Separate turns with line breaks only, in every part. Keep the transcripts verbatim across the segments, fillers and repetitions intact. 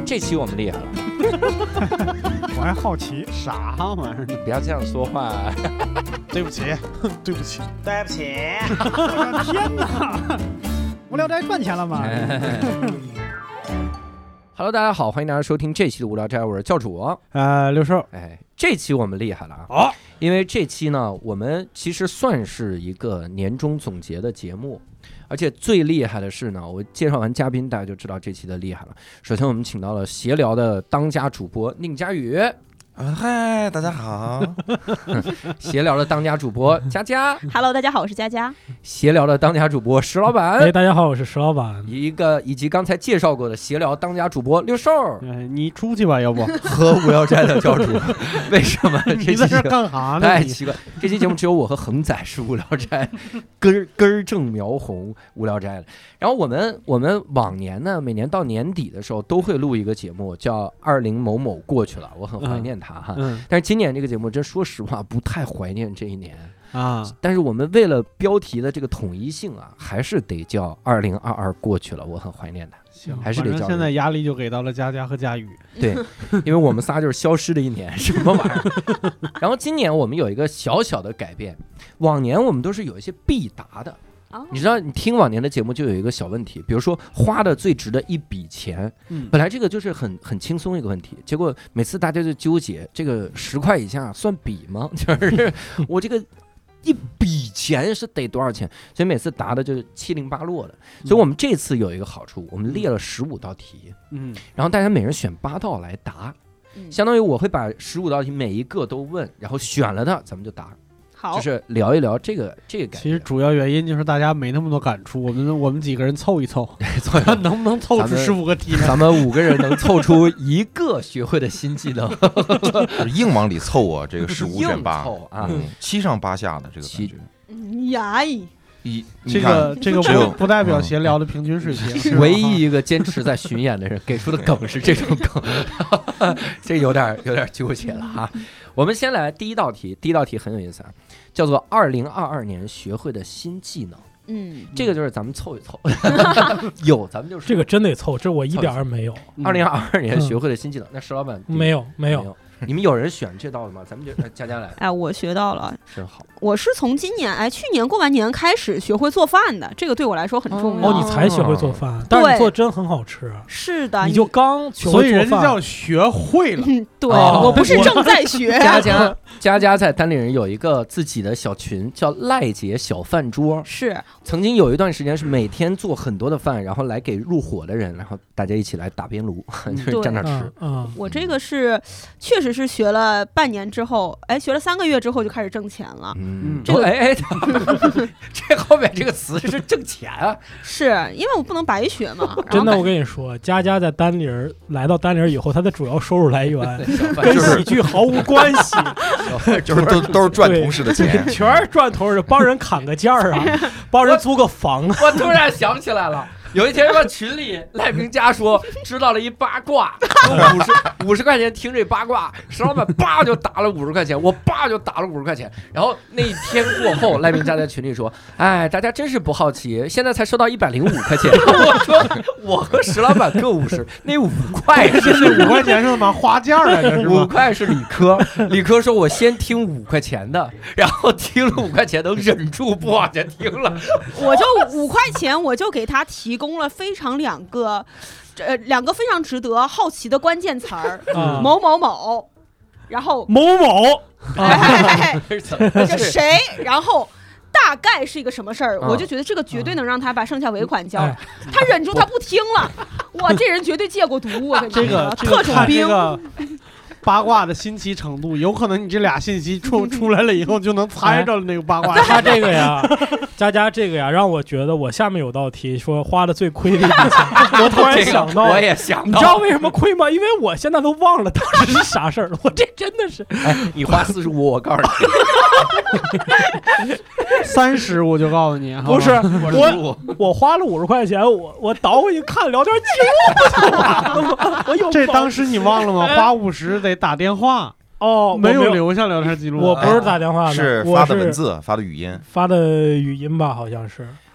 这期我们厉害了。
我还好奇
啥玩意儿？
不要这样说话。
对不起，对不起，对不起！
我的天哪！无聊斋赚钱了吗
？Hello， 大家好，欢迎大家收听这期的无聊斋，我是教主。
呃，六兽，
哎，这期我们厉害了啊！
哦，
因为这期呢，我们其实算是一个年终总结的节目。而且最厉害的是呢，我介绍完嘉宾，大家就知道这期的厉害了。首先，我们请到了闲聊的当家主播宁佳宇。
啊，嗨，大家好。
闲聊的当家主播佳佳。
Hello， 大家好，我是佳佳。
闲聊的当家主播石老板。
哎，大家好，我是石老板。
一个以及刚才介绍过的闲聊当家主播六兽。
哎，你出去吧，要不
和无聊斋的教主。为什么这期
你在这干啥呢？
太奇怪，这期节目只有我和恒仔是无聊斋，根根正苗红无聊斋了。然后我们我们往年呢，每年到年底的时候都会录一个节目，叫二零某某过去了，我很怀念他哈。
嗯，
但是今年这个节目，真说实话不太怀念这一年
啊。
但是我们为了标题的这个统一性啊，还是得叫二零二二过去了，我很怀念他。
行，
还是得叫。
现在压力就给到了佳佳和佳宇。
对，因为我们仨就是消失的一年，什么玩意儿？然后今年我们有一个小小的改变，往年我们都是有一些必答的。你知道，你听往年的节目就有一个小问题，比如说花的最值的一笔钱，嗯，本来这个就是很很轻松一个问题，结果每次大家就纠结，这个十块以下算笔吗？就是我这个一笔钱是得多少钱？所以每次答的就是七零八落的。所以我们这次有一个好处，我们列了十五道题，嗯，然后大家每人选八道来答，相当于我会把十五道题每一个都问，然后选了的咱们就答。
好，
就是聊一聊这个这个感觉。
其实主要原因就是大家没那么多感触，我们我们几个人凑一凑，看能不能凑出十五个题呢？
咱们五个人能凑出一个学会的新技能，
硬往里凑啊！这个十五选八
啊，
七上八下的这个感觉。
呀，
一
这个这个不不代表闲聊的平均水平。
唯一一个坚持在巡演的人给出的梗是这种梗，这有点有点纠结了哈。我们先来第一道题，第一道题很有意思啊，叫做二零二二年学会的新技能。嗯，这个就是咱们凑一凑，有咱们就说
这个真得凑，这我一点儿没有。
二零二二年学会的新技能，那石老板
没有没有。
你们有人选这道了吗？咱们就佳佳来。
哎，我学到了，
真好。
我是从今年哎，去年过完年开始学会做饭的，这个对我来说很重要。
哦，你才学会做饭，但是你做真很好吃。
是的，
你就刚学会做饭，
所以人家叫学会了。
嗯，对，我不是正在学。
佳佳，佳佳在单立人有一个自己的小群，叫赖姐小饭桌。
是，
曾经有一段时间是每天做很多的饭，然后来给入伙的人，然后大家一起来打边炉，就是站那吃。
嗯，我这个是确实是学了半年之后，哎，学了三个月之后就开始挣钱了。
嗯，这个哎哎，这后面这个词是挣钱啊？
是因为我不能白学嘛。
真的，我跟你说，佳佳在单立人来到单立人以后，她的主要收入来源跟喜剧毫无关系，
就是都都是赚同事的钱，
全是赚同事，帮人砍个价啊，帮人租个房啊。
我突然想起来了。有一天，在群里赖明佳说知道了一八卦，五十五十块钱听这八卦，石老板叭就打了五十块钱，我叭就打了五十块钱。然后那一天过后，赖明佳在群里说：“哎，大家真是不好奇，现在才收到一百零五块钱。”我说：“我和石老板各五十，那五块是
那五块钱是嘛花价来着？是
五块是理科，理科说我先听五块钱的，然后听了五块钱都忍住不往前听了，
我就五块钱，我就给他提供。供了非常两个，呃，两个非常值得好奇的关键词儿，嗯、某某某，然后
某某，
哎，这谁，然后大概是一个什么事儿，嗯、我就觉得这个绝对能让他把剩下尾款交了。嗯、他忍住，他不听了，哇，这人绝对戒过毒，我跟你说，
这个
特种兵。
这个八卦的新奇程度，有可能你这俩信息出出来了以后，就能猜着了那个八卦。
他这个呀，佳佳这个呀，让我觉得我下面有道题说花的最亏的一笔钱，我突然想到，
我也想到，
你知道为什么亏吗？因为我现在都忘了当时是啥事儿了。我这真的是，
哎，你花四十五，我告诉
你，三十我就告诉你，
不是我我花了五十块钱，我我倒回去看聊天记录不就完了吗？我有
这当时你忘了吗？花五十得打电话。
哦，
没有留下聊天记录，
我不是打电话的，
是发的文字，发的语音，
发的语音吧，好像是。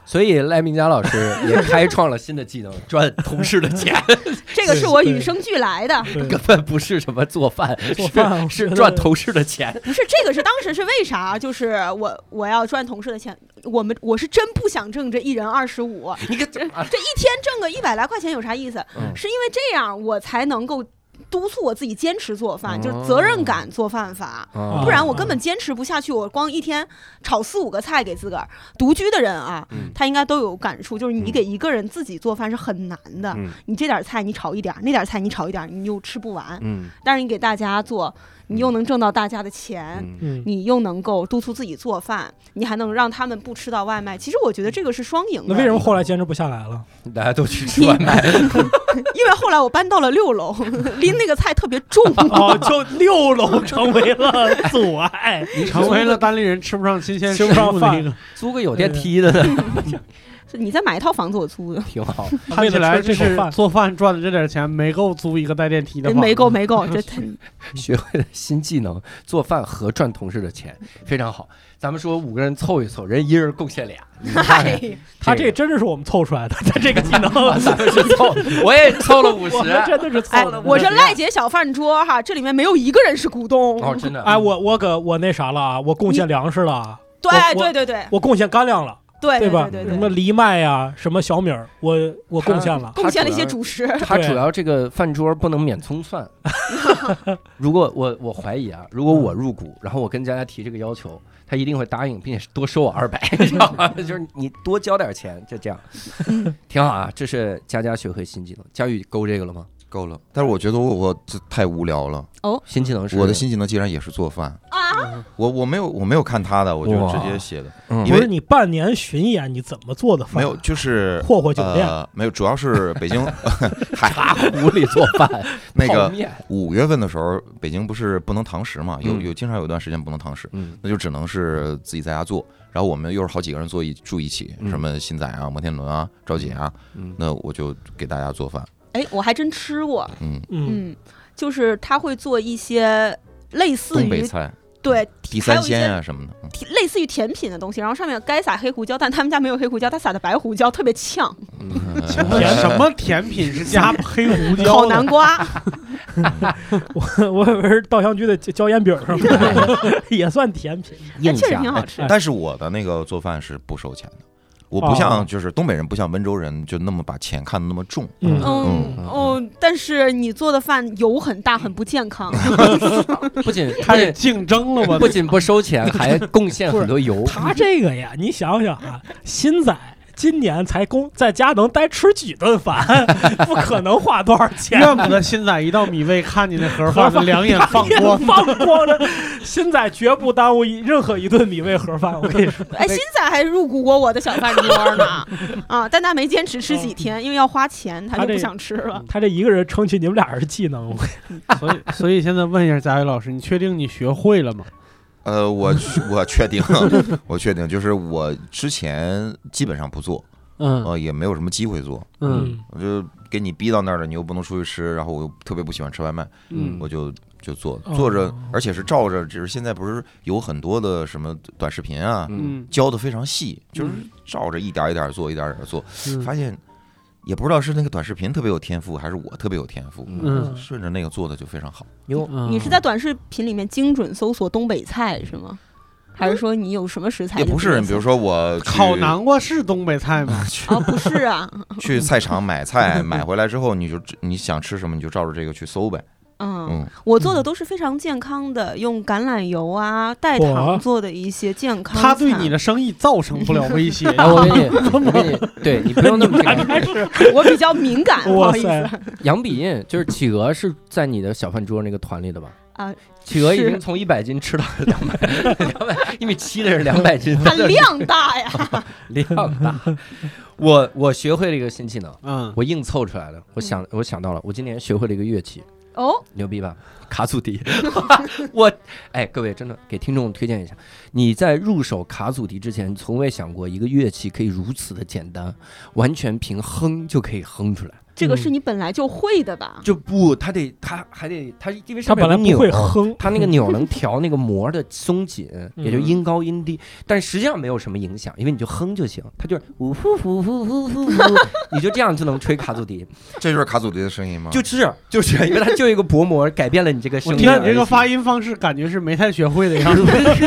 所以赖明佳老师也开创了新的技能，赚同事的钱。
这个是我与生俱来的，
根本不是什么做饭，
做饭
是是赚同事的钱。
不是这个是当时是为啥？就是我我要赚同事的钱，我们我是真不想挣这一人二十五，
你这
这这一天挣个一百来块钱有啥意思？
嗯、
是因为这样我才能够督促我自己坚持做饭，就是责任感做饭法，
哦、
不然我根本坚持不下去。我光一天炒四五个菜给自个儿，独居的人啊，
嗯、
他应该都有感触，就是你给一个人自己做饭是很难的。嗯、你这点菜你炒一点，那点菜你炒一点，你又吃不完。嗯、但是你给大家做，你又能挣到大家的钱，
嗯、
你又能够督促自己做饭，你还能让他们不吃到外卖。其实我觉得这个是双赢的。
那为什么后来坚持不下来了？
大家都去吃外卖。
因为后来我搬到了六楼，拎那个菜特别重，
哦，就六楼成为了阻碍，
成为了单立人吃不上新鲜食物的一个。
租个有电梯的呢。
你再买一套房子我租的，
挺好。
看起来这是做饭赚的这点钱没够租一个带电梯的房子，
没够没够。这
学会了新技能，做饭和赚同事的钱，非常好。咱们说五个人凑一凑，人一人贡献俩。
嗨，
他这真的是我们凑出来的，他这个技能
咱们是凑，我也凑了五十，
真的是凑的。
我这赖姐小饭桌哈，这里面没有一个人是股东。
哦，真的。
哎，我我可我那啥了啊，我贡献粮食了。
对对对对，
我贡献干粮了。
对
对吧？
对对对，
什么藜麦呀，什么小米儿，我我贡献了，
贡献了一些主食。
他主要这个饭桌不能免葱蒜。如果我我怀疑啊，如果我入股，然后我跟佳佳提这个要求，他一定会答应，并且多收我二百，知道吗？就是你多交点钱，就这样，挺好啊。这是佳佳学会新技能，佳宇勾这个了吗？
够了，但是我觉得我我这太无聊了。
哦，
新技能是
我的新技能，竟然也是做饭
啊！
我我没有我没有看他的，我就直接写的。
嗯、
不是你半年巡演，你怎么做的饭？
没有，就是
霍霍酒店、
呃，没有，主要是北京
茶壶里做饭。
那个五月份的时候，北京不是不能堂食嘛？有有经常有一段时间不能堂食，嗯、那就只能是自己在家做。然后我们又是好几个人坐一住一起，嗯、什么新仔啊、摩天轮啊、赵姐啊，嗯、那我就给大家做饭。
哎，我还真吃过，
嗯
嗯，就是他会做一些类似于
东北菜，
对，
地三鲜啊什么的，
类似于甜品的东西，然后上面该撒黑胡椒，但他们家没有黑胡椒，他撒的白胡椒，特别呛。
嗯、甜什么甜品是加黑胡椒？
烤南瓜。
我我以为是稻香居的椒盐饼什么的，也算甜品，
确实挺好吃。
但是我的那个做饭是不收钱的。我不像就是东北人，不像温州人，就那么把钱看得那么重。
嗯嗯哦，但是你做的饭油很大，很不健康。
不仅
开始竞争了吗？
不仅不收钱，还贡献很多油。
他这个呀，你想想啊，新仔今年才公在家能待吃几顿饭，不可能花多少钱。
怨不得新仔一到米味看见那盒饭，两眼放光，
放光的。新仔绝不耽误任何一顿米味盒饭。我跟你说，
哎，新仔还入股过我的小饭桌呢，啊，但他没坚持吃几天，因为要花钱，他就不想吃了。
他这一个人撑起你们俩人技能，
所以所以现在问一下佳宇老师，你确定你学会了吗？
呃，我我确定，我确定，就是我之前基本上不做，嗯，呃，也没有什么机会做，嗯，我就给你逼到那儿了，你又不能出去吃，然后我又特别不喜欢吃外卖，嗯，我就就做做着，而且是照着，就是现在不是有很多的什么短视频啊，嗯，教的非常细，就是照着一点一点做，一点一点做，发现。也不知道是那个短视频特别有天赋，还是我特别有天赋，嗯，顺着那个做的就非常好。
哟，你是在短视频里面精准搜索东北菜是吗？还是说你有什么食材？
也不是，比如说我
烤南瓜是东北菜吗？
啊，不是啊。
去菜场买菜，买回来之后你就你想吃什么你就照着这个去搜呗。
嗯，我做的都是非常健康的，用橄榄油啊、代糖做的一些健康菜。
它对你的生意造成不了威胁。
我给你，我给你，对你不用那么
开始，
我比较敏感，不好意思。
杨比印就是企鹅是在你的小饭桌那个团里的吧？
啊，
企鹅已经从一百斤吃到两百，两百一米七的是两百斤，
它量大呀，
量大。我我学会了一个新技能，嗯，我硬凑出来的。我想我想到了，我今年学会了一个乐器。
哦，
牛逼吧？卡祖笛，我哎，各位真的给听众推荐一下，你在入手卡祖笛之前，从未想过一个乐器可以如此的简单，完全凭哼就可以哼出来。
这个是你本来就会的吧？
就不，他得他还得他因为
他本来不会哼，
他那个钮能调那个膜的松紧，也就音高音低，但实际上没有什么影响，因为你就哼就行，他就是呜呼呼呼呼呼呼，你就这样就能吹卡祖笛。
这就是卡祖笛的声音吗？
就是就是因为它就一个薄膜改变了你这个声音。
我听你这个发音方式，感觉是没太学会的样子，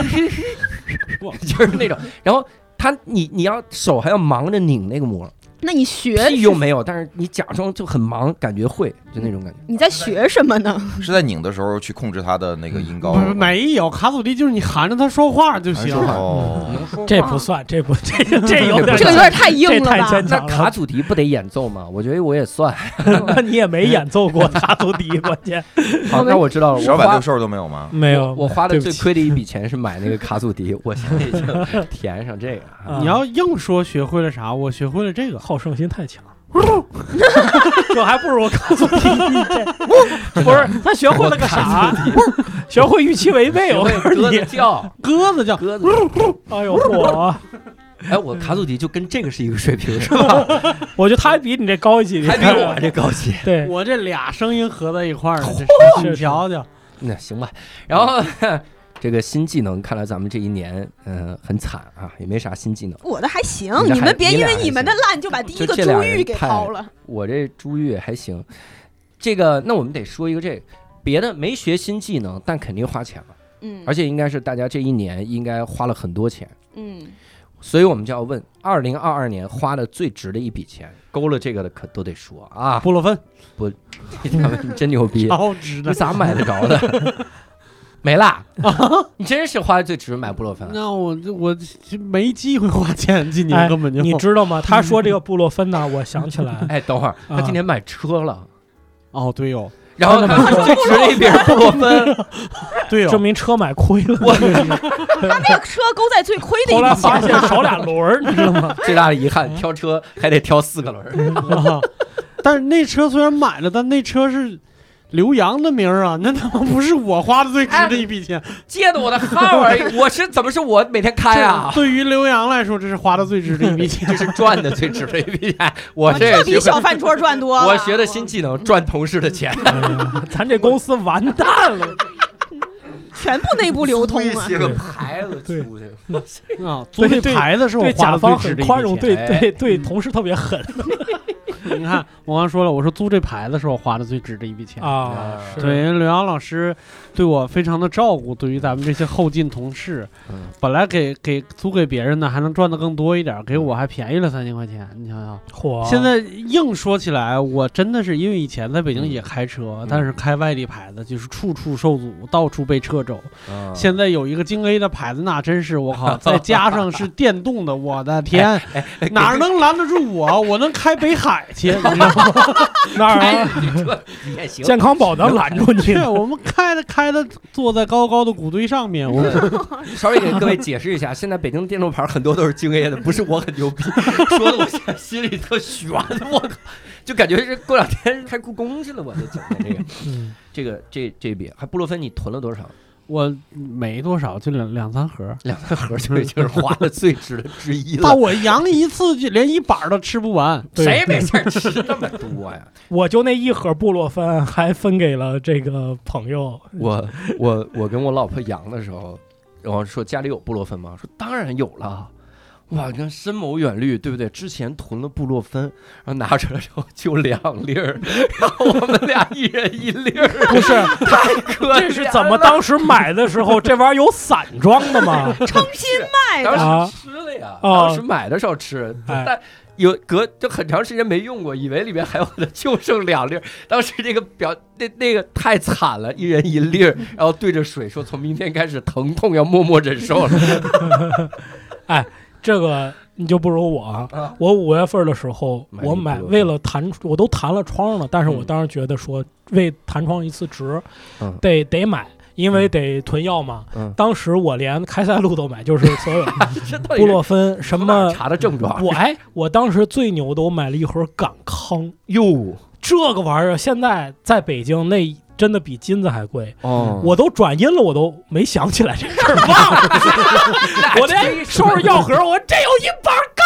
就是那种，然后他你你要手还要忙着拧那个膜。
那你学
屁用没有，但是你假装就很忙，感觉会，就那种感觉。
你在学什么呢？
是在拧的时候去控制它的那个音高？
没有，卡祖笛就是你含着它说话就行。
哦，
这不算，这不这这有点
这个有点太硬了吧？
太牵强了。
那卡祖笛不得演奏吗？我觉得我也算。
那你也没演奏过卡祖笛，关键。
好，那我知道了。
十二百六兽都没有吗？
没有，
我花的最亏的一笔钱是买那个卡祖笛，我现在已经填上这个。
你要硬说学会了啥，我学会了这个，
好胜心太强。这还不如我告诉你，不是他学会了个啥？学会预期违背，我
鸽子叫，
鸽子叫，
鸽子。
哎呦我，
哎，我卡祖笛就跟这个是一个水平，是吧？
我觉得他还比你这高级，
还比我这高级。
对，
我这俩声音合在一块儿了，你瞧瞧。
那行吧，然后。这个新技能，看来咱们这一年，嗯、呃，很惨啊，也没啥新技能。
我的还行，你, 你们别因为你们的烂就把第一个珠玉给抛了。
我这珠玉还行。这个，那我们得说一个这个，别的没学新技能，但肯定花钱了。嗯，而且应该是大家这一年应该花了很多钱。嗯，所以我们就要问，二零二二年花的最值的一笔钱，勾了这个的可都得说啊。
布洛芬，
不，他们真牛逼，
超值的，
你咋买得着的？没啦、啊，你真是花最值买布洛芬。
那我我没机会花钱，今年根本就、
哎、你知道吗？他说这个布洛芬呢，我想起来，
哎，等会儿他今年买车了。
哦，对哟、哦，
然后他最值的一笔布洛芬，
对哦，
证明车买亏了。
他那个车勾在最亏的一笔，
后来发现少俩轮，你知道吗？
最大的遗憾，挑车还得挑四个轮。
啊、但是那车虽然买了，但那车是。刘洋的名啊，那他妈不是我花的最值的一笔钱，
哎、借的我的号而已。我是怎么是我每天开啊？
对于刘洋来说，这是花的最值的一笔钱，
这是赚的最值的一笔钱。我这
这比小饭桌赚多了。
我学的新技能，赚同事的钱。
咱这公司完蛋了，
全部内部流通啊！
写个牌子出去
啊，租这牌子是我花的最值的一笔钱。
对甲方很宽容，对对对，同事特别狠。
你看，我刚说了，我说租这牌子是我花的最值的一笔钱
啊。
对，因为刘洋老师对我非常的照顾，对于咱们这些后进同事，嗯、本来给给租给别人呢，还能赚的更多一点，给我还便宜了三千块钱。你想想，
嚯！
现在硬说起来，我真的是因为以前在北京也开车，嗯、但是开外地牌子就是处处受阻，到处被撤走。嗯、现在有一个京 A 的牌子，那真是我靠，再加上是电动的，我的天，哎哎、哪能拦得住我？我能开北海。你知道吗？
那儿健康宝能拦住你。
我们开的开的坐在高高的谷堆上面。我
稍微给各位解释一下，现在北京电动牌很多都是京 A 的，不是我很牛逼，说的我现在心里特悬，我靠，就感觉是过两天开故宫去了。我在讲的这个，嗯、这个这这笔还布洛芬，你囤了多少？
我没多少，就两两三盒，
两三盒就已经是花的最值的之一了。
把我阳历一次就连一板都吃不完，
谁没事吃那么多呀？
我就那一盒布洛芬还分给了这个朋友。
我我我跟我老婆阳的时候，然后说家里有布洛芬吗？说当然有了。哇，你看深谋远虑，对不对？之前囤了布洛芬，然后拿出来之后就两粒儿，然后我们俩一人一粒儿，
不是
太可怜了。
这是怎么当时买的时候，这玩意儿有散装的吗？
诚心卖的，
当时吃了呀，啊、当时买的时候吃，
哎、
但有隔就很长时间没用过，以为里面还有的，就剩两粒儿。当时这个表那那个太惨了，一人一粒儿，然后对着水说：“从明天开始疼痛要默默忍受了。”
哎。这个你就不如我，啊、我五月份的时候，买我买为了弹，我都弹了窗了，但是我当时觉得说为弹窗一次值，嗯、得得买，因为得囤药嘛。嗯、当时我连开塞露都买，就是所有布洛芬什么
查的症状。
我哎，我当时最牛的，我买了一盒港康哟，这个玩意儿现在在北京那。真的比金子还贵哦！我都转阴了，我都没想起来这事儿，忘了。我连收拾药盒，我这有一板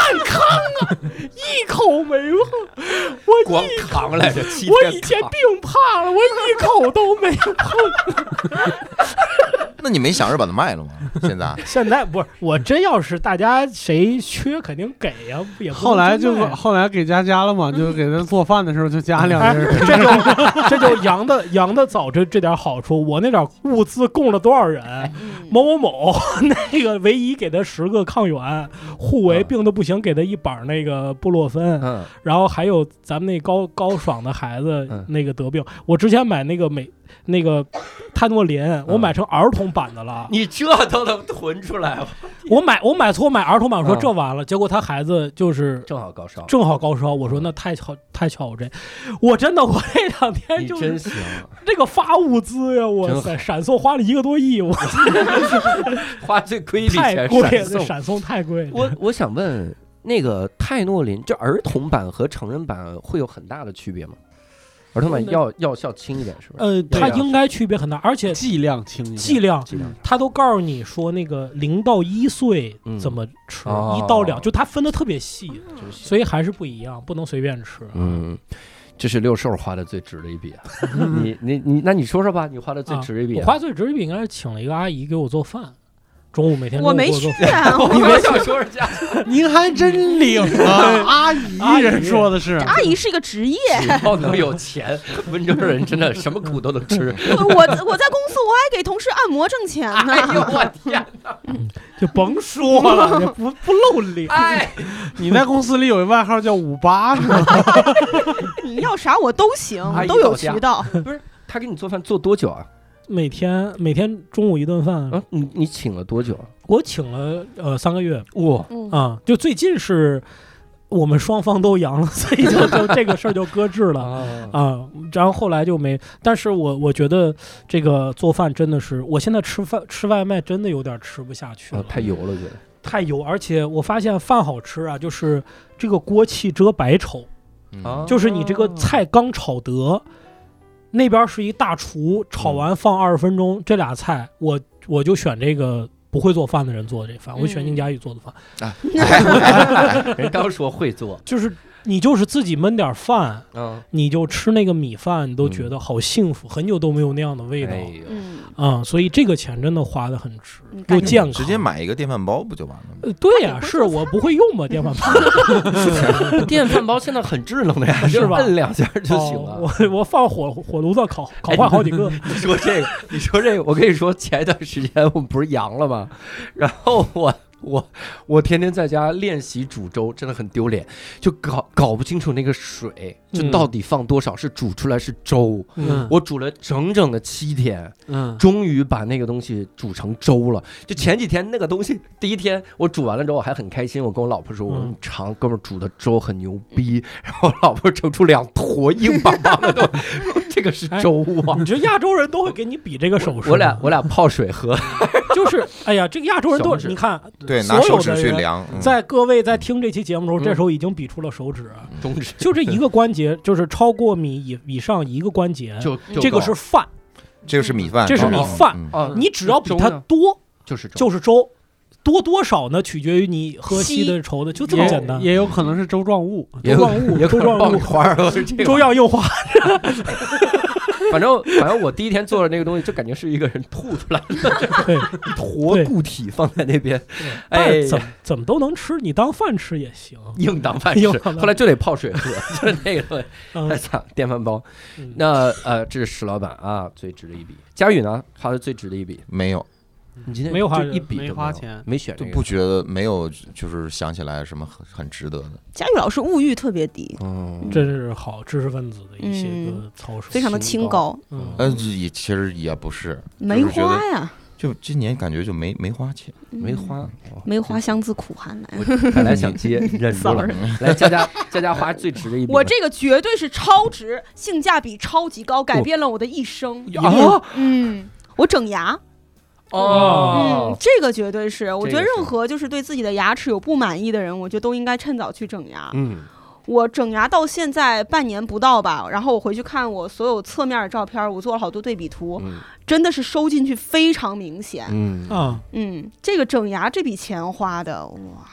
康啊，一口没碰。我
光扛来着，
我以前病怕了，我一口都没碰。
那你没想着把它卖了吗？现在
现在不是我真要是大家谁缺肯定给呀、啊，也
后来就后来给加加了嘛，就给他做饭的时候就加两人、
哎，这就这就杨的杨的早这这点好处，我那点物资供了多少人？某某某那个唯一给他十个抗原，互为病的不行，给他一板那个布洛芬，
嗯，
然后还有咱们那高高爽的孩子那个得病，我之前买那个美。那个泰诺林，我买成儿童版的了。
你这都能囤出来？
我买我买错买儿童版，我说这完了，结果他孩子就是
正好高烧，
正好高烧。我说那太巧太巧，我这我真的我这两天就
真行，
这个发物资呀，我塞，闪送花了一个多亿，我
花最亏的
太贵了，闪送太贵了。
我我想问，那个泰诺林，就儿童版和成人版会有很大的区别吗？儿童版药药效轻一点，是不是？
呃，它应该区别很大，而且
剂量轻一点，
剂量，它都告诉你说那个零到一岁怎么吃，一、嗯、到两，就它分的特别细，所以还是不一样，不能随便吃。
嗯，这是六兽花的最值的一笔啊！你你你，那你说说吧，你花的最值的一笔、啊
啊？我花最值的一笔应该是请了一个阿姨给我做饭。中午每天
我没去啊，
我没想说人家，
您还真领啊！阿姨人说的是，
阿姨是一个职业，
只要能有钱，温州人真的什么苦都能吃。
我我在公司我还给同事按摩挣钱呢。
哎呦我天哪！
就甭说了，不不露脸。
哎，
你在公司里有一外号叫五八是吗？
你要啥我都行，都有渠道。
不是他给你做饭做多久啊？
每天每天中午一顿饭，
嗯，你你请了多久啊？
我请了呃三个月，
哇、
嗯、啊，就最近是我们双方都阳了，所以就就这个事儿就搁置了啊，然后后来就没，但是我我觉得这个做饭真的是，我现在吃饭吃外卖真的有点吃不下去了，
啊、太油了，觉得
太油，而且我发现饭好吃啊，就是这个锅气遮百丑，
嗯、
就是你这个菜刚炒得。那边是一大厨，炒完放二十分钟，嗯、这俩菜我我就选这个不会做饭的人做的这饭，嗯、我选宁佳宇做的饭。
啊哎哎哎、人刚说会做，
就是你就是自己焖点饭，
嗯、
你就吃那个米饭，你都觉得好幸福，嗯、很久都没有那样的味道。嗯啊，所以这个钱真的花得很值，又健康。
直接买一个电饭煲不就完了吗？
呃、对呀、啊，是我不会用嘛电饭煲。
电饭煲现在很智能的呀，
是吧？
摁两下就行了。
哦、我我放火火炉子烤烤坏好几个。
哎、你, 你说这个，你说这个，我跟你说，前一段时间我们不是阳了吗？然后我。我我天天在家练习煮粥，真的很丢脸，就搞搞不清楚那个水就到底放多少，嗯、是煮出来是粥。嗯、我煮了整整的七天，嗯，终于把那个东西煮成粥了。就前几天那个东西，第一天我煮完了之后我还很开心，我跟我老婆说，我说你尝哥们儿煮的粥很牛逼，然后我老婆盛出两坨硬邦邦的东西，这个是粥啊！
你这亚洲人都会给你比这个手势，
我俩我俩泡水喝，
就是哎呀，这个亚洲人都你看。
对，拿手指去量。
在各位在听这期节目的时候，嗯、这时候已经比出了手指、
中指，
就这一个关节，就是超过米以以上一个关节，
就
这个是饭，
这个是米饭，
这是米饭。
哦、
你只要比它多，
就是
就是粥。多多少呢？取决于你喝稀的稠的，就这么简单。
也有可能是粥状物，
粥状物，粥状物
花，
粥样硬化。
反正反正我第一天做的那个东西，就感觉是一个人吐出来的，一坨固体放在那边。哎，
怎么怎么都能吃，你当饭吃也行，
硬当饭吃。后来就得泡水喝，就是那个东西。太惨，电饭煲。那呃，这是石老板啊，最值的一笔。佳宇呢，花的最值的一笔
没有。
你今天
没有花
一笔
没花钱，
没选、这个，
就不觉得没有，就是想起来什么很很值得的。
佳宇老师物欲特别低，
嗯，真是好知识分子的一些个操守，
嗯、非常的清高。
嗯，呃，也其实也不是，
没花呀。
就今年感觉就没没花钱，
嗯、
没花，
没花香自苦寒来。
本来想接，忍住了。来，佳佳，佳佳花最值的一笔。
我这个绝对是超值，性价比超级高，改变了我的一生。
啊，
嗯，我整牙。
哦，
嗯，这个绝对是，我觉得任何就是对自己的牙齿有不满意的人，我觉得都应该趁早去整牙。
嗯，
我整牙到现在半年不到吧，然后我回去看我所有侧面的照片，我做了好多对比图，
嗯、
真的是收进去非常明显。
嗯
啊，
嗯，这个整牙这笔钱花的哇，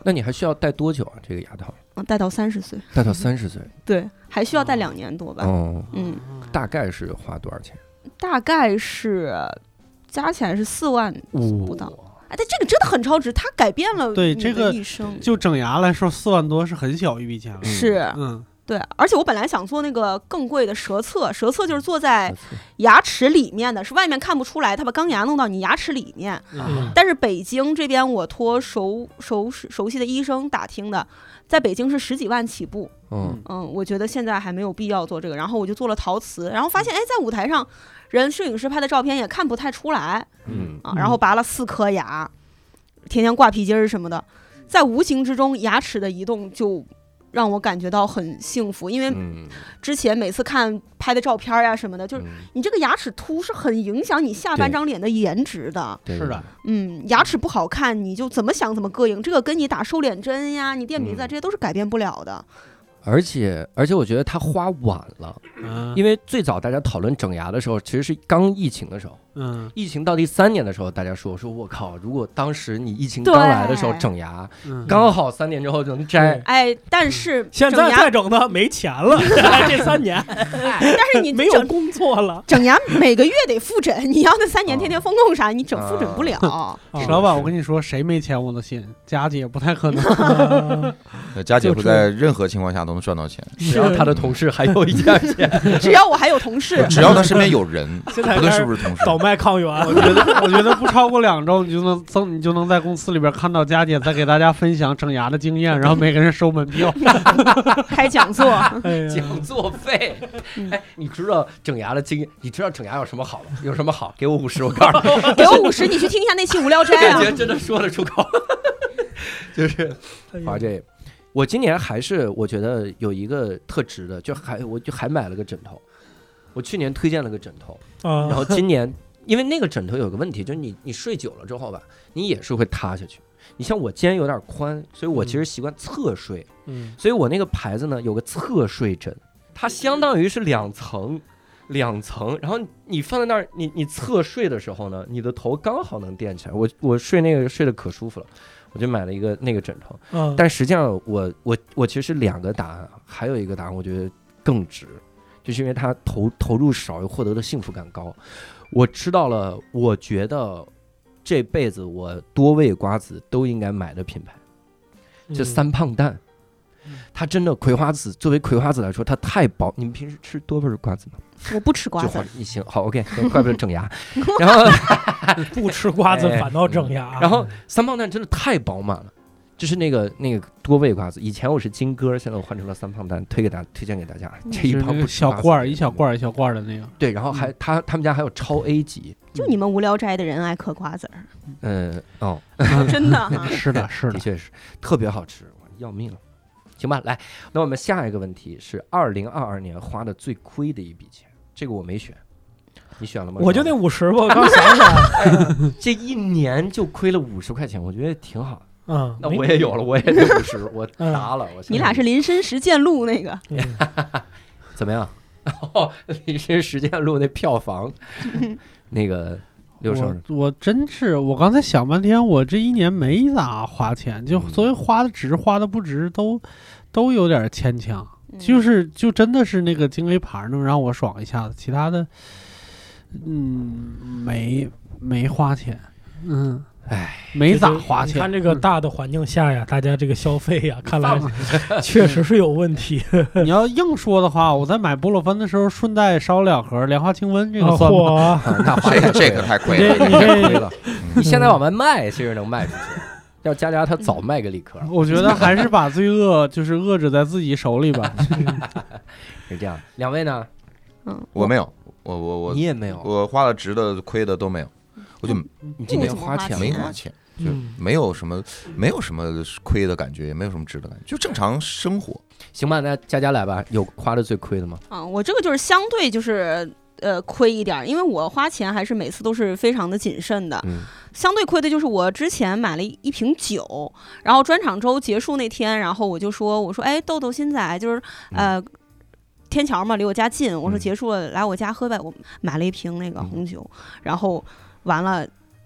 那你还需要戴多久啊？这个牙套？
嗯，戴到三十岁。
戴到三十岁？
对，还需要戴两年多吧？
哦，
嗯，
大概是花多少钱？
大概是加起来是四万不到。
哦
哎，但这个真的很超值，它改变了
对这个
一生。
就整牙来说，四万多是很小一笔钱了。
是，
嗯，
对。而且我本来想做那个更贵的舌侧，舌侧就是做在牙齿里面的，是外面看不出来，它把钢牙弄到你牙齿里面。
嗯、
但是北京这边我托熟熟熟悉的医生打听的，在北京是十几万起步。
嗯
嗯，我觉得现在还没有必要做这个，然后我就做了陶瓷，然后发现哎，在舞台上。人摄影师拍的照片也看不太出来，
嗯
啊，然后拔了四颗牙，天天挂皮筋儿什么的，在无形之中牙齿的移动就让我感觉到很幸福，因为之前每次看拍的照片呀、啊、什么的，就是你这个牙齿凸是很影响你下半张脸的颜值的。
是的，
嗯，牙齿不好看，你就怎么想怎么膈应，这个跟你打瘦脸针呀、你垫鼻子这些都是改变不了的。
而且而且我觉得他花晚了，嗯，因为最早大家讨论整牙的时候，其实是刚疫情的时候，
嗯，
疫情到第三年的时候，大家说说我靠，如果当时你疫情刚来的时候整牙，刚好三年之后就能摘，
哎，但是
现在再整的没钱了，这三年，
但是你
没有工作了，
整牙每个月得复诊，你要那三年天天封控啥，你整复诊不了。
石老板，我跟你说，谁没钱我都信，佳姐不太可能，
佳姐会在任何情况下都能赚到钱，
只要他的同事还有一点钱，
只要我还有同事，
只要他身边有人，
现在
不论是不是同事，
倒卖抗原，
我觉得我觉得不超过两周，你就能增，你就能在公司里边看到佳姐在给大家分享整牙的经验，然后每个人收门票，
开讲座，
讲座费。哎，你知道整牙的经验？你知道整牙有什么好吗？有什么好？给我五十，我告诉你，
给我五十，你去听一下那期无聊斋啊，
真的说得出口，就是华这。我今年还是我觉得有一个特值的，就还我就还买了个枕头。我去年推荐了个枕头，然后今年因为那个枕头有个问题，就是你你睡久了之后吧，你也是会塌下去。你像我肩有点宽，所以我其实习惯侧睡，嗯，所以我那个牌子呢有个侧睡枕，它相当于是两层。两层，然后你放在那儿，你你侧睡的时候呢，你的头刚好能垫起来。我我睡那个睡得可舒服了，我就买了一个那个枕头。嗯，但实际上我我我其实两个答案，还有一个答案我觉得更值，就是因为它投投入少又获得的幸福感高。我知道了，我觉得这辈子我多味瓜子都应该买的品牌，就三胖蛋。它真的葵花籽，作为葵花籽来说，它太薄。你们平时吃多味瓜子吗？
我不吃瓜子。
你行，好 ，OK， 怪不得整牙。然后
不吃瓜子反倒整牙。
然后三胖蛋真的太饱满了，就是那个那个多味瓜子。以前我是金哥，现在我换成了三胖蛋，推给大家推荐给大家。这一胖不
小罐一小罐一小罐的那个。
对，然后还他他们家还有超 A 级。
就你们无聊斋的人爱嗑瓜子儿。
嗯哦，
真的
是的，是的，
的确是特别好吃，要命了。行吧，来，那我们下一个问题是二零二二年花的最亏的一笔钱，这个我没选，你选了吗？
我就那五十吧，我刚想想，
哎，这一年就亏了五十块钱，我觉得挺好。
嗯，
那我也有了，我也得五十，我答了。我
你俩是林深实践录那个，
怎么样？哦，林深实践录那票房，那个。
我我真是，我刚才想半天，我这一年没咋花钱，就所谓花的值花的不值都都有点牵强，就是就真的是那个京 A 牌能让我爽一下子，其他的嗯没没花钱，嗯。哎，没咋花钱。
你看这个大的环境下呀，大家这个消费呀，看来确实是有问题。
你要硬说的话，我在买布洛芬的时候顺带烧两盒莲花清瘟，这个算吗？
那
这个这个太贵了，
你这
了。你现在往外卖，其实能卖出去。要佳佳他早卖给理科。
我觉得还是把罪恶就是遏制在自己手里吧。
是这样，两位呢？
嗯，
我没有，我我我
你也没有，
我花了值的亏的都没有。我就
你今年花钱
没花钱，就没有什么没有什么亏的感觉，也没有什么值的感觉，就正常生活。
行吧，那佳佳来吧，有花的最亏的吗？
啊，我这个就是相对就是呃亏一点，因为我花钱还是每次都是非常的谨慎的。嗯，相对亏的就是我之前买了一瓶酒，然后专场周结束那天，然后我就说我说哎豆豆新仔就是呃。嗯天桥嘛，离我家近。我说结束了，来我家喝呗。我买了一瓶那个红酒，然后完了，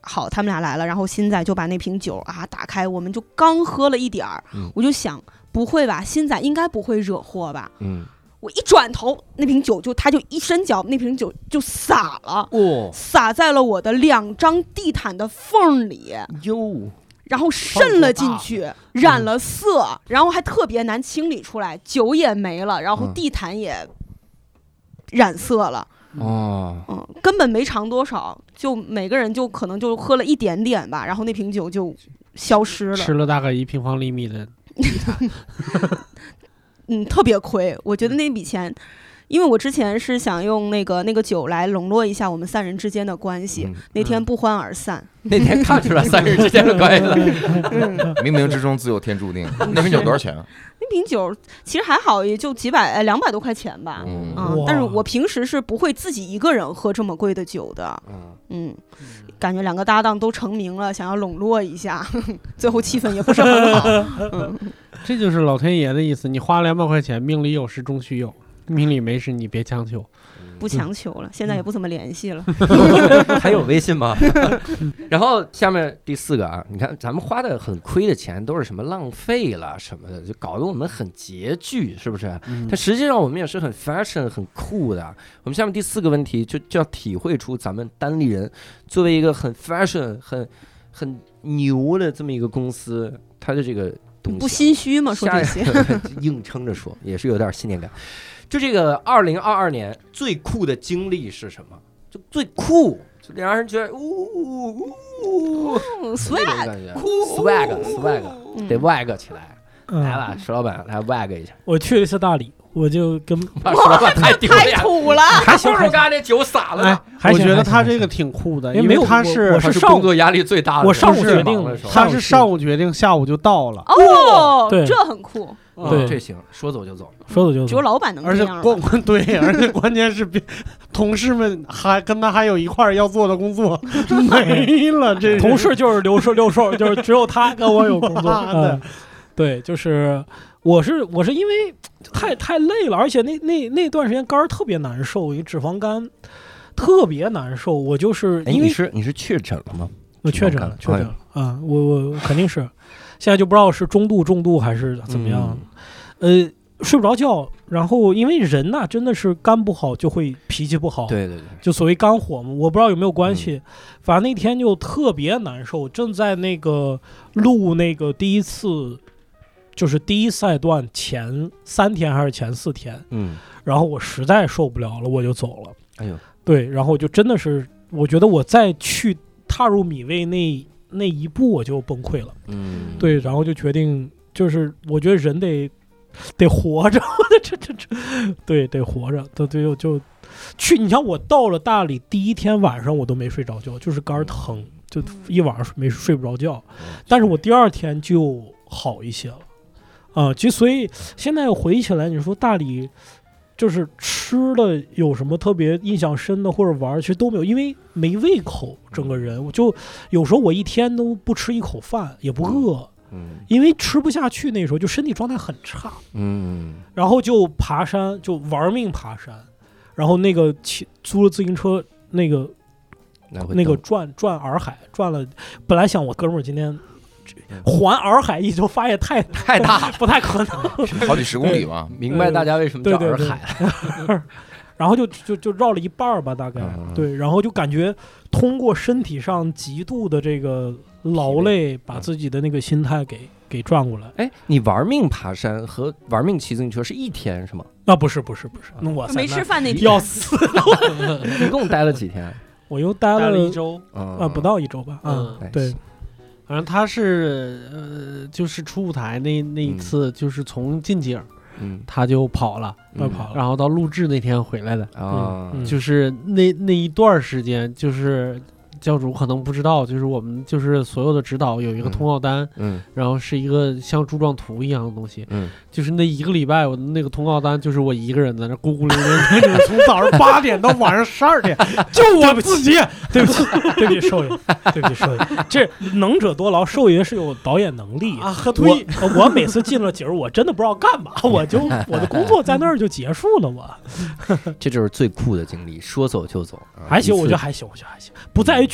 好，他们俩来了，然后新仔就把那瓶酒啊打开，我们就刚喝了一点儿，嗯、我就想不会吧，新仔应该不会惹祸吧？嗯，我一转头，那瓶酒就他就一伸脚，那瓶酒就洒了，哦，洒在了我的两张地毯的缝里，哟。然后渗了进去，染了色，嗯、然后还特别难清理出来，酒也没了，然后地毯也染色了。哦，嗯，根本没尝多少，就每个人就可能就喝了一点点吧，然后那瓶酒就消失了。
吃了大概一平方厘米的地毯。
嗯，特别亏，我觉得那笔钱。因为我之前是想用那个那个酒来笼络一下我们三人之间的关系，嗯、那天不欢而散。
嗯、那天看出来三人之间的关系了，
嗯、冥冥之中自有天注定。那瓶酒多少钱啊？
那瓶酒其实还好，也就几百，两百多块钱吧。嗯，嗯但是我平时是不会自己一个人喝这么贵的酒的。嗯，感觉两个搭档都成名了，想要笼络一下，呵呵最后气氛也不是很好。嗯，
这就是老天爷的意思，你花两百块钱，命里有时终须有。命里没事你别强求，
不强求了，嗯、现在也不怎么联系了。
还有微信吗？然后下面第四个啊，你看咱们花的很亏的钱都是什么浪费了什么的，就搞得我们很拮据，是不是？嗯、但实际上我们也是很 fashion 很酷的。我们下面第四个问题就就要体会出咱们单立人作为一个很 fashion 很很牛的这么一个公司，它的这个东西、啊、
不心虚吗？说这些
硬撑着说也是有点信念感。就这个二零二二年最酷的经历是什么？就最酷，就让人觉得呜呜呜
，swag，
酷 ，swag swag， 得 wag 起来。来吧，石老板来 wag 一下。
我去了一次大理，我就跟石
老板太丢脸，
太土了，
还行，我刚才那酒洒了。
哎，我觉得他这个挺酷的，因为他是
我是
工作压力最大的，
我上午决定，
他是上午决定，下午就到了。
哦，这很酷。
对，这行，说走就走，
说走就走。
只有老板能这样。
而且关对，而且关键是同事们还跟他还有一块要做的工作没了。这
同事就是刘寿，刘寿就是只有他跟我有工作。嗯，对，就是我是我是因为太太累了，而且那那那段时间肝特别难受，因为脂肪肝特别难受。我就是因为
你是你是确诊了吗？
我确诊了，确诊了啊！我我肯定是。现在就不知道是中度、重度还是怎么样，嗯、呃，睡不着觉，然后因为人呐、啊、真的是肝不好就会脾气不好，
对对对，
就所谓肝火嘛，我不知道有没有关系，嗯、反正那天就特别难受，正在那个录那个第一次，就是第一赛段前三天还是前四天，嗯，然后我实在受不了了，我就走了，哎呦，对，然后就真的是，我觉得我再去踏入米味那。那一步我就崩溃了，嗯，对，然后就决定，就是我觉得人得得活着，这这这，对，得活着，对对，就去。你像我到了大理第一天晚上，我都没睡着觉，就是肝疼，就一晚上没睡不着觉。但是我第二天就好一些了，啊，其实所以现在回忆起来，你说大理。就是吃的有什么特别印象深的或者玩其实都没有，因为没胃口，整个人我就有时候我一天都不吃一口饭也不饿，嗯，因为吃不下去，那时候就身体状态很差，嗯，然后就爬山，就玩命爬山，然后那个租了自行车，那个那个转转洱海转了，本来想我哥们儿今天。环洱海一周发现太
太大，
不太可能，
好几十公里嘛。
明白大家为什么叫洱海了。
然后就就就绕了一半吧，大概、嗯、对，然后就感觉通过身体上极度的这个劳累，把自己的那个心态给给转过来。
哎，你玩命爬山和玩命骑自行车是一天是吗？
啊，不是不是不是，那我
没吃饭那天
要死了。
一共待了几天？
我又待了,
待了一周，
啊，不到一周吧？嗯，嗯对。
反正他是呃，就是出舞台那那一次，就是从进景，嗯，他就跑了，
嗯、跑了，
然后到录制那天回来的啊、嗯，就是那那一段时间，就是教主可能不知道，就是我们就是所有的指导有一个通告单，嗯，然后是一个像柱状图一样的东西，嗯，就是那一个礼拜我的那个通告单就是我一个人在那孤孤零零，就是从早上八点到晚上十二点，就我自己，
对不起，对不起，寿爷，对不起，寿爷，这能者多劳，寿爷是有导演能力
啊，喝推，
我我每次进了景儿，我真的不知道干嘛，我就我的工作在那儿就结束了嘛，
这就是最酷的经历，说走就走，
还行，我觉得还行，我觉得还行，不在于。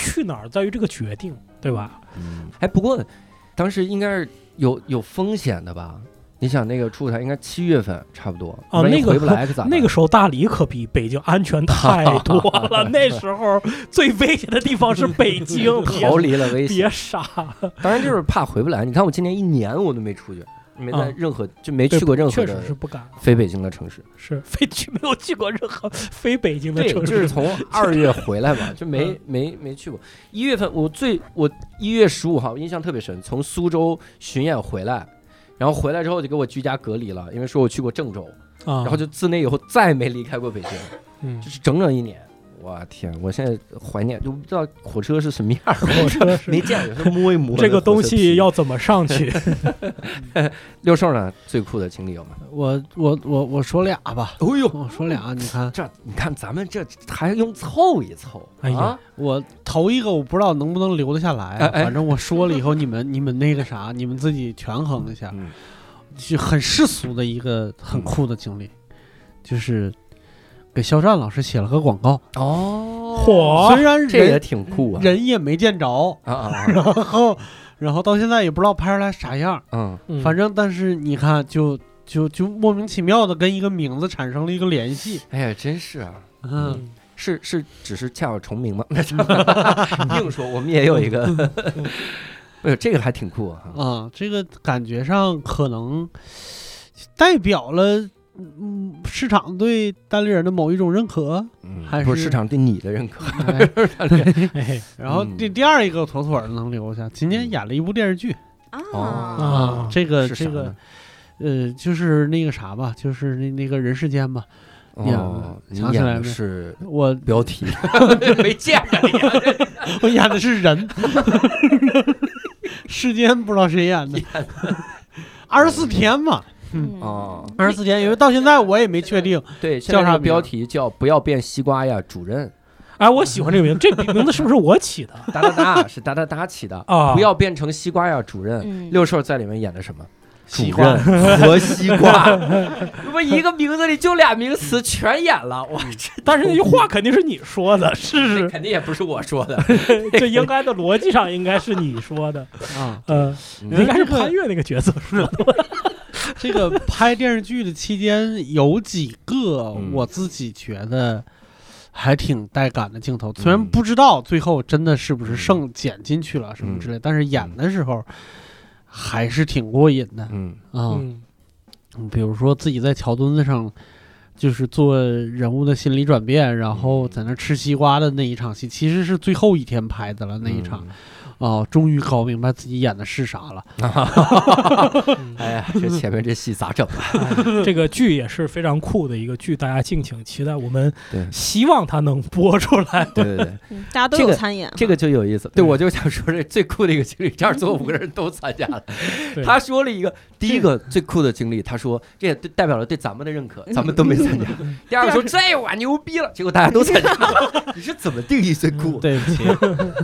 去哪儿在于这个决定，对吧？
嗯，哎，不过当时应该是有有风险的吧？你想那个出台应该七月份差不多
啊，那个
回不来可咋？
那个时候大理可比北京安全太多了，那时候最危险的地方是北京，
逃离了危险，
别傻。
当然就是怕回不来。你看我今年一年我都没出去。没在任何、啊、就没去过任何的，
确实是不敢
非北京的城市，
是非去没有去过任何非北京的城市，
就是从二月回来嘛，就没没没去过。一月份我最我一月十五号印象特别深，从苏州巡演回来，然后回来之后就给我居家隔离了，因为说我去过郑州，啊、然后就自那以后再没离开过北京，嗯，就是整整一年。我天！我现在怀念，就不知道火车是什么样，火车没见过，有时候摸一摸。
这个东西要怎么上去？
六兽呢？最酷的经历有吗？
我我我我说俩吧。
哦呦，
我说俩，你看
这，你看咱们这还用凑一凑。
哎呀，
啊、
我头一个我不知道能不能留得下来、啊，哎、反正我说了以后，你们你们那个啥，你们自己权衡一下。嗯，就很世俗的一个很酷的经历，嗯、就是。给肖战老师写了个广告
哦，
嚯，
虽然
这也挺酷啊，
人也没见着
啊啊，
然后然后到现在也不知道拍出来啥样，
嗯，
反正但是你看就就就莫名其妙的跟一个名字产生了一个联系，
哎呀，真是啊，
嗯，
是是只是恰好重名吗？硬说我们也有一个，哎呦，这个还挺酷啊，
啊，这个感觉上可能代表了。嗯，市场对单立人的某一种认可，
嗯，
还是
不是市场对你的认可？
哎、然后第第二一个妥妥的能留下，今年演了一部电视剧
啊、
啊，这个这个，呃，就是那个啥吧，就是那那个人世间吧。
哦，
想起来了，
是
我
标题没见着你，
我演的是人，世间不知道谁演的，二十四天嘛。
嗯哦，
二十四天，因为到现在我也没确定。
对，叫啥标题叫“不要变西瓜呀，主任”。
哎，我喜欢这个名字，这名字是不是我起的？
哒哒哒是哒哒哒起的啊！不要变成西瓜呀，主任。
嗯、
六兽在里面演的什么？
西瓜
和西瓜，不一个名字里就俩名词全演了，哇！
但是那句话肯定是你说的，是是，
肯定也不是我说的，
这应该的逻辑上应该是你说的啊，呃，应该是潘越那个角色说的。
这个拍电视剧的期间有几个我自己觉得还挺带感的镜头，虽然不知道最后真的是不是剩剪进去了什么之类，但是演的时候还是挺过瘾的。嗯啊，嗯，比如说自己在桥墩子上就是做人物的心理转变，然后在那吃西瓜的那一场戏，其实是最后一天拍的了那一场。哦，终于搞明白自己演的是啥了。
哎呀，这前面这戏咋整啊？
哎、这个剧也是非常酷的一个剧，大家敬请期待。我们希望它能播出来。
对对对，
嗯、大家都有参演、
这个，这个就有意思。对，我就想说这最酷的一个经历，这儿所有五个人都参加了。他说了一个第一个最酷的经历，他说这也代表了对咱们的认可，咱们都没参加。第二个说这我牛逼了，结果大家都参加了。你是怎么定义最酷？
对不起。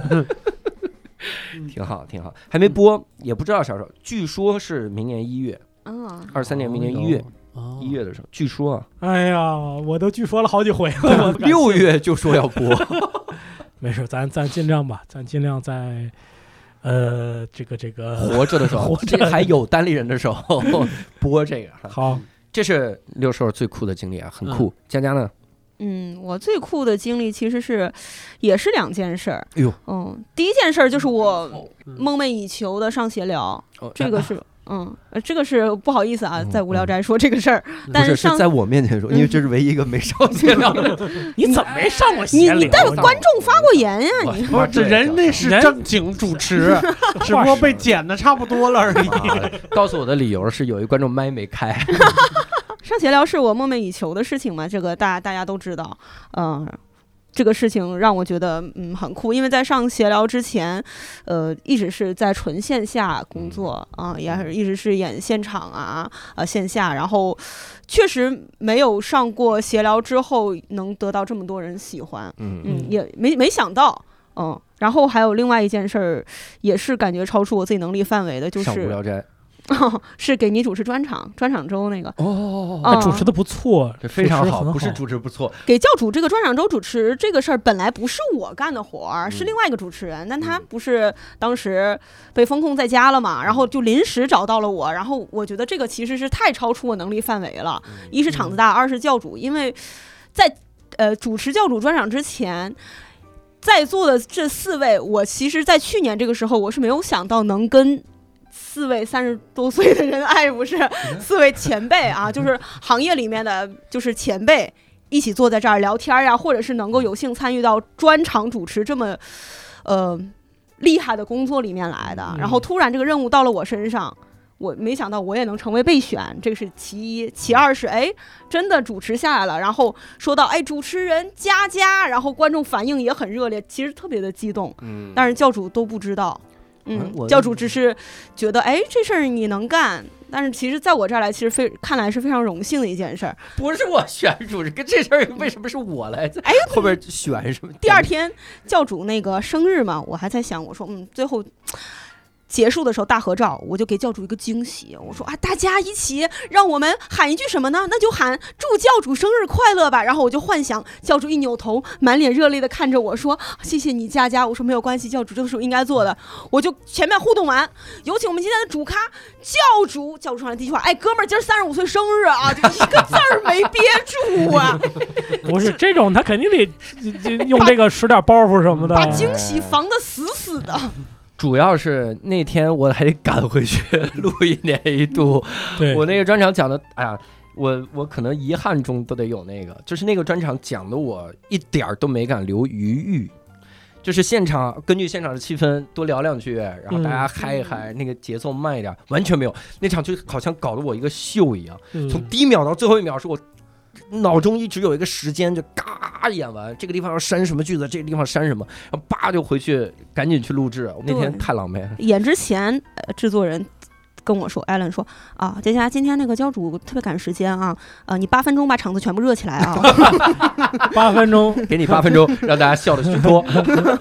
挺好，挺好，还没播，也不知道啥时候。据说是明年一月，
啊，
二三年明年一月，一、哦、月的时候，据说啊。
哎呀，我都据说了好几回了。
六月就说要播，
没事，咱咱尽量吧，咱尽量在呃这个这个
活着的时候，这还有单立人的时候播这个。
好，
这是六兽最酷的经历啊，很酷。佳佳、嗯、呢？
嗯，我最酷的经历其实是，也是两件事儿。
哎呦，
嗯，第一件事儿就是我梦寐以求的上协聊，哦、这个是，嗯，呃，这个是不好意思啊，在无聊斋说这个事儿，嗯、但
是
上
是在我面前说，因为这是唯一一个没上协聊的人。
你怎么没上过协聊？
你你带观众发过言呀？你
不是这人那是正经主持，只不过被剪的差不多了而已。
啊、告诉我的理由是有一观众麦没开。
上协聊是我梦寐以求的事情嘛，这个大家大家都知道，嗯、呃，这个事情让我觉得嗯很酷，因为在上协聊之前，呃，一直是在纯线下工作啊、呃，也是一直是演现场啊，呃，线下，然后确实没有上过协聊之后能得到这么多人喜欢，嗯嗯，也没没想到，嗯，然后还有另外一件事儿，也是感觉超出我自己能力范围的，就是
上无聊斋。
哦，是给你主持专场，专场周那个
哦，嗯、主持的不错，
这非常好，
好，
不是主持不错。
给教主这个专场周主持这个事儿，本来不是我干的活儿，嗯、是另外一个主持人，但他不是当时被封控在家了嘛，然后就临时找到了我，然后我觉得这个其实是太超出我能力范围了，嗯、一是场子大，二是教主，因为在呃主持教主专场之前。在座的这四位，我其实在去年这个时候，我是没有想到能跟四位三十多岁的人，哎，不是四位前辈啊，就是行业里面的就是前辈一起坐在这儿聊天呀，或者是能够有幸参与到专场主持这么呃厉害的工作里面来的。然后突然这个任务到了我身上，我没想到我也能成为备选，这个是其一。其二是哎，真的主持下来了，然后说到哎主持人佳佳，然后观众反应也很热烈，其实特别的激动。嗯，但是教主都不知道，嗯，教主只是觉得哎这事儿你能干，但是其实在我这儿来，其实非看来是非常荣幸的一件事儿。
不是我选主持，跟这事儿为什么是我来？哎，后边选什么？
第二天教主那个生日嘛，我还在想，我说嗯，最后。结束的时候大合照，我就给教主一个惊喜，我说啊，大家一起让我们喊一句什么呢？那就喊祝教主生日快乐吧。然后我就幻想教主一扭头，满脸热烈的看着我说谢谢你佳佳。我说没有关系，教主这个是我应该做的。我就前面互动完，有请我们今天的主咖教主。教主上来第一句话，哎哥们儿，今儿三十五岁生日啊，就一个字儿没憋住啊。
不是这种，他肯定得用这个使点包袱什么的，
把惊喜防得死死的。
主要是那天我还得赶回去录一年一度，我那个专场讲的，哎呀，我我可能遗憾中都得有那个，就是那个专场讲的我一点都没敢留余裕，就是现场根据现场的气氛多聊两句，然后大家嗨一嗨，嗯、那个节奏慢一点，完全没有，那场就好像搞得我一个秀一样，嗯、从第一秒到最后一秒是我。脑中一直有一个时间，就嘎演完，这个地方要删什么句子，这个地方删什么，然后叭就回去赶紧去录制。我那天太狼狈了。
演之前，呃，制作人跟我说，艾伦说啊，佳佳今天那个教主特别赶时间啊，呃，你八分钟把场子全部热起来啊。
八分钟，
给你八分钟，让大家笑得虚脱。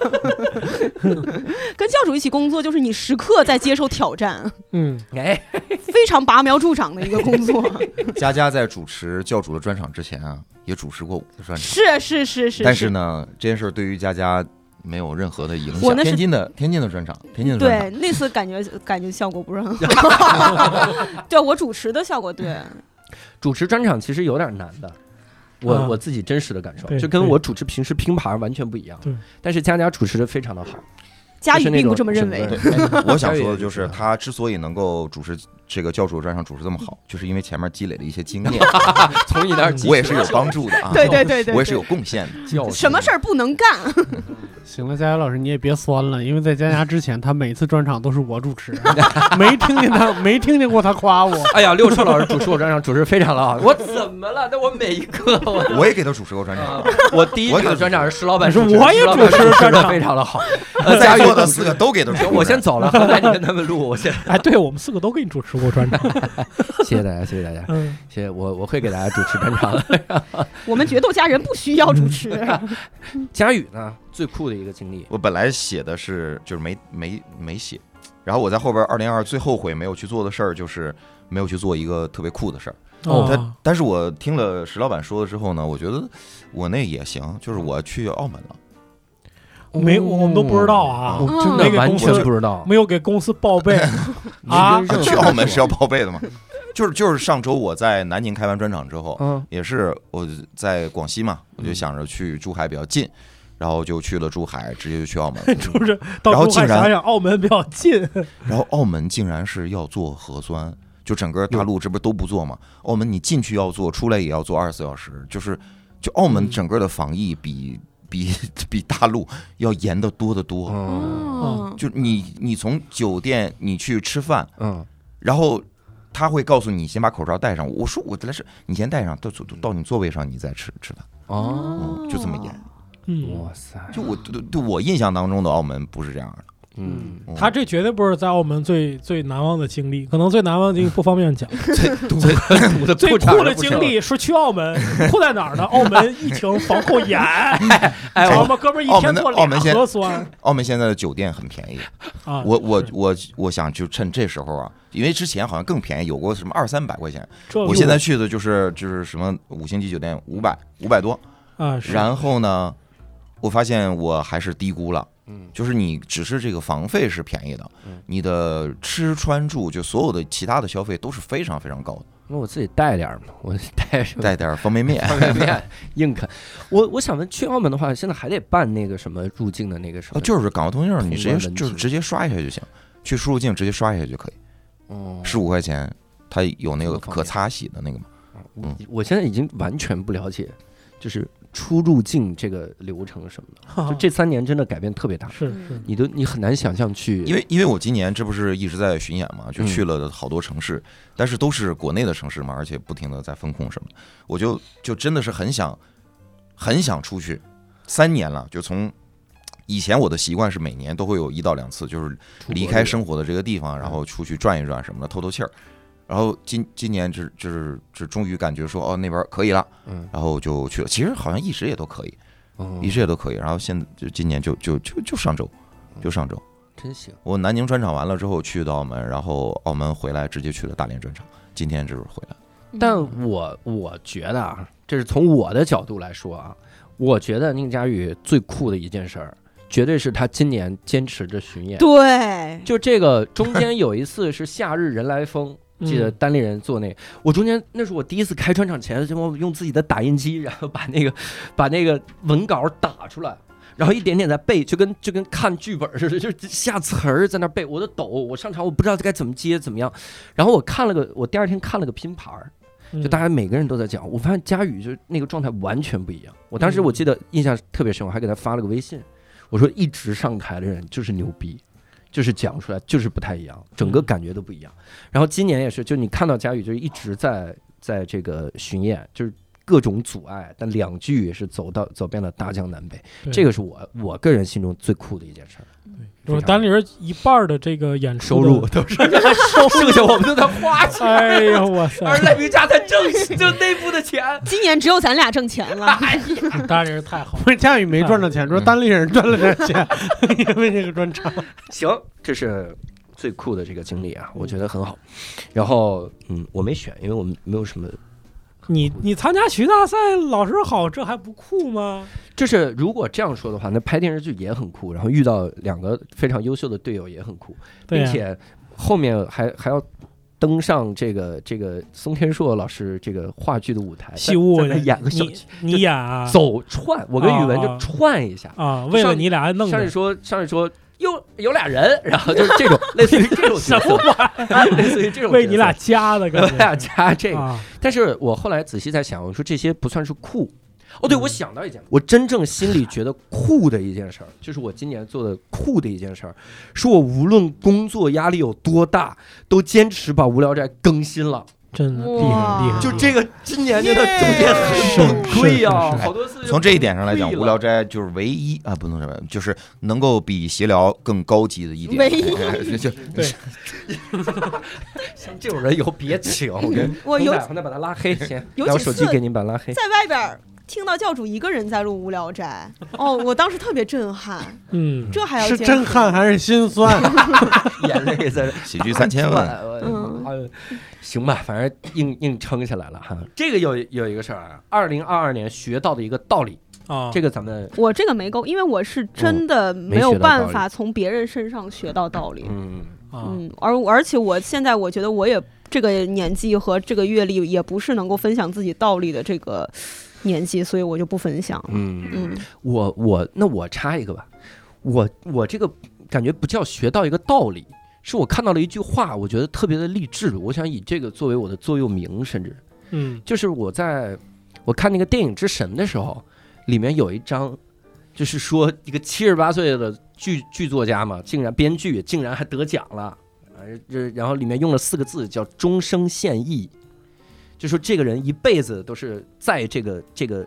跟教主一起工作，就是你时刻在接受挑战。
嗯，
哎，
非常拔苗助长的一个工作。
佳佳在主持教主的专场之前啊，也主持过我的专场。
是是是是。
但是呢，这件事对于佳佳没有任何的影响。天津的天津的专场，天津的专场。
对，那次感觉感觉效果不是很好。对我主持的效果，对。
主持专场其实有点难的。我、啊、我自己真实的感受，就跟我主持平时拼盘完全不一样。对，但是佳佳主持的非常的好。
佳宇并不这么认为。
我想说的就是，他之所以能够主持这个教主专场主持这么好，就是因为前面积累了一些经验，
从你那儿
我也是有帮助的啊。
对对对对，
我也是有贡献的。
什么事儿不能干？
行了，佳佳老师你也别酸了，因为在佳佳之前，他每次专场都是我主持，没听见他没听见过他夸我。
哎呀，六兽老师主持我专场主持非常的好，我怎么了？那我每一个我
我也给他主持过专场，
我第一个专场是石老板，
是我也主持专场
非常的好。
呃，在座的四个都给他主持。
我先走了，后来你跟他们录。我先
哎，对我们四个都给你主持过专场。
谢谢大家，谢谢大家，嗯，谢谢我，我会给大家主持专场的。
我们决斗家人不需要主持。
佳宇呢，最酷的一个经历，
我本来写的是就是没没没写，然后我在后边二零二最后悔没有去做的事儿，就是没有去做一个特别酷的事儿。哦，但但是我听了石老板说了之后呢，我觉得我那也行，就是我去澳门了。
没，我们都不知道啊，
我真的完全不知道，
没有给公司报备啊。
去澳门是要报备的吗？就是就是上周我在南宁开完专场之后，嗯，也是我在广西嘛，我就想着去珠海比较近，然后就去了珠海，直接就去澳门。
就是到珠海想想澳门比较近，
然后澳门竟然是要做核酸，就整个大陆这不都不做吗？澳门你进去要做，出来也要做二十四小时，就是就澳门整个的防疫比。比比大陆要严得多得多，哦，就你你从酒店你去吃饭，嗯，然后他会告诉你先把口罩戴上，我说我来是，你先戴上，到到你座位上你再吃吃饭，哦，嗯，就这么严，
嗯，哇塞，
就我对对我印象当中的澳门不是这样的。
嗯，他这绝对不是在澳门最最难忘的经历，可能最难忘的经历不方便讲。
最最
最酷的经历是去澳门，酷在哪儿呢？澳门疫情防控严，哎，我们哥们儿一天做俩核酸。
澳门现在的酒店很便宜啊，我我我我想就趁这时候啊，因为之前好像更便宜，有过什么二三百块钱，我现在去的就是就是什么五星级酒店五百五百多
啊，
然后呢，我发现我还是低估了。嗯，就是你只是这个房费是便宜的，嗯，你的吃穿住就所有的其他的消费都是非常非常高的。
那我自己带点嘛，我带
带点方便面，
方便面硬啃。我我想问，去澳门的话，现在还得办那个什么入境的那个什么？
哦，就是港澳通行，你直接就是直接刷一下就行，去出入境直接刷一下就可以。哦，十五块钱，它有那个可擦洗的那个吗？
嗯，我现在已经完全不了解，就是出入境这个流程什么的，就这三年真的改变特别大。
是是，
你都你很难想象去，
因为因为我今年这不是一直在巡演嘛，就去了好多城市，嗯、但是都是国内的城市嘛，而且不停的在风控什么的，我就就真的是很想很想出去。三年了，就从以前我的习惯是每年都会有一到两次，就是离开生活的这个地方，然后出去转一转什么的，透透气儿。然后今今年就就是就终于感觉说哦那边可以了，嗯，然后就去了。其实好像一直也都可以，哦、一直也都可以。然后现在就今年就就就就上周，就上周，
真行。
我南京专场完了之后去的澳门，然后澳门回来直接去了大连专场，今天就是回来。
但我我觉得啊，这是从我的角度来说啊，我觉得宁佳宇最酷的一件事儿。绝对是他今年坚持着巡演。
对，
就这个中间有一次是夏日人来疯，记得单立人做那个，我中间那是我第一次开专场前，我用自己的打印机，然后把那个把那个文稿打出来，然后一点点在背，就跟就跟看剧本似的，就下词儿在那背，我都抖，我上场我不知道该怎么接怎么样，然后我看了个，我第二天看了个拼盘。就大家每个人都在讲，我发现佳宇就那个状态完全不一样。我当时我记得印象特别深，我还给他发了个微信。我说一直上台的人就是牛逼，就是讲出来就是不太一样，整个感觉都不一样。然后今年也是，就你看到佳宇就是一直在在这个巡演，就是各种阻碍，但两句也是走到走遍了大江南北。这个是我我个人心中最酷的一件事。
对，我单立人一半的这个演出
收入都是剩下我们都在花钱。
哎呀，我塞！
而赖明家才挣就内部的钱，
今年只有咱俩挣钱了。
单立人太好了，
不是佳宇没赚着钱，说单立人赚了点钱，因为这个专场。
行，这是最酷的这个经历啊，我觉得很好。然后，嗯，我没选，因为我们没有什么。
你你参加曲大赛，老师好，这还不酷吗？
就是如果这样说的话，那拍电视剧也很酷，然后遇到两个非常优秀的队友也很酷，并且后面还还要登上这个这个松天硕老师这个话剧的舞台，
戏务
演个小
你你演啊，
走串，我跟宇文就串一下
啊，为了你俩弄的。
上去说上去说。有有俩人，然后就是这种类似于这种
什么玩意儿，
类似于这种
为你俩加的，为
你俩加这个。啊、但是我后来仔细在想，我说这些不算是酷。哦，对，我想到一件，我真正心里觉得酷的一件事儿，就是我今年做的酷的一件事儿，是我无论工作压力有多大，都坚持把《无聊斋》更新了。
真的厉害厉害！
就这个今年真的中间很崩溃啊，好多次。
从这一点上来讲，《无聊斋》就是唯一啊，不能说就是能够比闲聊更高级的一点。
唯一
就
对，
像这种人以后别请，我跟
我有
再把他拉黑先，
有
拿手机给您把拉黑。
在外边听到教主一个人在录《无聊斋》，哦，我当时特别震撼。嗯，这还要
是震撼还是心酸？
眼泪在
喜剧三千万。
嗯，行吧，反正硬硬撑下来了哈。这个有有一个事儿啊，二零二二年学到的一个道理啊，这个咱们
我这个没够，因为我是真的没有办法从别人身上学到道理。
嗯
嗯，而而且我现在我觉得我也这个年纪和这个阅历也不是能够分享自己道理的这个年纪，所以我就不分享了。
嗯嗯，我我那我插一个吧，我我这个感觉不叫学到一个道理。是我看到了一句话，我觉得特别的励志，我想以这个作为我的座右铭，甚至，
嗯，
就是我在我看那个电影《之神》的时候，里面有一章，就是说一个七十八岁的剧剧作家嘛，竟然编剧竟然还得奖了，呃，然后里面用了四个字叫终生献艺，就说这个人一辈子都是在这个这个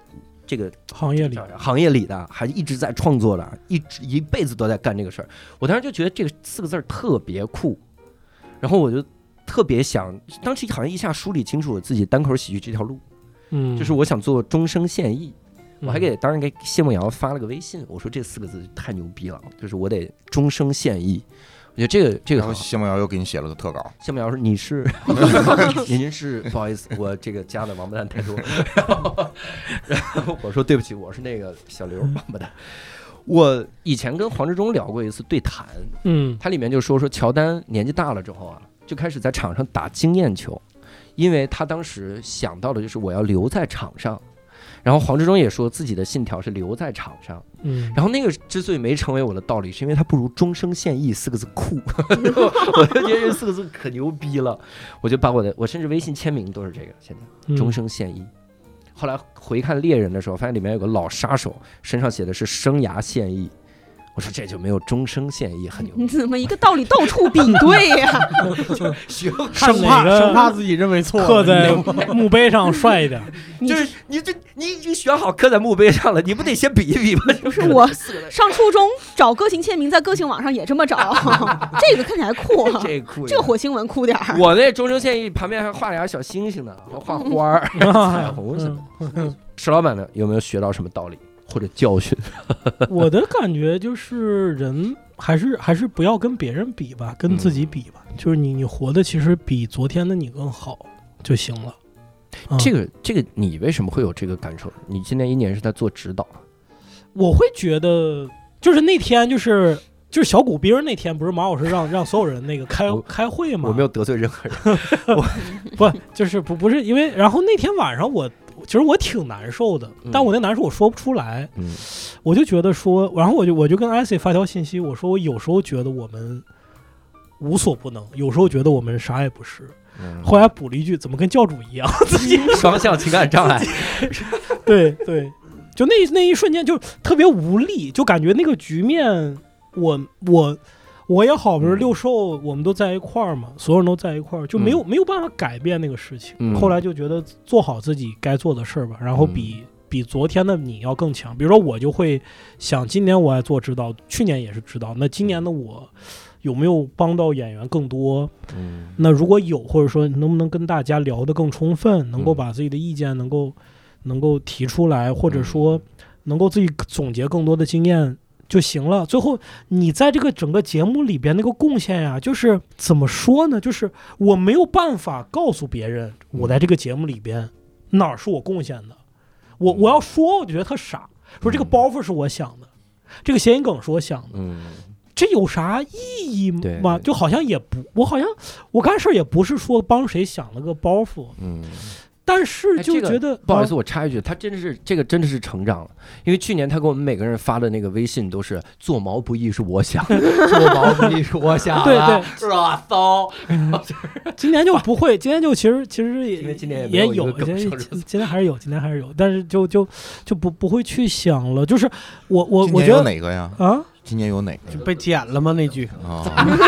这个
行业里
行业里的，还一直在创作的，一直一辈子都在干这个事儿。我当时就觉得这个四个字特别酷，然后我就特别想，当时好像一下梳理清楚我自己单口喜剧这条路，嗯，就是我想做终生现役。我还给当时给谢梦瑶发了个微信，我说这四个字太牛逼了，就是我得终生现役。我觉得这个这个，
然后谢梦瑶又给你写了个特稿。
谢梦瑶说你是，您是不好意思，我这个加的王八蛋太多。然后我说对不起，我是那个小刘王八蛋。我以前跟黄志忠聊过一次对谈，嗯，他里面就说说乔丹年纪大了之后啊，就开始在场上打经验球，因为他当时想到的就是我要留在场上。然后黄志忠也说自己的信条是留在场上，嗯，然后那个之所以没成为我的道理，是因为他不如终生现役四个字酷，我就觉得这四个字可牛逼了，我就把我的我甚至微信签名都是这个，现在终生现役。后来回看猎人的时候，发现里面有个老杀手，身上写的是生涯现役。我说这就没有终生现役很牛，
你怎么一个道理到处比对呀？
生
怕生怕自己认为错，
刻在墓碑上帅一点。
就是你这你已经选好刻在墓碑上了，你不得先比一比吗？
就是我上初中找歌星签名，在歌星网上也这么找，这个看起来酷，
这个酷，
这个火星文酷点儿。
我那终生现役旁边还画俩小星星呢，画花儿、彩虹什么。石老板呢，有没有学到什么道理？或者教训？
我的感觉就是人还是还是不要跟别人比吧，跟自己比吧。嗯、就是你你活的其实比昨天的你更好就行了。
嗯、这个这个你为什么会有这个感受？你今年一年是在做指导，
我会觉得就是那天就是就是小骨兵那天，不是马老师让让所有人那个开开会吗？
我没有得罪任何人，
我不就是不不是因为，然后那天晚上我。其实我挺难受的，但我那难受我说不出来，嗯、我就觉得说，然后我就我就跟艾 C 发条信息，我说我有时候觉得我们无所不能，有时候觉得我们啥也不是，嗯、后来补了一句，怎么跟教主一样，自己
双向情感障碍，
对对，就那那一瞬间就特别无力，就感觉那个局面，我我。我也好，比如六兽，我们都在一块儿嘛，所有人都在一块儿，就没有、嗯、没有办法改变那个事情。嗯、后来就觉得做好自己该做的事儿吧，然后比、嗯、比昨天的你要更强。比如说我就会想，今年我爱做指导，去年也是指导，那今年的我有没有帮到演员更多？嗯，那如果有，或者说能不能跟大家聊得更充分，能够把自己的意见能够能够提出来，或者说能够自己总结更多的经验。就行了。最后你在这个整个节目里边那个贡献呀，就是怎么说呢？就是我没有办法告诉别人，我在这个节目里边哪儿是我贡献的。我我要说，我就觉得特傻。说这个包袱是我想的，这个谐音梗是我想的，嗯，这有啥意义吗？就好像也不，我好像我干事也不是说帮谁想了个包袱，嗯。但是就觉得、
哎这个、不好意思，我插一句，他真的是这个真的是成长了，因为去年他给我们每个人发的那个微信都是做毛不易是我想，做毛不易是我想，
对对，
热搜。
今年就不会，今年就其实其实也
今年
也有，今年今年还是有，今年还是有，但是就就就不不会去想了。就是我我我觉得
哪个呀？
啊，
今年有哪个？
就被剪了吗？那句
啊。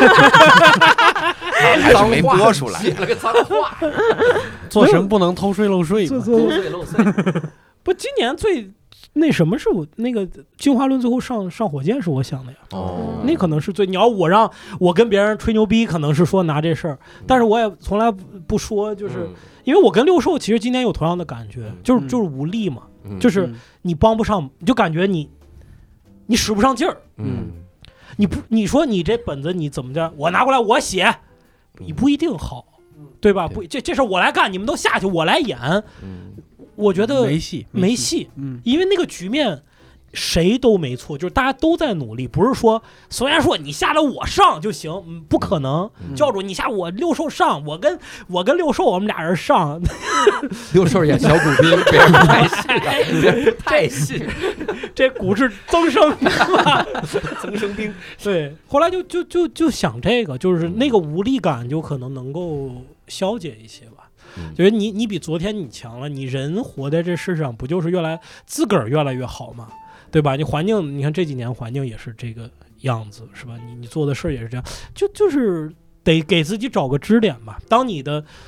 还是没播出来，
写了个脏话。
做神不能偷税漏税，
偷税漏税。
不，今年最那什么是我那个进化论最后上上火箭是我想的呀。哦，那可能是最你要我让我跟别人吹牛逼，可能是说拿这事儿，但是我也从来不说，就是、嗯、因为我跟六兽其实今年有同样的感觉，就是就是无力嘛，嗯、就是你帮不上，你就感觉你你使不上劲儿，嗯。你不，你说你这本子你怎么着？我拿过来我写，你不一定好，对吧？不，这这事我来干，你们都下去，我来演。我觉得
没戏，
没戏。嗯，因为那个局面谁都没错，就是大家都在努力，不是说虽然说你下来我上就行，嗯、不可能。嗯、教主你下我六兽上，我跟我跟六兽我们俩人上。
六兽演小骨兵，别人太戏了，别人太戏。
这股是增生，
增生兵。
对，后来就就就就想这个，就是那个无力感就可能能够消解一些吧。嗯、就是你你比昨天你强了，你人活在这世上不就是越来自个儿越来越好吗？对吧？你环境，你看这几年环境也是这个样子，是吧？你你做的事也是这样，就就是得给自己找个支点吧。当你的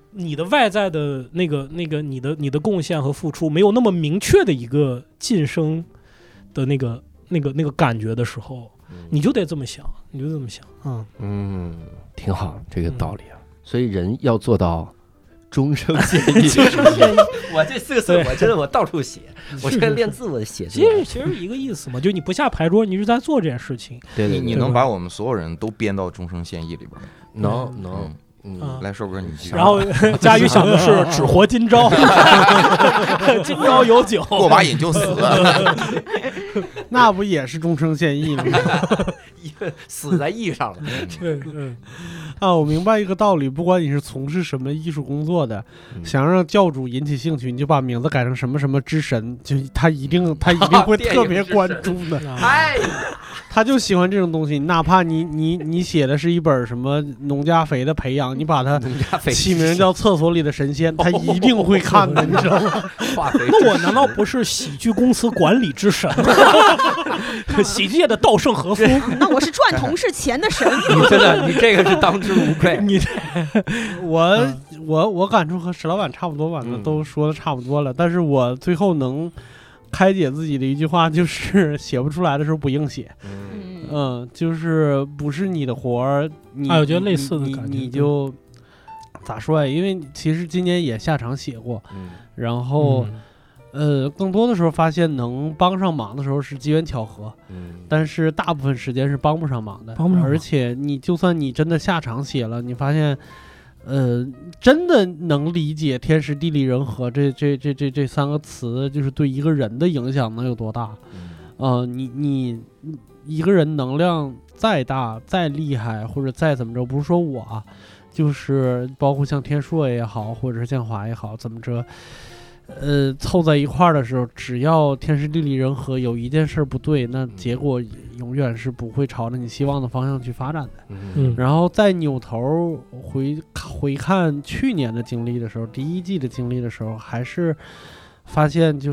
你的外在的那个那个你的你的贡献和付出没有那么明确的一个晋升的那个那个那个感觉的时候，你就得这么想，你就这么想，嗯
嗯，挺好，这个道理啊。嗯、所以人要做到终生献艺。我这四个字，我真的我到处写，我现在练字我写。
其实其实一个意思嘛，就你不下牌桌，你是在做这件事情。
对对，
你你能把我们所有人都编到终生献艺里边？
能能。
嗯，来，寿哥，你继续。
然后佳宇想的是只活今朝，今朝有酒，
过把瘾就死了，
那不也是终生献艺吗？
死在艺上了。
对，嗯，
啊，我明白一个道理，不管你是从事什么艺术工作的，嗯、想让教主引起兴趣，你就把名字改成什么什么之神，就他一定他一定会特别关注的。
哎。
他就喜欢这种东西，哪怕你你你写的是一本什么农家肥的培养，你把它起名叫厕所里的神仙，他一定会看的，你知道吗？
那我难道不是喜剧公司管理之神吗？喜剧界的稻盛和夫，
那我是赚同事钱的神。
你真的，你这个是当之无愧。
你
我、嗯、我我感触和石老板差不多吧，嗯、都说的差不多了，但是我最后能开解自己的一句话就是写不出来的时候不硬写，嗯, 嗯就是不是你的活儿，你、
啊、我觉得类似的
感
觉，
你, 你就咋说呀？因为其实今年也下场写过，嗯、然后、嗯、呃，更多的时候发现能帮上忙的时候是机缘巧合，嗯、但是大部分时间是帮不上忙的，
帮不上忙。
而且你就算你真的下场写了，你发现。呃，真的能理解天时地利人和这这这这这三个词，就是对一个人的影响能有多大？呃，你你一个人能量再大、再厉害，或者再怎么着，不是说我啊，就是包括像天硕也好，或者是建华也好，怎么着，呃，凑在一块儿的时候，只要天时地利人和，有一件事不对，那结果永远是不会朝着你希望的方向去发展的。
嗯，
然后再扭头回回看去年的经历的时候，第一季的经历的时候，还是发现就是，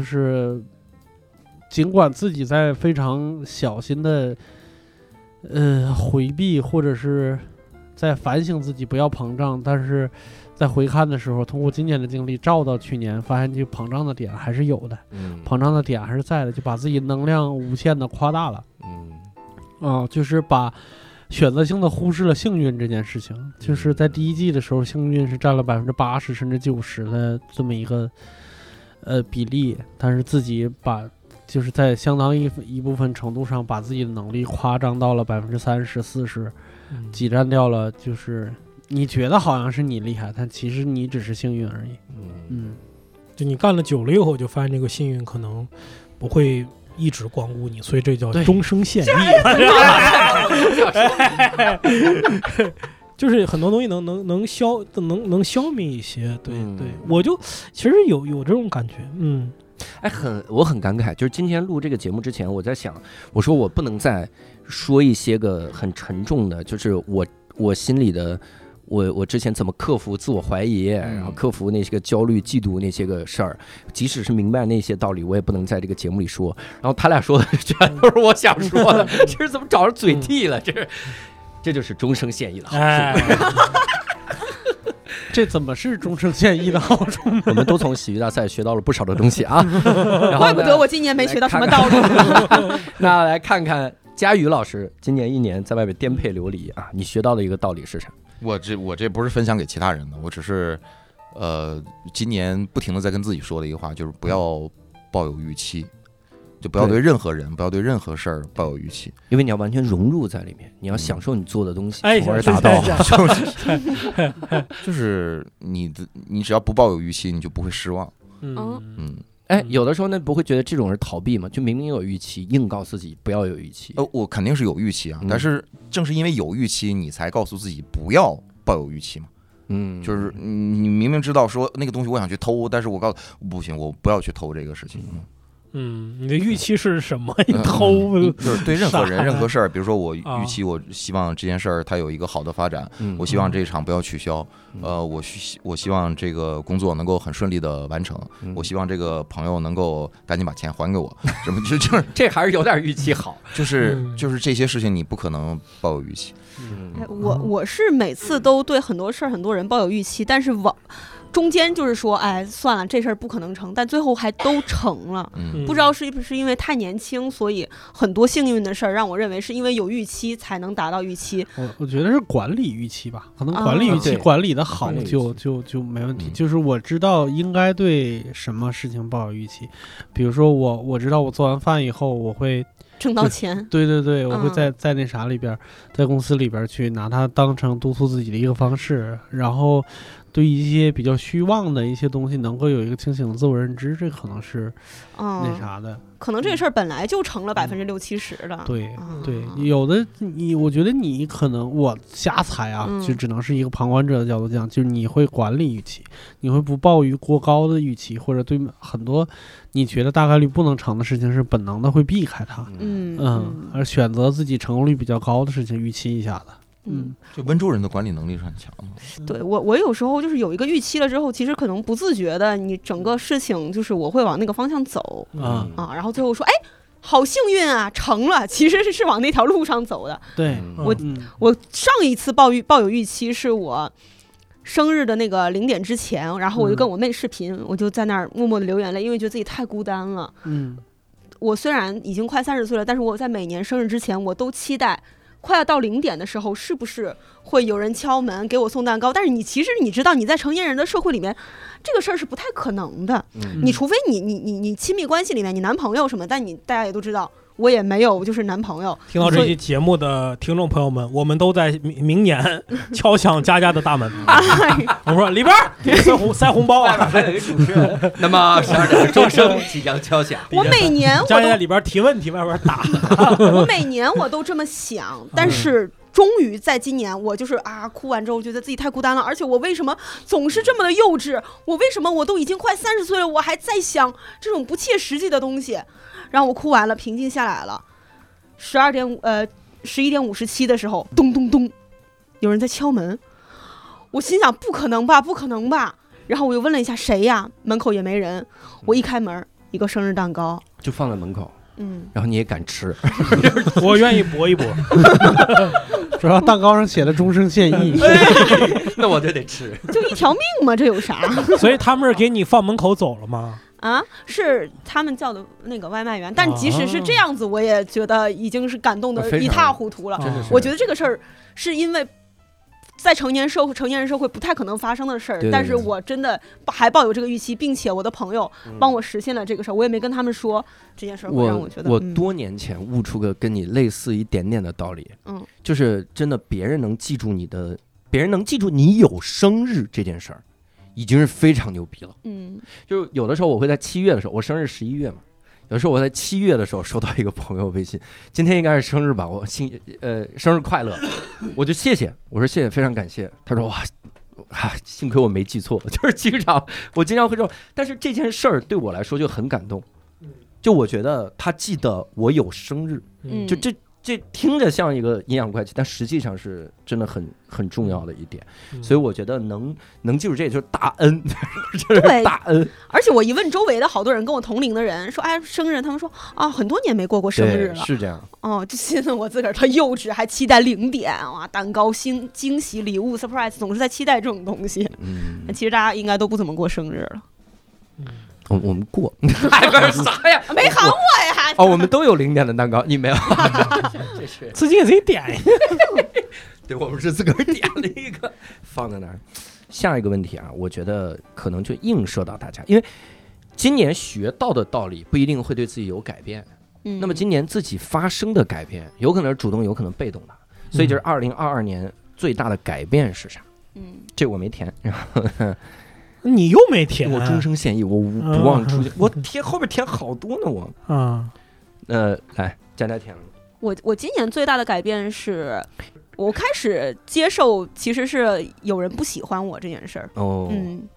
尽管自己在非常小心的呃回避，或者是在反省自己不要膨胀，但是在回看的时候，通过今年的经历照到去年，发现这膨胀的点还是有的，嗯，膨胀的点还是在的，就把自己能量无限的夸大了，嗯，啊、呃，就是把选择性的忽视了幸运这件事情，就是在第一季的时候，幸运是占了百分之八十甚至九十的这么一个呃比例，但是自己把就是在相当一一部分程度上把自己的能力夸张到了百分之三十四十，挤占掉了，就是你觉得好像是你厉害，但其实你只是幸运而已。嗯嗯，
就你干了久了以后，就发现这个幸运可能不会一直光顾你，所以这叫终生献艺。就是很多东西能能能消能能消灭一些，对、嗯、对，我就其实有有这种感觉，嗯，
哎，很我很感慨，就是今天录这个节目之前，我在想，我说我不能再说一些个很沉重的，就是我我心里的。我我之前怎么克服自我怀疑，然后克服那些个焦虑、嫉妒那些个事儿，即使是明白那些道理，我也不能在这个节目里说。然后他俩说的全都是我想说的，这是怎么找着嘴替了？这是，这就是终生献艺的好处。哎、
这怎么是终生献艺的好处？
我们都从喜剧大赛学到了不少的东西啊。然后
怪不得我今年没学到什么道理。
那来看看佳宇老师今年一年在外面颠沛流离啊，你学到的一个道理是啥？
我这我这不是分享给其他人的，我只是，呃，今年不停的在跟自己说的一个话，就是不要抱有预期，就不要对任何人，不要对任何事儿抱有预期，
因为你要完全融入在里面，你要享受你做的东西，从而达到。
就是你的，你只要不抱有预期，你就不会失望。
嗯
嗯。
哎，有的时候呢，不会觉得这种是逃避吗？就明明有预期，硬告诉自己不要有预期。
呃，我肯定是有预期啊，嗯、但是正是因为有预期，你才告诉自己不要抱有预期嘛。嗯，就是你明明知道说那个东西我想去偷，但是我告诉不行，我不要去偷这个事情。
嗯，你的预期是什么？你偷、
嗯、就是对任何人、任何事儿，比如说我预期，我希望这件事儿它有一个好的发展，嗯、我希望这一场不要取消。嗯、呃，我希我希望这个工作能够很顺利的完成。嗯、我希望这个朋友能够赶紧把钱还给我。什么就就是
这还是有点预期好，
就是就是这些事情你不可能抱有预期。
嗯，我我是每次都对很多事儿、很多人抱有预期，但是往中间就是说，哎，算了，这事儿不可能成，但最后还都成了。嗯、不知道是不是因为太年轻，所以很多幸运的事儿让我认为是因为有预期才能达到预期。
我我觉得是管理预期吧，可能管理预期管理的好就、啊、就就没问题。嗯、就是我知道应该对什么事情抱有预期，比如说我我知道我做完饭以后我会
挣到钱，
对对对，我会在、嗯、在那啥里边，在公司里边去拿它当成督促自己的一个方式，然后对一些比较虚妄的一些东西能够有一个清醒的自我认知，这可能是那啥的。嗯、
可能这个事儿本来就成了百分之六七十的。
嗯、对、嗯、对，有的你，我觉得你可能我瞎猜啊，嗯、就只能是一个旁观者的角度讲，就是你会管理预期，你会不抱于过高的预期，或者对很多你觉得大概率不能成的事情是本能的会避开它。嗯嗯，而选择自己成功率比较高的事情预期一下的。
嗯，就温州人的管理能力是很强的。
对我，我有时候就是有一个预期了之后，其实可能不自觉的，你整个事情就是我会往那个方向走，嗯啊，然后最后说，哎，好幸运啊，成了，其实是往那条路上走的。
对，
我、嗯、我上一次抱预抱有预期是我生日的那个零点之前，然后我就跟我妹视频，嗯、我就在那儿默默的流眼泪，因为觉得自己太孤单了。嗯，我虽然已经快三十岁了，但是我在每年生日之前，我都期待。快要到零点的时候，是不是会有人敲门给我送蛋糕？但是你其实你知道，你在成年人的社会里面，这个事儿是不太可能的。嗯、你除非你你你你亲密关系里面，你男朋友什么，但你大家也都知道，我也没有就是男朋友。
听到这期节目的听众朋友们，我们都在明年敲响佳佳的大门。我说里边给塞红塞红包啊，
还有一个主持人。那么十二点钟声即将敲响。
我每年我
佳佳在里边提问题，外边打。
我每年我都这么想，但是。终于在今年，我就是啊，哭完之后觉得自己太孤单了，而且我为什么总是这么的幼稚？我为什么我都已经快三十岁了，我还在想这种不切实际的东西？然后我哭完了，平静下来了。十二点呃十一点五十七的时候，咚咚咚，有人在敲门。我心想不可能吧，不可能吧。然后我又问了一下谁呀，门口也没人。我一开门，一个生日蛋糕
就放在门口。嗯，然后你也敢吃，
我愿意搏一搏。
主要蛋糕上写的终生献艺，
那我就得吃，
就一条命嘛，这有啥？
所以他们是给你放门口走了吗？
啊，是他们叫的那个外卖员，但即使是这样子，我也觉得已经是感动的一塌糊涂了。我觉得这个事儿是因为。在成年社会、成年人社会不太可能发生的事儿，但是我真的还抱有这个预期，并且我的朋友帮我实现了这个事儿，我也没跟他们说这件事儿，会让我觉得
我多年前悟出个跟你类似一点点的道理，嗯，就是真的别人能记住你的，别人能记住你有生日这件事儿，已经是非常牛逼了，嗯，就是有的时候我会在七月的时候，我生日十一月嘛。有时候我在七月的时候收到一个朋友微信，今天应该是生日吧，我幸呃生日快乐，我就谢谢，我说谢谢，非常感谢。他说哇，啊，幸亏我没记错，就是经常我经常会说，但是这件事儿对我来说就很感动，就我觉得他记得我有生日，就这。这听着像一个阴阳怪气，但实际上是真的很很重要的一点，嗯、所以我觉得能能记住这就是大恩，就是大恩。
而且我一问周围的好多人跟我同龄的人说，哎，生日，他们说啊，很多年没过过生日了，
是这样。
哦，就心思我自个儿特幼稚，还期待零点哇，蛋糕、惊惊喜、礼物、surprise， 总是在期待这种东西。嗯，其实大家应该都不怎么过生日了。
嗯。我我们过，还不是啥呀？
没喊我呀！
哦，我们都有零点的蛋糕，你没有？
这是自己给自己点呀。
对，我们是自个儿点了一个，放在那儿。下一个问题啊，我觉得可能就映射到大家，因为今年学到的道理不一定会对自己有改变。嗯。那么今年自己发生的改变，有可能是主动，有可能被动的。所以就是二零二二年最大的改变是啥？嗯，这我没填。
你又没填，
我终生献艺，我不忘初心，我填后边填好多呢，我啊，呃，来，佳佳填了。
我我今年最大的改变是，我开始接受其实是有人不喜欢我这件事儿。哦，嗯，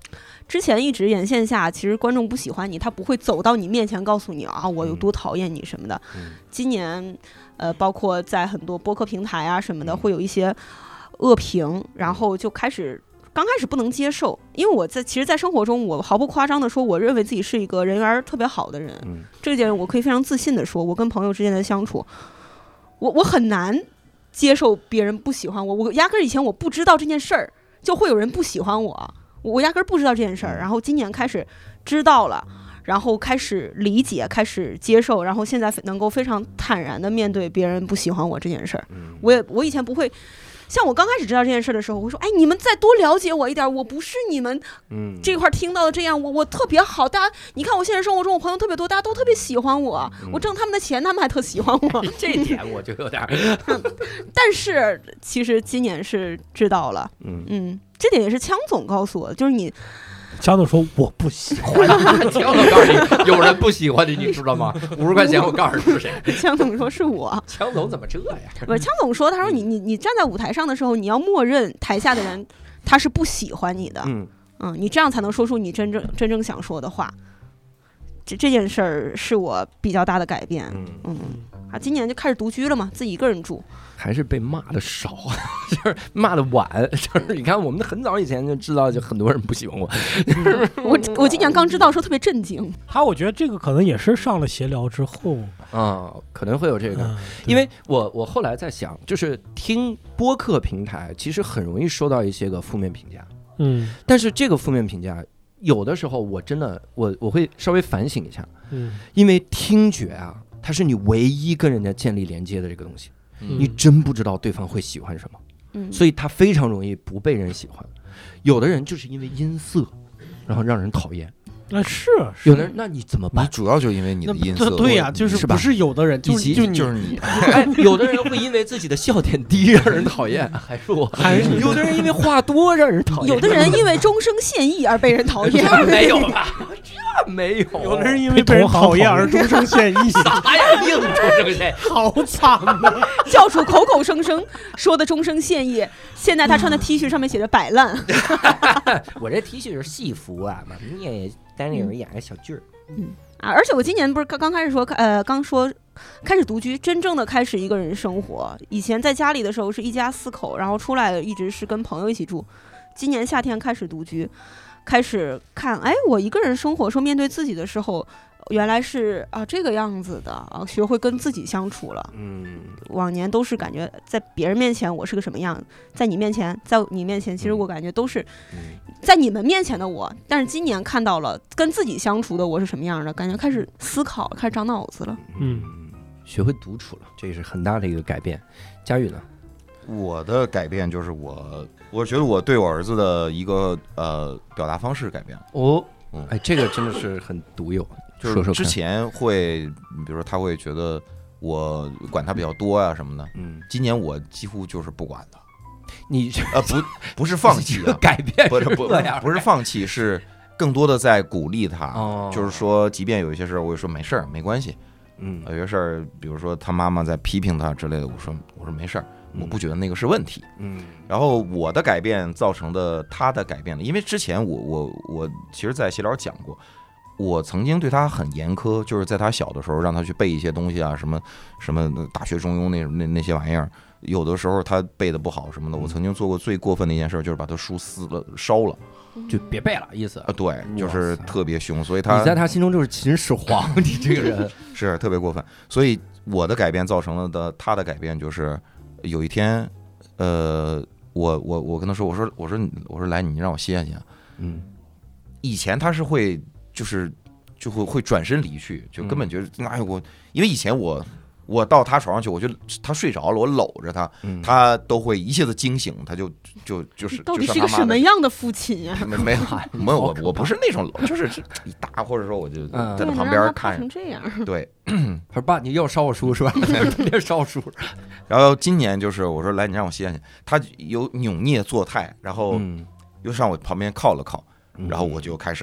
之前一直演线下，其实观众不喜欢你，他不会走到你面前告诉你啊我有多讨厌你什么的。嗯、今年，呃，包括在很多播客平台啊什么的，会有一些恶评，然后就开始刚开始不能接受，因为我在其实，在生活中，我毫不夸张的说，我认为自己是一个人缘特别好的人。嗯、这点我可以非常自信的说，我跟朋友之间的相处，我我很难接受别人不喜欢我，我压根儿以前我不知道这件事儿，就会有人不喜欢我。我压根儿不知道这件事儿，然后今年开始知道了，然后开始理解，开始接受，然后现在能够非常坦然的面对别人不喜欢我这件事儿。我也我以前不会，像我刚开始知道这件事的时候，我会说，哎，你们再多了解我一点，我不是你们这块听到的这样，我我特别好，大家你看我现实生活中我朋友特别多，大家都特别喜欢我，我挣他们的钱，他们还特喜欢我，
这点我就有点
但是其实今年是知道了，嗯嗯。这点也是枪总告诉我的，就是你，
枪总说我不喜欢，
枪总告诉你有人不喜欢你，你知道吗？五十块钱我告诉你是谁。
枪总说是我。
枪总怎么这样？
不是，枪总说，他说你你你站在舞台上的时候，你要默认台下的人他是不喜欢你的，嗯嗯，你这样才能说出你真正真正想说的话。这这件事儿是我比较大的改变，嗯嗯啊，今年就开始独居了嘛，自己一个人住。
还是被骂的少，就是骂的晚，就是你看我们很早以前就知道，就很多人不喜欢我。
我我今年刚知道的时候特别震惊。
他我觉得这个可能也是上了闲聊之后
啊、嗯，可能会有这个，嗯、因为我我后来在想，就是听播客平台其实很容易收到一些个负面评价，嗯，但是这个负面评价有的时候我真的我我会稍微反省一下，嗯，因为听觉啊，它是你唯一跟人家建立连接的这个东西。你真不知道对方会喜欢什么，嗯，所以他非常容易不被人喜欢。有的人就是因为音色，然后让人讨厌。
那是
有的人，那你怎么办？
你主要就因为你的音色。
对呀、啊，就是不是有的人，就
是
就
就是你。
哎，有的人会因为自己的笑点低让人讨厌，还是我？还是有的人因为话多让人讨厌。
有的人因为终生献艺而被人讨厌。
没有吧？这没有。
有的人因为被人讨厌而终生献艺。
啥呀？硬终生献，
好惨呐！
教主口口声声说的终生献艺，现在他穿的 T 恤上面写着摆烂。
我这 T 恤是戏服啊，你也。单里有人演个小剧儿，
嗯啊，而且我今年不是刚刚开始说，呃，刚说开始独居，真正的开始一个人生活。以前在家里的时候是一家四口，然后出来一直是跟朋友一起住。今年夏天开始独居，开始看，哎，我一个人生活说面对自己的时候，原来是啊这个样子的啊，学会跟自己相处了。嗯，往年都是感觉在别人面前我是个什么样，在你面前，在你面前，其实我感觉都是在你们面前的我。但是今年看到了跟自己相处的我是什么样的，感觉开始思考，开始长脑子了。
嗯，学会独处了，这也是很大的一个改变。佳宇呢？
我的改变就是我，我觉得我对我儿子的一个呃表达方式改变了。
哦，嗯，哎，这个真的是很独有。
就是之前会，比如说他会觉得我管他比较多啊什么的，嗯，今年我几乎就是不管他。
你
呃不不是放弃啊，
改变
不是不不是放弃，是更多的在鼓励他。哦，就是说，即便有一些事儿，我会说没事儿，没关系。嗯，有些事儿，比如说他妈妈在批评他之类的，我说我说没事儿，我不觉得那个是问题。嗯，然后我的改变造成的他的改变了，因为之前我我我其实，在闲聊讲过。我曾经对他很严苛，就是在他小的时候让他去背一些东西啊，什么什么大学中庸那那那些玩意儿，有的时候他背的不好什么的，我曾经做过最过分的一件事，就是把他书撕了烧了，
就别背了，意思
啊，对，就是特别凶，所以他
你在他心中就是秦始皇，你这个人
是特别过分，所以我的改变造成了的他的改变就是有一天，呃，我我我跟他说，我说我说我说来，你让我歇歇，嗯，以前他是会。就是就会会转身离去，就根本就哪有我，因为以前我我到他床上去，我就他睡着了，我搂着他，嗯、他都会一下子惊醒，他就就就是
到底是一个什么样的父亲呀、
啊？没没没有我我不是那种搂，就是一打或者说我就在他旁边看，
成这样。
对，
他说爸，你又烧我书是吧？别烧书。
然后今年就是我说来，你让我歇歇，他有扭捏作态，然后又上我旁边靠了靠，然后我就开始。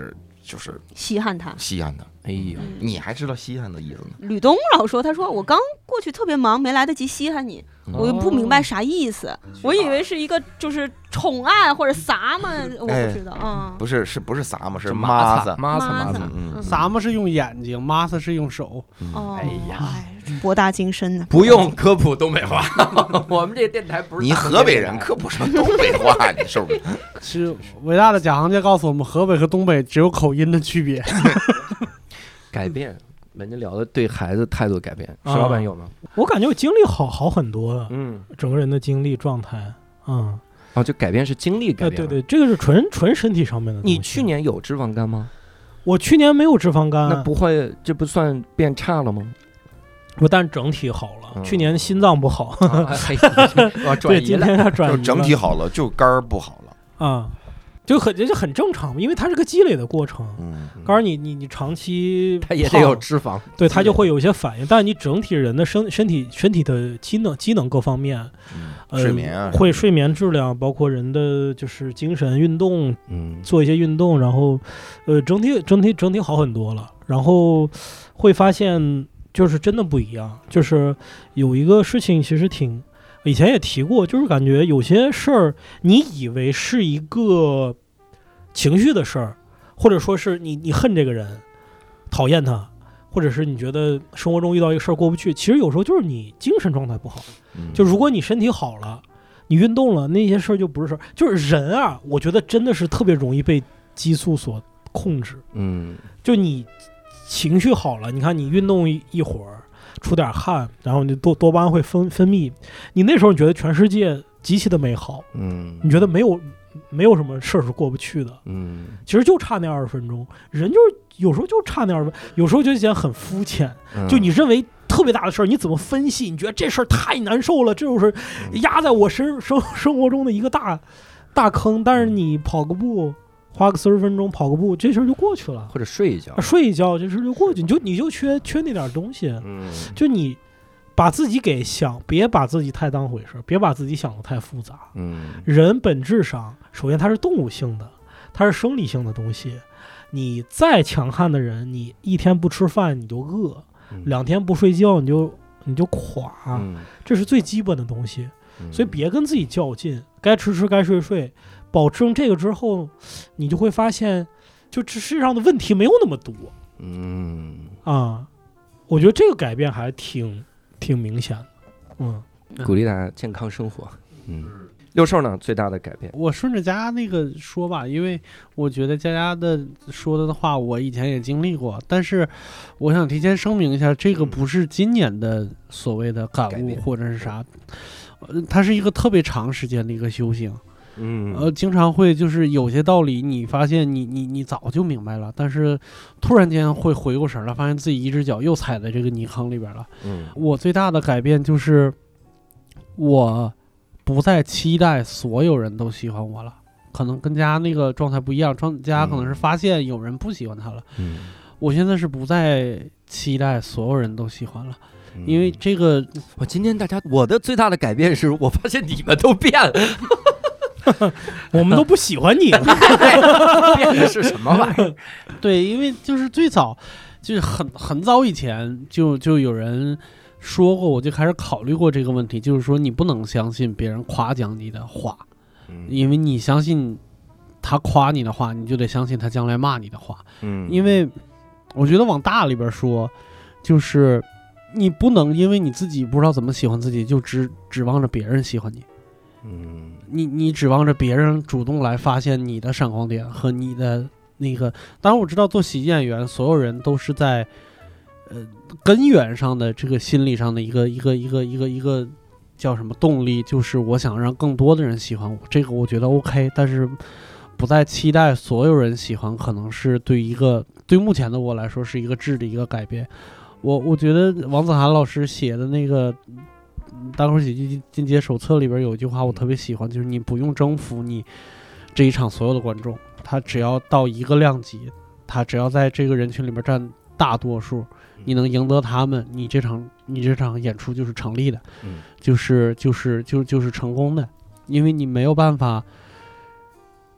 就是
稀罕他，
稀罕他。哎呀，你还知道稀罕的意思呢？
吕东老说，他说我刚过去特别忙，没来得及稀罕你，我就不明白啥意思，我以为是一个就是宠爱或者啥嘛，我不知道，嗯，
不是，是不是啥嘛？是妈子，
妈子，妈子，
嗯，啥嘛是用眼睛，妈子是用手。
哦，
哎呀，
博大精深呢。
不用科普东北话，我们这电台不是
你河北人，科普什么东北话？你是不是？
是伟大的贾行家告诉我们，河北和东北只有口音的区别。
改变，人家聊的对孩子态度改变，石老板有吗？
我感觉我精力好好很多了，
嗯，
整个人的精力状态，嗯，
哦，就改变是精力改变，
对对，这个是纯纯身体上面的。
你去年有脂肪肝吗？
我去年没有脂肪肝，
那不会，这不算变差了吗？
不但整体好了，嗯、去年心脏不好，
对，
今天他转移了，
就整体好了，就肝儿不好了
啊。就很就很正常，因为它是个积累的过程。
嗯，
当然你你你长期
它也得有脂肪，
对它就会有一些反应。但是你整体人的身身体身体的机能机能各方面，
嗯
呃、
睡眠啊，
会睡眠质量，包括人的就是精神运动，
嗯，
做一些运动，然后呃整体整体整体好很多了。然后会发现就是真的不一样，就是有一个事情其实挺。以前也提过，就是感觉有些事儿，你以为是一个情绪的事儿，或者说是你你恨这个人，讨厌他，或者是你觉得生活中遇到一个事儿过不去，其实有时候就是你精神状态不好。
嗯、
就如果你身体好了，你运动了，那些事儿就不是事儿。就是人啊，我觉得真的是特别容易被激素所控制。
嗯，
就你情绪好了，你看你运动一会儿。出点汗，然后你多多巴胺会分分泌，你那时候你觉得全世界极其的美好，
嗯，
你觉得没有没有什么事儿是过不去的，
嗯，
其实就差那二十分钟，人就是有时候就差那二十分，有时候就显得很肤浅，
嗯、
就你认为特别大的事儿，你怎么分析？你觉得这事儿太难受了，这就是压在我生生生活中的一个大大坑，但是你跑个步。花个四十分钟跑个步，这事儿就过去了，
或者睡一觉，
睡一觉这事儿就过去，你就你就缺缺那点东西，
嗯，
就你把自己给想，别把自己太当回事，别把自己想得太复杂，
嗯，
人本质上，首先它是动物性的，它是生理性的东西，你再强悍的人，你一天不吃饭你就饿，
嗯、
两天不睡觉你就你就垮，
嗯、
这是最基本的东西，
嗯、
所以别跟自己较劲，该吃吃该睡睡。保证这个之后，你就会发现，就这世上的问题没有那么多。
嗯
啊，我觉得这个改变还挺挺明显的。嗯，
鼓励大家健康生活。嗯，六兽呢最大的改变，
我顺着佳佳那个说吧，因为我觉得佳佳的说的话，我以前也经历过，但是我想提前声明一下，这个不是今年的所谓的感悟或者是啥，呃，它是一个特别长时间的一个修行。
嗯，
呃，经常会就是有些道理，你发现你你你早就明白了，但是突然间会回过神了，发现自己一只脚又踩在这个泥坑里边了。
嗯，
我最大的改变就是，我不再期待所有人都喜欢我了，可能跟家那个状态不一样，庄家可能是发现有人不喜欢他了。
嗯，
我现在是不再期待所有人都喜欢了。因为这个，
我今天大家我的最大的改变是我发现你们都变了。
我们都不喜欢你，
变的是什么玩意儿？
对，因为就是最早，就是很很早以前就就有人说过，我就开始考虑过这个问题，就是说你不能相信别人夸奖你的话，
嗯、
因为你相信他夸你的话，你就得相信他将来骂你的话。
嗯，
因为我觉得往大里边说，就是你不能因为你自己不知道怎么喜欢自己，就指指望着别人喜欢你。
嗯，
你你指望着别人主动来发现你的闪光点和你的那个，当然我知道做喜剧演员，所有人都是在呃根源上的这个心理上的一个一个一个一个一个叫什么动力，就是我想让更多的人喜欢我，这个我觉得 OK， 但是不再期待所有人喜欢，可能是对一个对目前的我来说是一个质的一个改变。我我觉得王子涵老师写的那个单口喜剧进阶手册里边有一句话我特别喜欢，就是你不用征服你这一场所有的观众，他只要到一个量级，他只要在这个人群里边占大多数，你能赢得他们，你这场你这场演出就是成立的，
嗯，
就是就是就就是成功的，因为你没有办法，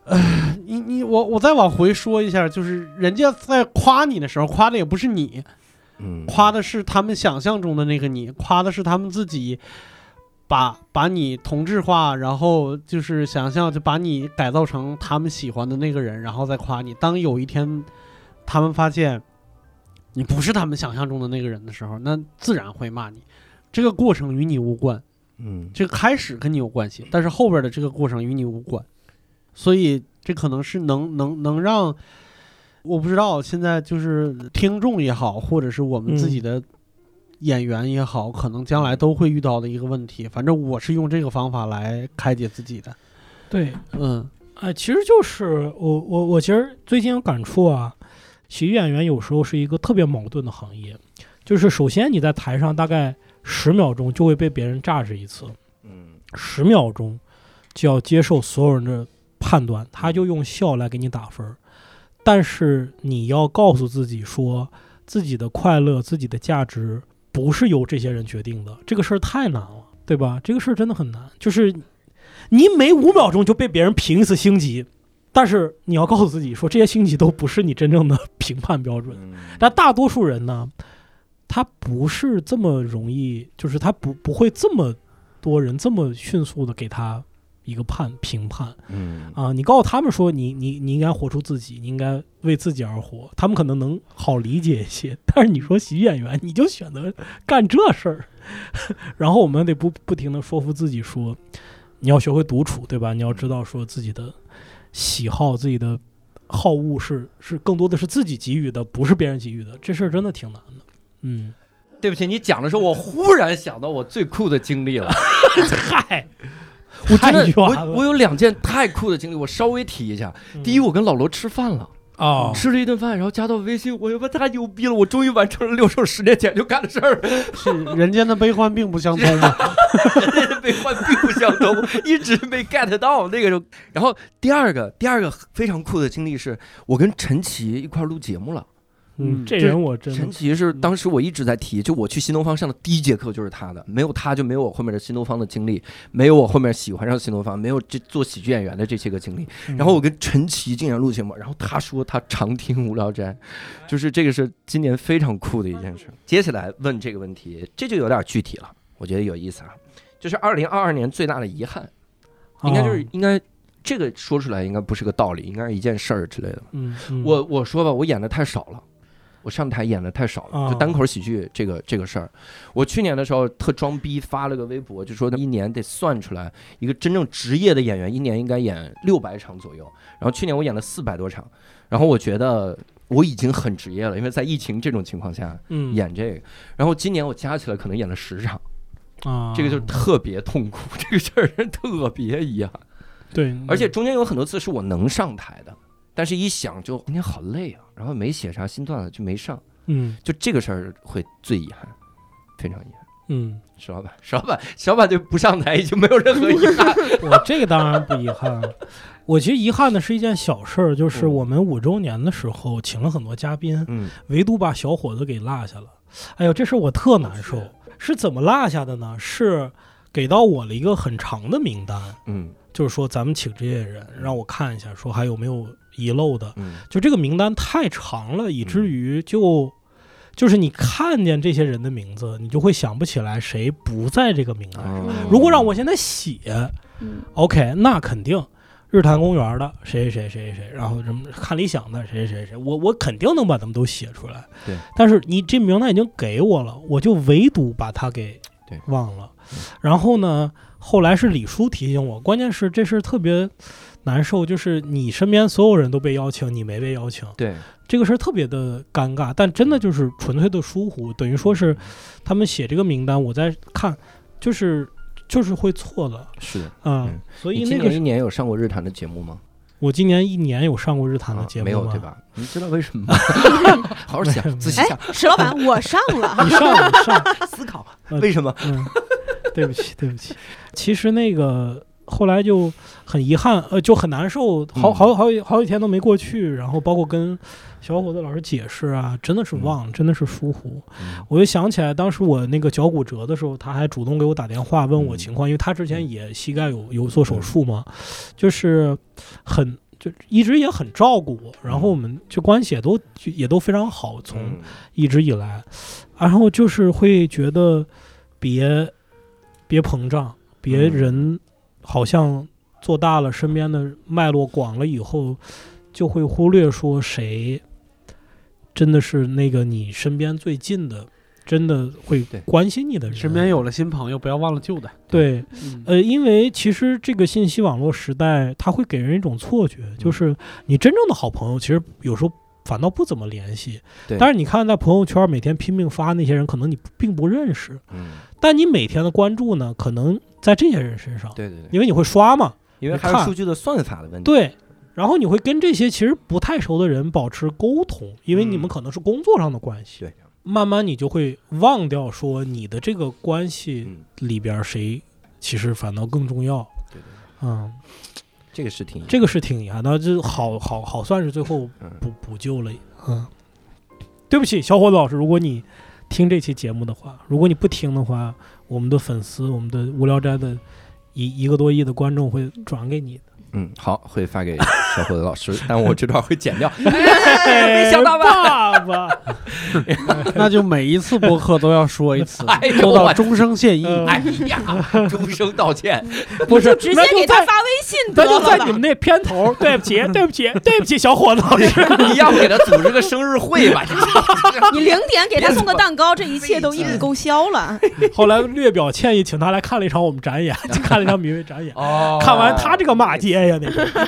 呃，你你我我再往回说一下，就是人家在夸你的时候，夸的也不是你，
嗯，
夸的是他们想象中的那个你，夸的是他们自己把把你同质化，然后就是想象就把你改造成他们喜欢的那个人，然后再夸你。当有一天他们发现你不是他们想象中的那个人的时候，那自然会骂你。这个过程与你无关，
嗯，
这个开始跟你有关系，但是后边的这个过程与你无关。所以这可能是能能能让我不知道现在就是听众也好，或者是我们自己的演员也好，嗯、可能将来都会遇到的一个问题。反正我是用这个方法来开解自己的。
对，
嗯，
哎，其实就是我我我其实最近有感触啊，喜剧演员有时候是一个特别矛盾的行业，就是首先你在台上大概十秒钟就会被别人榨制一次，嗯，十秒钟就要接受所有人的判断，他就用笑来给你打分，但是你要告诉自己说，自己的快乐、自己的价值不是由这些人决定的，这个事儿太难了，对吧？这个事儿真的很难，就是你每五秒钟就被别人评一次星级，但是你要告诉自己说，这些星级都不是你真正的评判标准。但大多数人呢，他不是这么容易，就是他不不会这么多人这么迅速的给他一个判评判，嗯啊，你告诉他们说你你你应该活出自己，你应该为自己而活，他们可能能好理解一些。但是你说喜剧演员，你就选择干这事儿，然后我们得不不停的说服自己说，你要学会独处，对吧？你要知道说自己的喜好、自己的好恶是是更多的是自己给予的，不是别人给予的，这事儿真的挺难的。嗯，
对不起，你讲的时候，我忽然想到我最酷的经历了。
嗨。
我真的，我我有两件太酷的经历，我稍微提一下。嗯、第一，我跟老罗吃饭了，哦，吃了一顿饭，然后加到微信，我他妈太牛逼了，我终于完成了六兽十年前就干的事儿。
是人间的悲欢并不相通吗？
人间的悲欢并不相通，一直没 get 到那个时候。然后第二个，第二个非常酷的经历是，我跟陈奇一块录节目了。
嗯，这人我真的
陈奇是当时我一直在提，就我去新东方上的第一节课就是他的，没有他就没有我后面的新东方的经历，没有我后面喜欢上新东方，没有这做喜剧演员的这些个经历。然后我跟陈奇竟然录节目，然后他说他常听无聊斋，就是这个是今年非常酷的一件事。接下来问这个问题，这就有点具体了，我觉得有意思啊，就是二零二二年最大的遗憾，应该就是应该这个说出来应该不是个道理，应该是一件事儿之类的。
嗯，嗯
我我说吧，我演的太少了。我上台演的太少了，就单口喜剧这个这个事儿。我去年的时候特装逼发了个微博，就说一年得算出来一个真正职业的演员一年应该演六百场左右。然后去年我演了四百多场，然后我觉得我已经很职业了，因为在疫情这种情况下演这个。然后今年我加起来可能演了十场，啊，这个就特别痛苦，这个事儿特别遗憾。
对，
而且中间有很多次是我能上台的。但是一想就今天好累啊，然后没写啥新段子就没上，嗯，就这个事儿会最遗憾，非常遗憾。
嗯，
石老板，石老板，石老板就不上台已经没有任何遗憾。
我这个当然不遗憾了，我其实遗憾的是一件小事儿，就是我们五周年的时候请了很多嘉宾，嗯，唯独把小伙子给落下了。哎呦，这事我特难受。是怎么落下的呢？是给到我了一个很长的名单，嗯，就是说咱们请这些人，让我看一下，说还有没有遗漏的，嗯，就这个名单太长了，以至于就就是你看见这些人的名字，你就会想不起来谁不在这个名单上。如果让我现在写，嗯 ，OK， 那肯定日坛公园的谁谁谁谁谁，然后什么看理想的谁谁谁，我我肯定能把他们都写出来。
对，
但是你这名单已经给我了，我就唯独把他给忘了。然后呢，后来是李叔提醒我，关键是这事特别难受，就是你身边所有人都被邀请，你没被邀请。
对，这
个事特别的尴尬，但真的就是纯粹的疏忽，等于说是他们写这个名单，我在看，就是就是会错的。
是的，
嗯，所以
那个一年有上过日坛的节目吗？
我今年一年有上过日坛的节目吗？
啊、没有对吧？你知道为什么吗？好好想，仔细想。
石老板，我上了，
你上了，上
思考、呃、为什么？
嗯，对不起，对不起。其实那个后来就很遗憾，呃，就很难受，好好好好几天都没过去。然后包括跟小伙子老师解释啊，真的是忘，嗯、真的是疏忽。嗯、我就想起来，当时我那个脚骨折的时候，他还主动给我打电话问我情况，嗯、因为他之前也膝盖有有做手术嘛，嗯、就是很就一直也很照顾我，然后我们就关系也都也都非常好，从一直以来，然后就是会觉得别别膨胀，别人好像做大了，身边的脉络广了以后，就会忽略说谁真的是那个你身边最近的。真的会关心你的人，
身边有了新朋友，不要忘了旧的。
对，嗯、呃，因为其实这个信息网络时代，它会给人一种错觉，嗯、就是你真正的好朋友，其实有时候反倒不怎么联系。但是你看在朋友圈每天拼命发那些人，可能你并不认识。嗯。但你每天的关注呢，可能在这些人身上。
对对对。
因为你会刷嘛，
因为还有数据的算法的问题。
对。然后你会跟这些其实不太熟的人保持沟通，因为你们可能是工作上的关系。
对。
慢慢你就会忘掉说你的这个关系里边谁其实反倒更重要。
对对，
嗯，
这个是挺
这个是挺遗憾的，就好好好算是最后补补救了。嗯，对不起，小伙子老师，如果你听这期节目的话，如果你不听的话，我们的粉丝，我们的无聊斋的一一个多亿的观众会转给你的。
嗯，好，会发给小伙子老师，但我这段会剪掉。
哎、小爸爸，爸爸
那就每一次播客都要说一次，哎、做到终生歉意。
哎呀，终生道歉，
不是
直接给他发微信得了。
那就在你们那片头，对不起，对不起，对不起，小伙子老师，
你要给他组织个生日会吧？
你零点给他送个蛋糕，这一切都一笔勾销了。
后来略表歉意，请他来看了一场我们展演，看了一场米未展演。哦，看完他这个骂街。哎呀，那个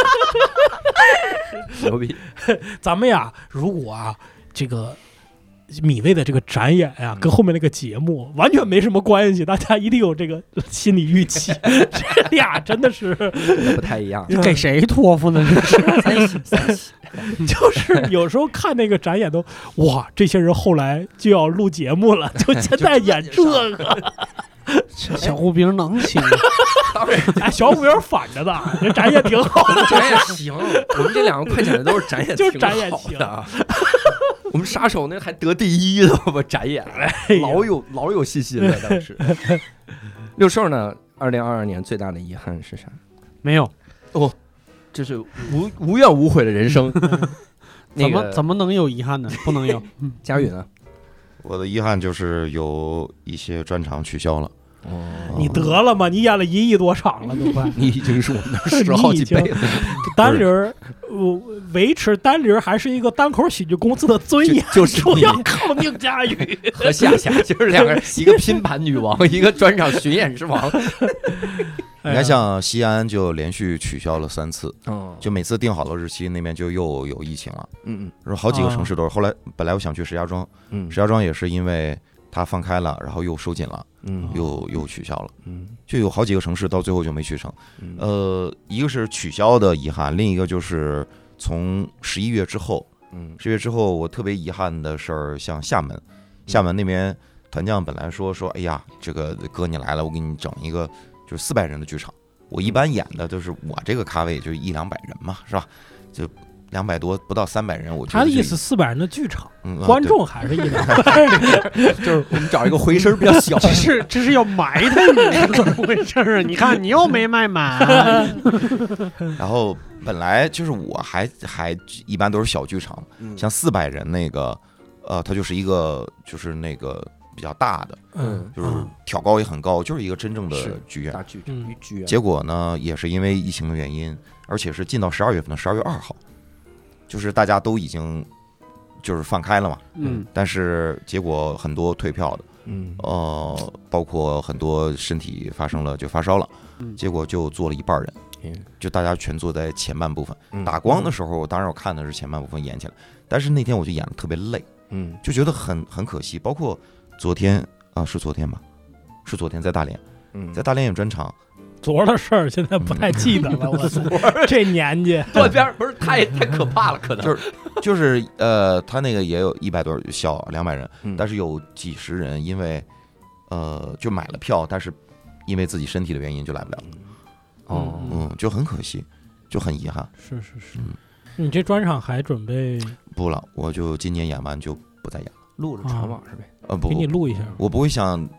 牛逼！
咱们呀，如果啊，这个米未的这个展演呀、啊，跟后面那个节目完全没什么关系，大家一定有这个心理预期。这俩真的是
不太一样，
给谁托付呢？这是
就是有时候看那个展演都哇，这些人后来就要录节目了，就现在演这个。
小虎饼能行？
哎，小虎饼反着的，这展演挺好的，
展演行。我们这两个快剪的都是展演，
就是展演行
的。我们杀手那还得第一的，我展演，哎、老有老有信心了。当时六兽呢，二零二二年最大的遗憾是啥？
没有
哦，这是无无怨无悔的人生。
怎么怎么能有遗憾呢？不能有。
佳宇呢？
我的遗憾就是有一些专场取消了。
哦，你得了吗？你演了一亿多场了，都快。
你已经是我们的十好几倍了。
单立儿，我维持单立儿还是一个单口喜剧公司的尊严，
就, 就是
主要靠宁佳宇
和夏夏，就是两个人，一个拼盘女王，一个专场巡演之王。
你看，像西安就连续取消了三次，就每次定好了日期，那边就又有疫情了。嗯嗯，好几个城市都是。后来本来我想去石家庄，嗯，石家庄也是因为它放开了，然后又收紧了，嗯，又又取消了，嗯，就有好几个城市到最后就没去成。呃，一个是取消的遗憾，另一个就是从十一月之后，嗯，十月之后我特别遗憾的事儿，像厦门，厦门那边团将本来说说，哎呀，这个哥你来了，我给你整一个。就是四百人的剧场，我一般演的就是我这个咖位就一两百人嘛，是吧？就两百多不到三百人，我
他的意思四百人的剧场，嗯、观众还是一两百人，
就是我们找一个回声比较小。
这是这是要埋汰你，怎么回事啊？你看你又没卖满。
然后本来就是我还还一般都是小剧场，嗯、像四百人那个，呃，它就是一个就是那个。比较大的，嗯，就是挑高也很高，就是一个真正的剧院。
大剧院，剧院。
结果呢，也是因为疫情的原因，而且是进到十二月份的十二月二号，就是大家都已经就是放开了嘛，嗯，但是结果很多退票的，嗯，呃，包括很多身体发生了就发烧了，嗯，结果就坐了一半人，嗯，就大家全坐在前半部分。嗯、打光的时候，当然我看的是前半部分演起来，但是那天我就演得特别累，嗯，就觉得很很可惜，包括。昨天啊，是昨天吧？是昨天在大连，嗯，在大连演专场。
昨儿的事儿现在不太记得了，我这年纪，
坐边不是太太可怕了，可能
就是就是呃，他那个也有一百多小两百人，嗯、但是有几十人因为呃就买了票，但是因为自己身体的原因就来不了。哦，嗯，就很可惜，就很遗憾。
是是是，嗯、你这专场还准备？
不了，我就今年演完就不再演了。
录着传网是呗？
呃不，
给你录一下。
我不会想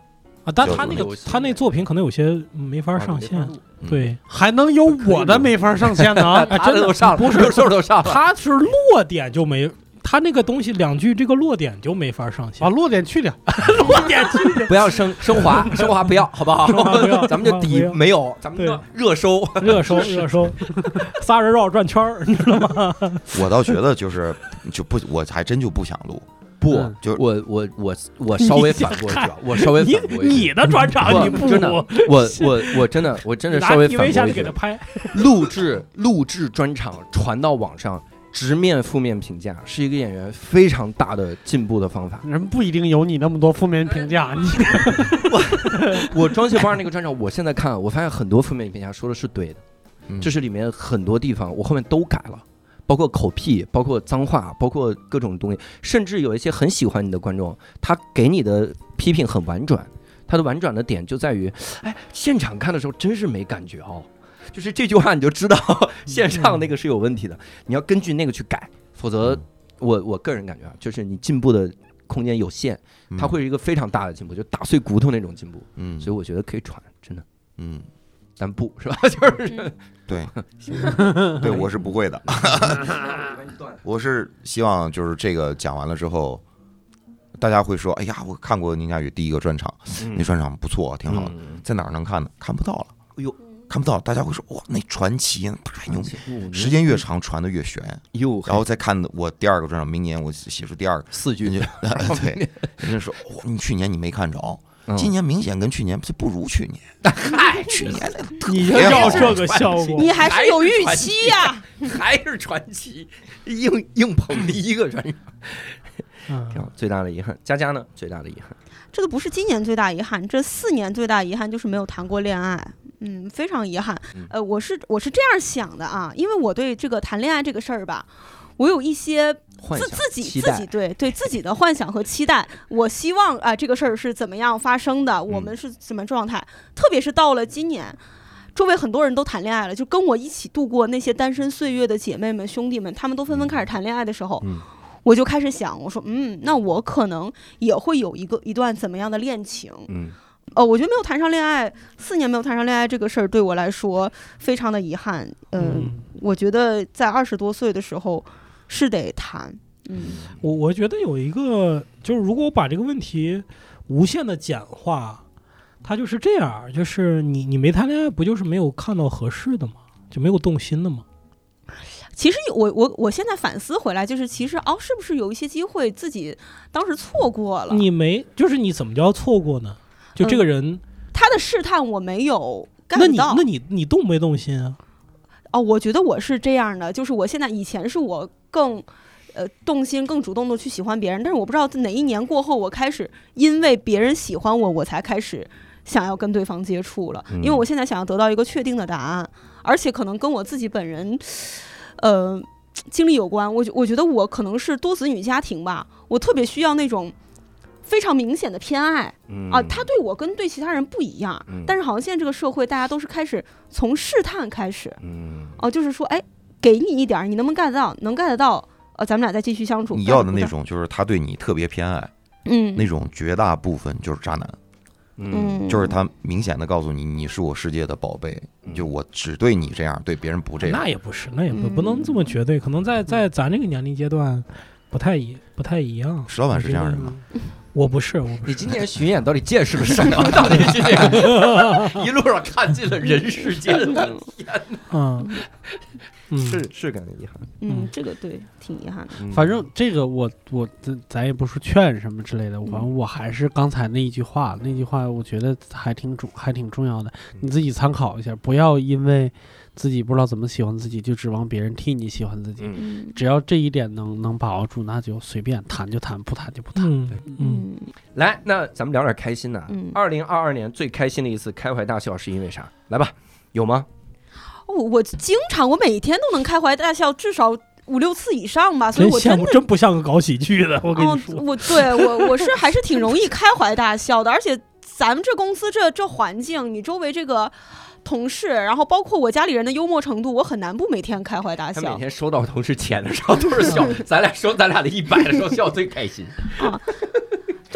啊，但他那个他那作品可能有些没法上线，对，
还能有我的没法上线呢？
真的都上了，不是手都上了，
他是落点就没。他那个东西两句这个落点就没法上线，
把落点去掉，
落点去掉，
不要升升华，升华不要，好不好？咱们这底没有，咱们热收，
热收，热收，仨人绕转圈儿，你知道吗？
我倒觉得就是就不，我还真就不想录。
不，就我我我我稍微反驳一句，我稍微反驳一句，
你的专场你不
真的，我我我真的我真的稍微反驳一句，
给他拍，
录制录制专场传到网上。直面负面评价是一个演员非常大的进步的方法。
人不一定有你那么多负面评价。你
我我装修班那个专场，我现在看，我发现很多负面评价说的是对的，嗯、就是里面很多地方我后面都改了，包括口癖，包括脏话，包括各种东西，甚至有一些很喜欢你的观众，他给你的批评很婉转，他的婉转的点就在于，哎，现场看的时候真是没感觉哦。就是这句话你就知道线上那个是有问题的，你要根据那个去改，否则我我个人感觉啊，就是你进步的空间有限，它会是一个非常大的进步，就打碎骨头那种进步。嗯，所以我觉得可以传，真的。嗯，但不是吧？就是
对，对，我是不会的。我是希望就是这个讲完了之后，大家会说：“哎呀，我看过宁佳宇第一个专场，那专场不错，挺好的，在哪儿能看呢？看不到了。”哎呦。看不到，大家会说哇，那传奇太牛逼，时间越长传的越悬。然后再看我第二个专场，明年我写出第二个
四句，
对，人家说哇，你去年你没看着，今年明显跟去年不如去年。嗨，去年
你要这个效果，
你还是有预期呀，
还是传奇，硬硬捧第一个专场。嗯，最大的遗憾，佳佳呢？最大的遗憾，
这都不是今年最大遗憾，这四年最大遗憾就是没有谈过恋爱。嗯，非常遗憾。呃，我是我是这样想的啊，因为我对这个谈恋爱这个事儿吧，我有一些自自己自己对对自己的幻想和期待。我希望啊、呃，这个事儿是怎么样发生的，我们是什么状态？嗯、特别是到了今年，周围很多人都谈恋爱了，就跟我一起度过那些单身岁月的姐妹们、兄弟们，他们都纷纷开始谈恋爱的时候。嗯我就开始想，我说，嗯，那我可能也会有一个一段怎么样的恋情，嗯，呃，我觉得没有谈上恋爱，四年没有谈上恋爱这个事儿对我来说非常的遗憾，呃、嗯，我觉得在二十多岁的时候是得谈，嗯，
我我觉得有一个就是，如果我把这个问题无限的简化，它就是这样，就是你你没谈恋爱，不就是没有看到合适的吗？就没有动心的吗？
其实我我我现在反思回来，就是其实哦，是不是有一些机会自己当时错过了？
你没，就是你怎么叫错过呢？就这个人，
嗯、他的试探我没有干到。
那你那你你动没动心啊？
哦，我觉得我是这样的，就是我现在以前是我更呃动心、更主动的去喜欢别人，但是我不知道哪一年过后，我开始因为别人喜欢我，我才开始想要跟对方接触了，因为我现在想要得到一个确定的答案，而且可能跟我自己本人。呃，经历有关，我我觉得我可能是多子女家庭吧，我特别需要那种非常明显的偏爱，嗯、啊，他对我跟对其他人不一样，嗯、但是好像现在这个社会大家都是开始从试探开始，嗯，哦、啊，就是说，哎，给你一点，你能不能 get 到？能 get 到，呃，咱们俩再继续相处。
你要的那种就是他对你特别偏爱，嗯，那种绝大部分就是渣男。嗯，就是他明显的告诉你，你是我世界的宝贝，就我只对你这样，对别人不这样。
那也不是，那也不、嗯、不能这么绝对，可能在在咱这个年龄阶段，不太一不太一样。
石老板是这样人吗？
我不是，我不是。
你今年巡演到底见识了什么？到底是这个一路上看尽了人世间的天哪！嗯，是是感觉遗憾。
嗯，这个对，挺遗憾的。
反正这个我我咱咱也不是劝什么之类的，反正我还是刚才那一句话，那句话我觉得还挺重还挺重要的，你自己参考一下，不要因为自己不知道怎么喜欢自己，就指望别人替你喜欢自己。嗯、只要这一点能能把握住，那就随便谈就谈，不谈就不谈。
嗯，
对
嗯。
来，那咱们聊点开心的。嗯。二零二二年最开心的一次开怀大笑是因为啥？来吧，有吗？
哦，我经常，我每天都能开怀大笑，至少五六次以上吧。所以我真的
真不像个搞喜剧的。我跟你说，
哦、我对我我是还是挺容易开怀大笑的，而且咱们这公司这这环境，你周围这个。同事，然后包括我家里人的幽默程度，我很难不每天开怀大笑。
他每天收到同事钱的时候都是笑，咱俩收咱俩的一百的时候笑最开心。
啊，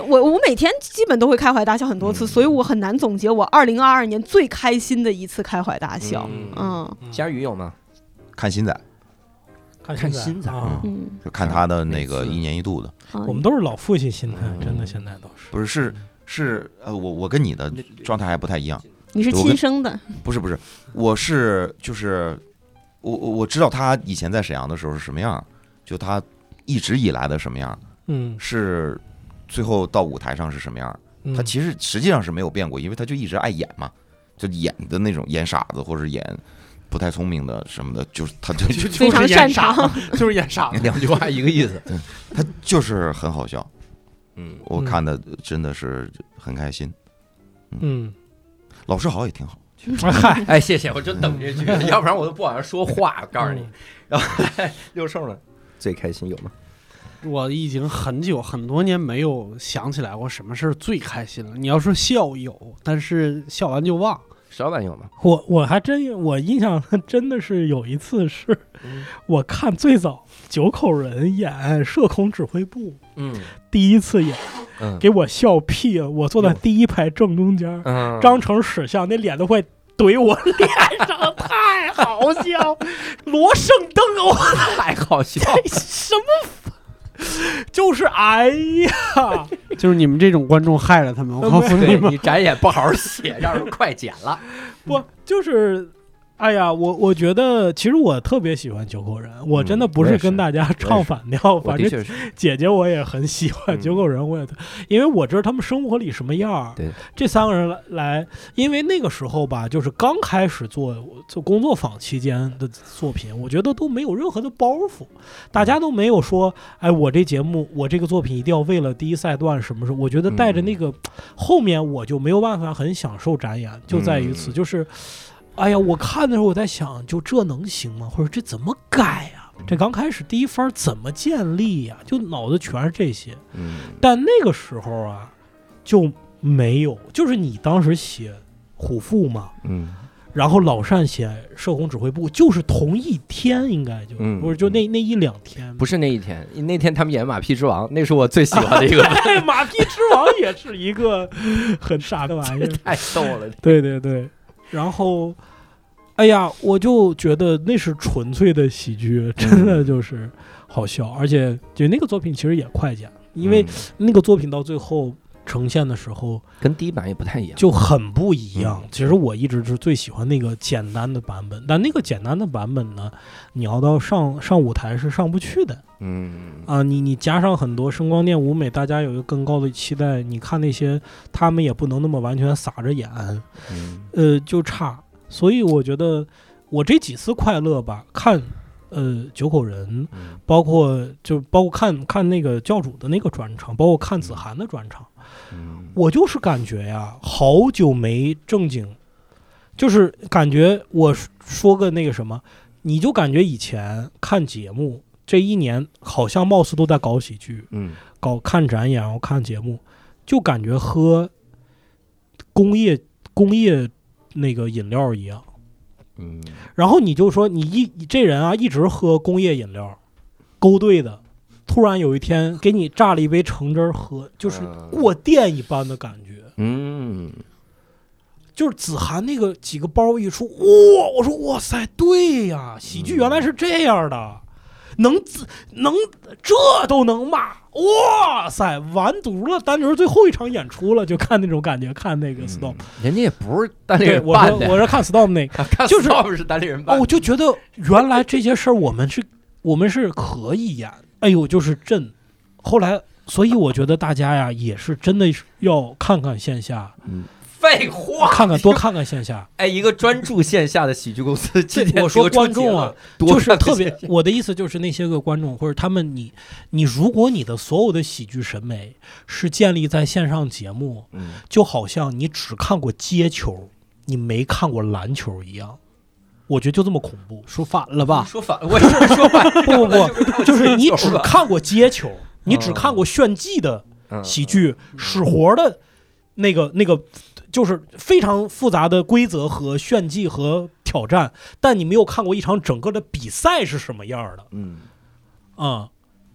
我我每天基本都会开怀大笑很多次，嗯、所以我很难总结我二零二二年最开心的一次开怀大笑。嗯，
佳宇有吗？
看新仔。
看
新仔，
嗯，
就看他的那个一年一度的。
我们都是老父亲心态，真的，现在都是。
不是是是呃，我我跟你的状态还不太一样。
你是亲生的？
不是不是，我是就是我我我知道他以前在沈阳的时候是什么样，就他一直以来的什么样，嗯，是最后到舞台上是什么样。他其实实际上是没有变过，因为他就一直爱演嘛，就演的那种演傻子或者演。不太聪明的什么的，就是他就就
非常擅长，
就是演傻，
两句话一个意思。
他就是很好笑，嗯，我看的真的是很开心。嗯，老师好也挺好。
嗨，
哎，谢谢，我就等这句，要不然我都不往上说话。我告诉你，然后六兽呢，最开心有吗？
我已经很久很多年没有想起来过什么事儿最开心了。你要说笑有，但是笑完就忘。
小婉有吗？
我我还真我印象真的是有一次是，嗯、我看最早九口人演社恐指挥部，嗯，第一次演，嗯、给我笑屁了。我坐在第一排正中间，嗯、张成史相那脸都快怼我脸上，太好笑。罗胜灯哦，
太好笑，
什么？就是哎呀，
就是你们这种观众害了他们，我告诉你们，
你展演不好好写，让人快剪了。
不，就是哎呀，我我觉得其实我特别喜欢九口人，我真的不是跟大家唱反调，反正姐姐我也很喜欢九口人，我也因为我知道他们生活里什么样。
对，
这三个人来来，因为那个时候吧，就是刚开始做做工作坊期间的作品，我觉得都没有任何的包袱，大家都没有说，哎，我这节目我这个作品一定要为了第一赛段什么什么，我觉得带着那个、嗯、后面我就没有办法很享受展演，就在于此，嗯、就是。哎呀，我看的时候我在想，就这能行吗？或者这怎么改呀、啊？这刚开始第一番怎么建立呀、啊？就脑子全是这些。嗯，但那个时候啊，就没有，就是你当时写虎父嘛，嗯，然后老单写社恐指挥部，就是同一天，应该就、嗯、不是就那那一两天，
不是那一天，那天他们演马屁之王，那是我最喜欢的一个。
哎，马屁之王也是一个很傻的玩意儿，
太逗了。
对对对。然后，哎呀，我就觉得那是纯粹的喜剧，真的就是好笑，嗯、而且就那个作品其实也快剪，因为那个作品到最后呈现的时候，
跟第一版也不太一样，
就很不一样。嗯、其实我一直是最喜欢那个简单的版本，但那个简单的版本呢，你要到上上舞台是上不去的。嗯啊，你你加上很多声光电舞美，大家有一个更高的期待，你看那些他们也不能那么完全撒着演，嗯、呃，就差。所以我觉得我这几次快乐吧，看呃九口人，嗯、包括就包括看看那个教主的那个专场，包括看子涵的专场，嗯、我就是感觉呀，好久没正经，就是感觉我说个那个什么，你就感觉以前看节目。这一年好像貌似都在搞喜剧，嗯，搞看展演，然后看节目，就感觉喝工业工业那个饮料一样，嗯，然后你就说你一你这人啊，一直喝工业饮料，勾兑的，突然有一天给你榨了一杯橙汁喝，就是过电一般的感觉，嗯，就是子涵那个几个包一出，哇，我说哇塞，对呀，喜剧原来是这样的。能能这都能骂，哇塞，完犊了！单立最后一场演出了，就看那种感觉，看那个 Storm，、嗯、
人家也不是单立人办的，
我说我是看 Storm 那个，
看 Storm 是单立人办的、
哦，我就觉得原来这些事儿我们是，我们是可以演，哎呦，就是震。后来，所以我觉得大家呀，也是真的要看看线下，嗯。
废话，
看看多看看线下。
哎，一个专注线下的喜剧公司，
我说观众啊，就是特别，我的意思就是那些个观众或者他们你，你你如果你的所有的喜剧审美是建立在线上节目，嗯、就好像你只看过街球，你没看过篮球一样。我觉得就这么恐怖，
说反了吧？
说反了，我也是说反了。
不不不，就是你只看过街球，你只看过炫技的喜剧，嗯、使活的那个那个。就是非常复杂的规则和炫技和挑战，但你没有看过一场整个的比赛是什么样的。嗯，啊、嗯，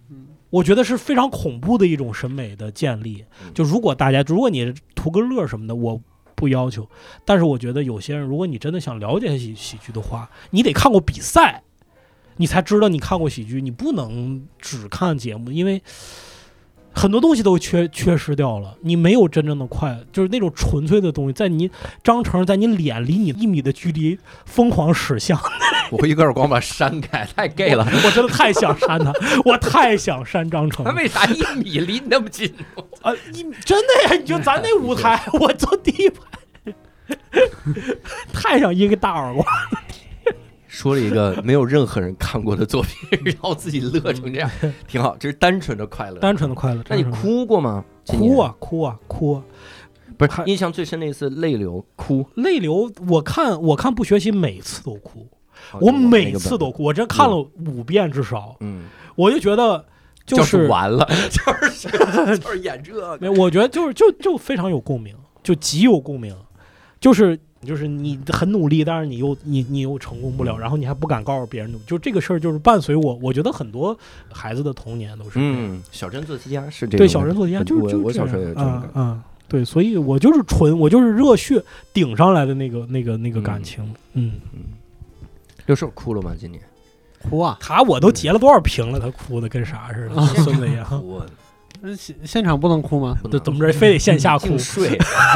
我觉得是非常恐怖的一种审美的建立。就如果大家，如果你图个乐什么的，我不要求。但是我觉得有些人，如果你真的想了解喜喜剧的话，你得看过比赛，你才知道你看过喜剧。你不能只看节目，因为很多东西都缺缺失掉了。你没有真正的快乐，就是那种纯粹的东西，在你张成在你脸离你一米的距离疯狂驶向。
我一个耳光把扇开，太 gay 了。
我, 我真的太想扇他，我太想扇张成。
他为啥一米离你那么近？
啊，一真的呀！你就咱那舞台，我坐第一排，太想一个大耳光。
说了一个没有任何人看过的作品，然后自己乐成这样，挺好。这是单纯的快乐，
单纯的快乐。
那你哭过吗？
哭啊，哭啊，哭啊！
不是，印象最深的一次泪流，哭
泪流。我看我看不学习，每次都哭。我每次都哭，我真看了五遍至少。嗯，我就觉得就是、
就是、完了，就是就是演这个。
我觉得就是就就非常有共鸣，就极有共鸣。就是就是你很努力，但是你又你你又成功不了，然后你还不敢告诉别人，就这个事儿就是伴随我。我觉得很多孩子的童年都是。
嗯，小镇做题家是这个。
对，小镇做题家就是
我我小时候也这种感觉。
啊，对，所以我就是纯，我就是热血顶上来的那个那个那个感情。嗯嗯。
六兽哭了吗？今年
哭啊！
他我都截了多少屏了，他哭的跟啥似的，孙子一样。
现现场不能哭吗？
这怎么着非得线下哭
睡？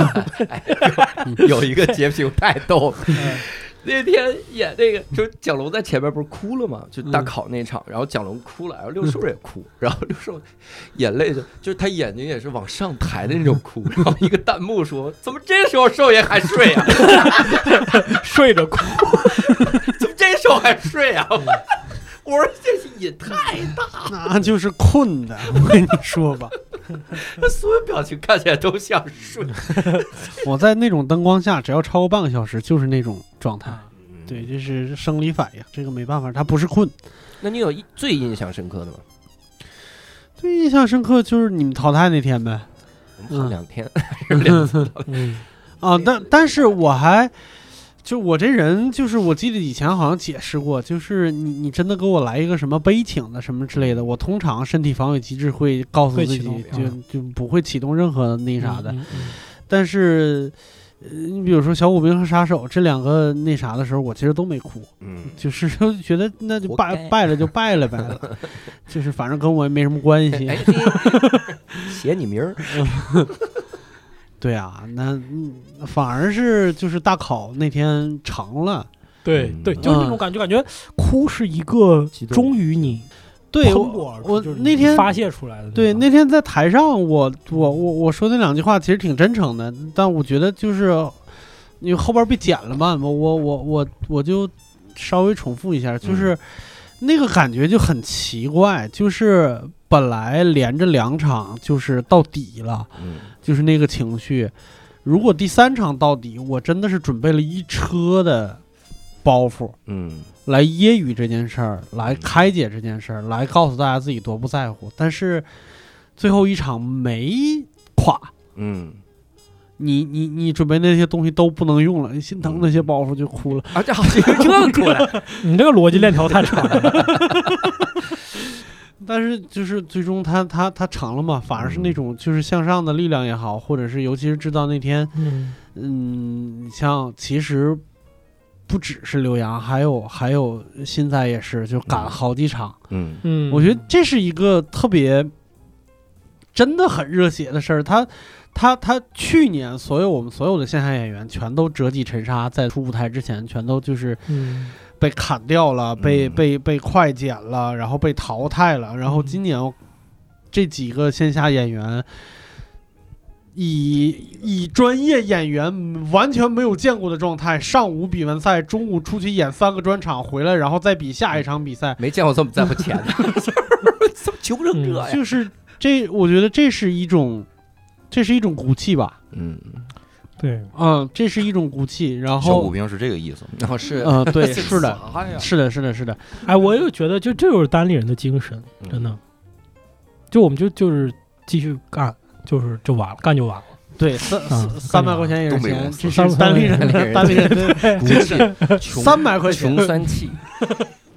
有一个截屏太逗。那天演那个，就蒋龙在前面不是哭了吗？就大考那场，然后蒋龙哭了，然后六兽也哭，然后六兽眼泪就就是他眼睛也是往上抬的那种哭，然后一个弹幕说：“怎么这时候兽爷还睡啊？
睡着哭，
怎么这时候还睡啊？”我说这瘾太大，
那就是困的。我跟你说吧，
他所有表情看起来都像睡。
我在那种灯光下，只要超过半个小时，就是那种状态。对，这是生理反应，这个没办法，它不是困。
那你有最印象深刻的吗？
最印象深刻就是你们淘汰那天呗。
我们两天，两次。
嗯啊，但但是我还。就我这人，就是我记得以前好像解释过，就是你你真的给我来一个什么悲请的什么之类的，我通常身体防御机制会告诉自己，就就不会启动任何那啥的。嗯嗯嗯、但是，呃，你比如说小武兵和杀手这两个那啥的时候，我其实都没哭，嗯，就是觉得那就败败了就败了呗，就是反正跟我也没什么关系。
写你名儿。
对啊，那反而是就是大考那天成了，
对、嗯、对，就是那种感觉，嗯、感觉哭是一个终于你
对我我那天
发泄出来的。
对，那天在台上我我我我说那两句话其实挺真诚的，但我觉得就是因为后边被剪了嘛，我我我我我就稍微重复一下，就是那个感觉就很奇怪，就是本来连着两场就是到底了。嗯，就是那个情绪，如果第三场到底，我真的是准备了一车的包袱，嗯，来揶揄这件事儿，来开解这件事儿，来告诉大家自己多不在乎。但是最后一场没垮，嗯，你你你准备那些东西都不能用了，你心疼那些包袱就哭了。
啊，这好像这哭了，
你这个逻辑链条太长了。
但是就是最终他他他成了嘛，反而是那种就是向上的力量也好，或者是尤其是知道那天，嗯嗯，像其实不只是刘洋，还有还有新仔也是，就赶好几场，嗯嗯，我觉得这是一个特别真的很热血的事儿。他他他去年所有我们所有的线下演员全都折戟沉沙，在出舞台之前全都就是。嗯被砍掉了，被被被快剪了，然后被淘汰了。然后今年这几个线下演员，以以专业演员完全没有见过的状态，上午比完赛，中午出去演三个专场，回来然后再比下一场比赛，
没见过这么在乎钱的，怎么求成这呀？
就是这，我觉得这是一种，这是一种骨气吧。嗯。
对，
嗯，这是一种骨气。然后
小武兵是这个意思，
然后是，
嗯，对，是的，是的，是的，是的。
哎，我又觉得，就这就是单立人的精神，真的。就我们就就是继续干，就是就完了，干就完了。
对，三三百块钱也是钱，这是
单
立人，单立人的
骨气，
三百块钱，
穷三气。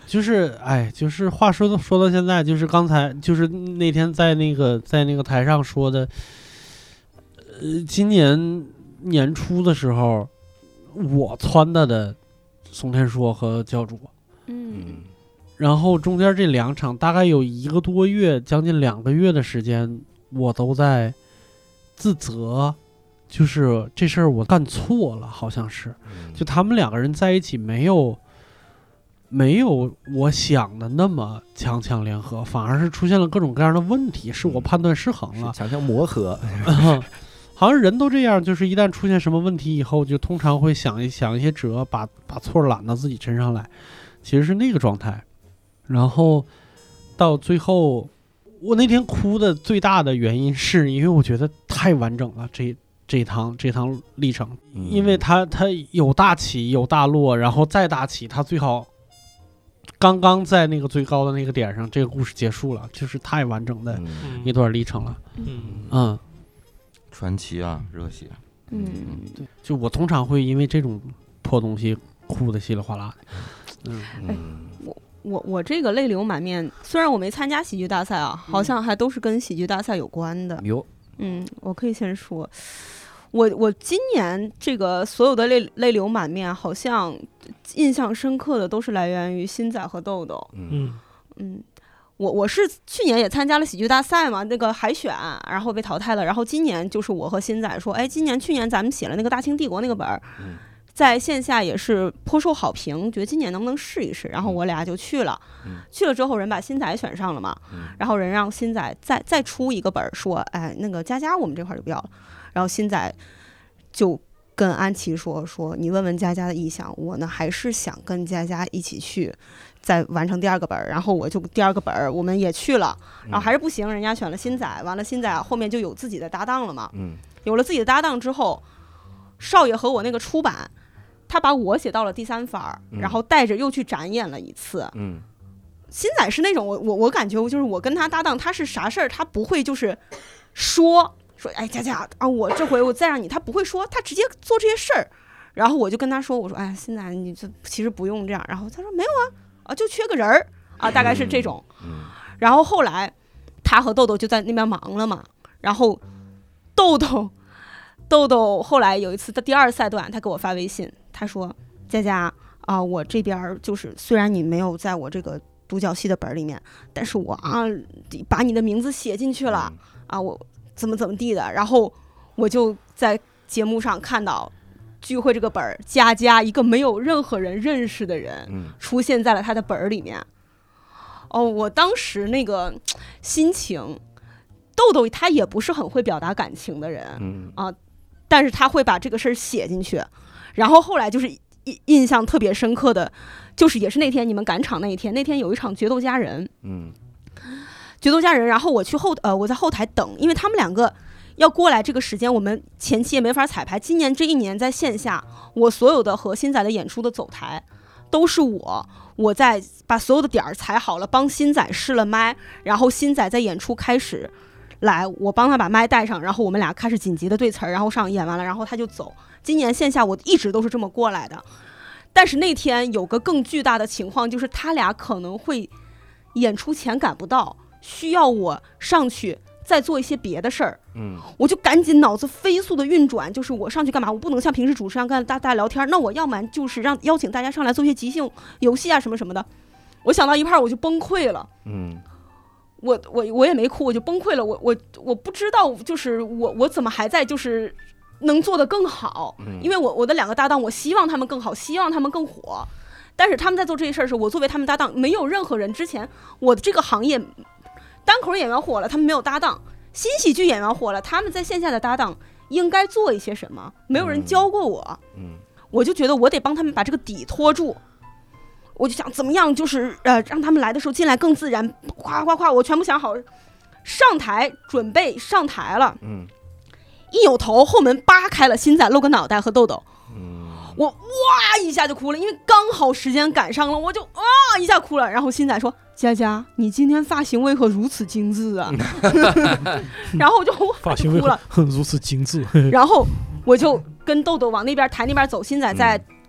就是哎，就是话说到说到现在，就是刚才就是那天在那个在那个台上说的，呃，今年年初的时候，我撺掇的宋天硕和教主，
嗯，
然后中间这两场大概有一个多月，将近两个月的时间，我都在自责。就是这事儿我干错了，好像是，就他们两个人在一起没有没有我想的那么强强联合，反而是出现了各种各样的问题，是我判断失衡了，
强强磨合。
好像人都这样，就是一旦出现什么问题以后，就通常会想一想一些辙，把把错揽到自己身上来，其实是那个状态。然后到最后，我那天哭的最大的原因是因为我觉得太完整了，这。这趟这趟历程，因为它它有大起有大落，然后再大起，它最好刚刚在那个最高的那个点上，这个故事结束了，就是太完整的一段历程了。嗯嗯，
传奇啊，热血。
嗯，
对，就我通常会因为这种破东西哭的稀里哗啦的。嗯
嗯，我我我这个泪流满面，虽然我没参加喜剧大赛啊，好像还都是跟喜剧大赛有关的。
有。
嗯，我可以先说，我我今年这个所有的泪泪流满面，好像印象深刻的都是来源于新仔和豆豆。
嗯
嗯，我我是去年也参加了喜剧大赛嘛，那个海选，然后被淘汰了。然后今年就是我和新仔说，哎，今年去年咱们写了那个大清帝国那个本儿，
嗯、
在线下也是颇受好评，觉得今年能不能试一试？然后我俩就去了。
嗯、
去了之后，人把新仔选上了嘛，
嗯、
然后人让新仔再再出一个本儿，说，哎，那个佳佳我们这块就不要了。然后新仔就跟安琪说，说你问问佳佳的意向，我呢还是想跟佳佳一起去，再完成第二个本儿。然后我就第二个本儿我们也去了，然后还是不行，人家选了新仔，完了新仔后面就有自己的搭档了嘛。
嗯，
有了自己的搭档之后，少爷和我那个出版，他把我写到了第三番，然后带着又去展演了一次。
嗯。
新仔是那种我我我感觉就是我跟他搭档，他是啥事儿他不会就是说说哎佳佳啊，我这回我再让你，他不会说，他直接做这些事儿。然后我就跟他说，我说哎新仔你这其实不用这样。然后他说没有啊啊就缺个人儿啊，大概是这种。
嗯。
然后后来他和豆豆就在那边忙了嘛，然后豆豆豆豆后来有一次的第二赛段，他给我发微信，他说佳佳啊，我这边就是虽然你没有在我这个独角戏的本里面，但是我啊把你的名字写进去了啊，我怎么怎么地的，然后我就在节目上看到聚会这个本佳佳一个没有任何人认识的人出现在了他的本里面。哦，我当时那个心情，豆豆他也不是很会表达感情的人、
嗯、
啊，但是他会把这个事儿写进去。然后后来就是印象特别深刻的就是也是那天你们赶场那一天，那天有一场决斗家人，
嗯，
决斗家人，然后我去后呃我在后台等，因为他们两个要过来这个时间，我们前期也没法彩排。今年这一年在线下，我所有的和新仔的演出的走台都是我我在把所有的点儿踩好了，帮新仔试了麦，然后新仔在演出开始来，我帮他把麦带上，然后我们俩开始紧急的对词儿，然后上演完了，然后他就走。今年线下我一直都是这么过来的，但是那天有个更巨大的情况，就是他俩可能会演出前赶不到，需要我上去再做一些别的事儿。
嗯，
我就赶紧脑子飞速的运转，就是我上去干嘛？我不能像平时主持人跟大家聊天，那我要么就是让邀请大家上来做一些即兴游戏啊什么什么的。我想到一半我就崩溃了。
嗯，
我我我也没哭，我就崩溃了。我我我不知道，就是我我怎么还在就是能做得更好？因为我我的两个搭档，我希望他们更好，希望他们更火。但是他们在做这些事儿时，我作为他们搭档，没有任何人之前我的这个行业单口演员火了，他们没有搭档；新喜剧演员火了，他们在线下的搭档应该做一些什么？没有人教过我。
嗯，
我就觉得我得帮他们把这个底拖住。我就想怎么样，就是呃让他们来的时候进来更自然，夸夸夸，我全部想好，上台准备上台了。
嗯，
一扭头，后门扒开了，新仔露个脑袋和豆豆。
嗯，
我哇一下就哭了，因为刚好时间赶上了，我就啊一下哭了。然后新仔说：“佳佳，你今天发型为何如此精致啊？”然后我就
发型为何如此精致？
然后我就跟豆豆往那边台那边走，新仔在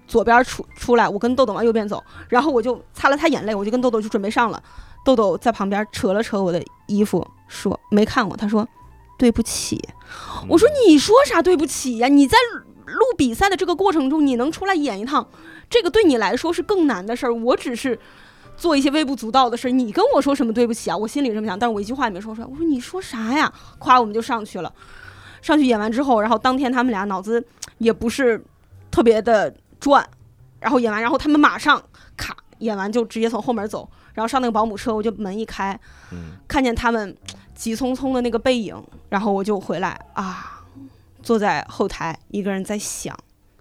左边出出来，我跟豆豆往右边走，然后我就擦了擦眼泪，我就跟豆豆就准备上了。豆豆在旁边扯了扯我的衣服，说没看我，他说对不起。我说你说啥对不起呀？你在录比赛的这个过程中，你能出来演一趟，这个对你来说是更难的事儿。我只是做一些微不足道的事儿，你跟我说什么对不起啊？我心里这么想，但是我一句话也没说出来。我说你说啥呀？夸我们就上去了。上去演完之后，然后当天他们俩脑子也不是特别的转，然后演完，然后他们马上卡演完就直接从后门走，然后上那个保姆车，我就门一开，嗯、看见他们急匆匆的那个背影，然后我就回来啊，坐在后台一个人在想，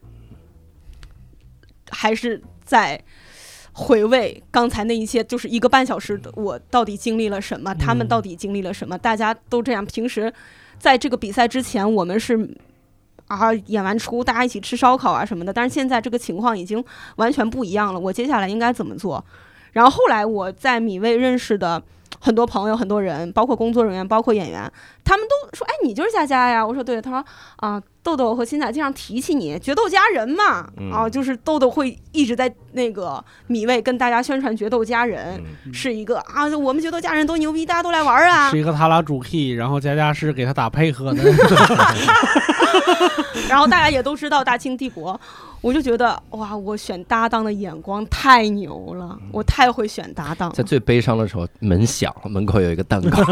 还是在回味刚才那一切，就是一个半小时的我到底经历了什么，他们到底经历了什么，大家都这样。平时在这个比赛之前，我们是啊演完出大家一起吃烧烤啊什么的，但是现在这个情况已经完全不一样了，我接下来应该怎么做？然后后来我在米味认识的很多朋友、很多人，包括工作人员、包括演员，他们都说：“哎，你就是佳佳呀！”我说：“对。”他说：“啊，豆豆和新仔经常提起你，决斗家人嘛，嗯、啊，就是豆豆会一直在那个米味跟大家宣传决斗家人、嗯、是一个啊，我们决斗家人多牛逼，大家都来玩啊，
是一个他俩主 key， 然后佳佳是给他打配合的，
然后大家也都知道大清帝国。”我就觉得哇，我选搭档的眼光太牛了，我太会选搭档。
在最悲伤的时候，门响了，门口有一个蛋糕，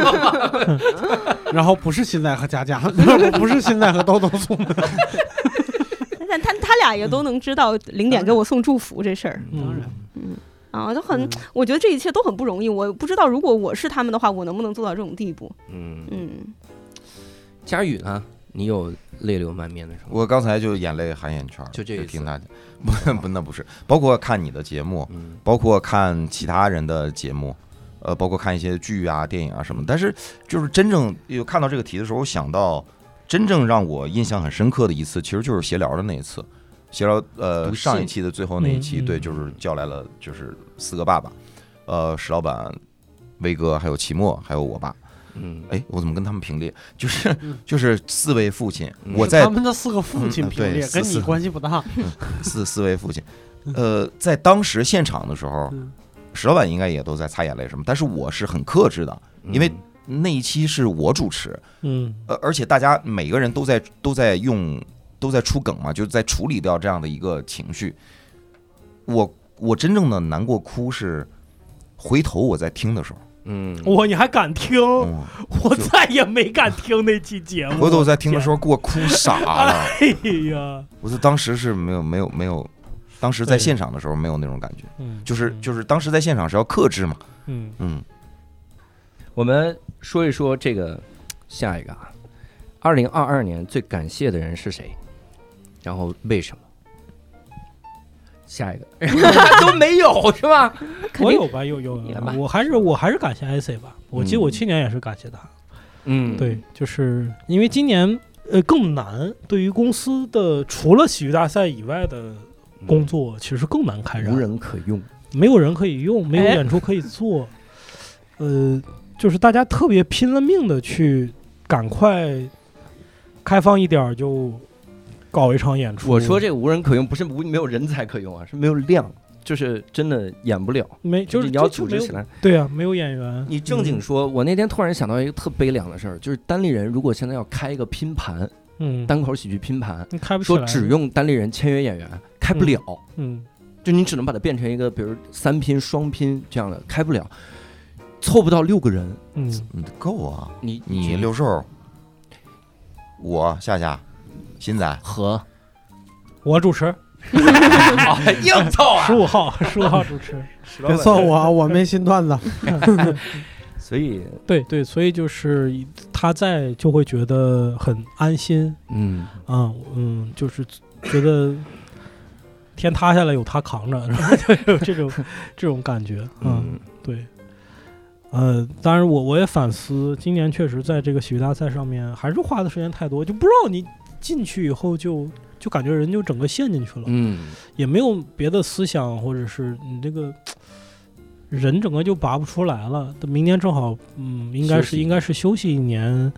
然后不是现在和佳佳，不是现在和豆豆送的。
但他他俩也都能知道零点给我送祝福这事儿。
当然，
嗯啊，都很，我觉得这一切都很不容易。我不知道如果我是他们的话，我能不能做到这种地步？嗯嗯。
佳宇呢？你有泪流满面的时候？
我刚才就眼泪含眼圈，
就这一
听他的，不不，那不是，包括看你的节目，嗯、包括看其他人的节目，呃，包括看一些剧啊、电影啊什么。但是，就是真正有看到这个题的时候，我想到真正让我印象很深刻的一次，其实就是闲聊的那一次。闲聊，呃，上一期的最后那一期，嗯、对，就是叫来了，就是四个爸爸，呃，石老板、威哥，还有齐墨，还有我爸。嗯，哎，我怎么跟他们平列？就是就是四位父亲，嗯、我在
他们的四个父亲平列，嗯、跟你关系不大。
嗯、四四位父亲，呃，在当时现场的时候，嗯、石老板应该也都在擦眼泪什么，但是我是很克制的，因为那一期是我主持，嗯，呃，而且大家每个人都在都在用都在出梗嘛，就在处理掉这样的一个情绪。我我真正的难过哭是回头我在听的时候。
嗯，我你还敢听？嗯、我再也没敢听那期节目。
回头我在听的时候，给我哭傻了。
哎呀，
我就当时是没有没有没有，当时在现场的时候没有那种感觉，嗯、就是就是当时在现场是要克制嘛。嗯嗯，
我们说一说这个下一个啊，二零二二年最感谢的人是谁？然后为什么？下一个都没有是吧？
我有吧，有有有，我还是我还是感谢 I C 吧。我记得我去年也是感谢他。嗯，对，就是因为今年呃更难，对于公司的除了喜剧大赛以外的工作，嗯、其实更难开展，
无人可用，
没有人可以用，没有演出可以做。哎、呃，就是大家特别拼了命的去赶快开放一点就。搞一场演出，
我说这个无人可用，不是无没有人才可用啊，是没有量，就是真的演不了，
没就是
你要组织起来。
对啊，没有演员。
你正经说，嗯、我那天突然想到一个特悲凉的事儿，就是单立人如果现在要开一个拼盘，嗯，单口喜剧拼盘，
开不起来，
说只用单立人签约演员，开不了，嗯，嗯就你只能把它变成一个，比如三拼、双拼这样的，开不了，凑不到六个人，
嗯，你够啊，
你
你六兽，我夏夏。新仔
和
我主持，
硬凑啊！
十五号，十五号主持，
别算我，我没新段子。
所以，
对对，所以就是他在就会觉得很安心，嗯啊嗯，就是觉得天塌下来有他扛着，然后就有这种这种感觉，嗯，对。呃，当然我我也反思，今年确实在这个喜剧大赛上面还是花的时间太多，就不知道你。进去以后就就感觉人就整个陷进去了，嗯，也没有别的思想，或者是你这个人整个就拔不出来了。明年正好，嗯，应该是应该是休息一年，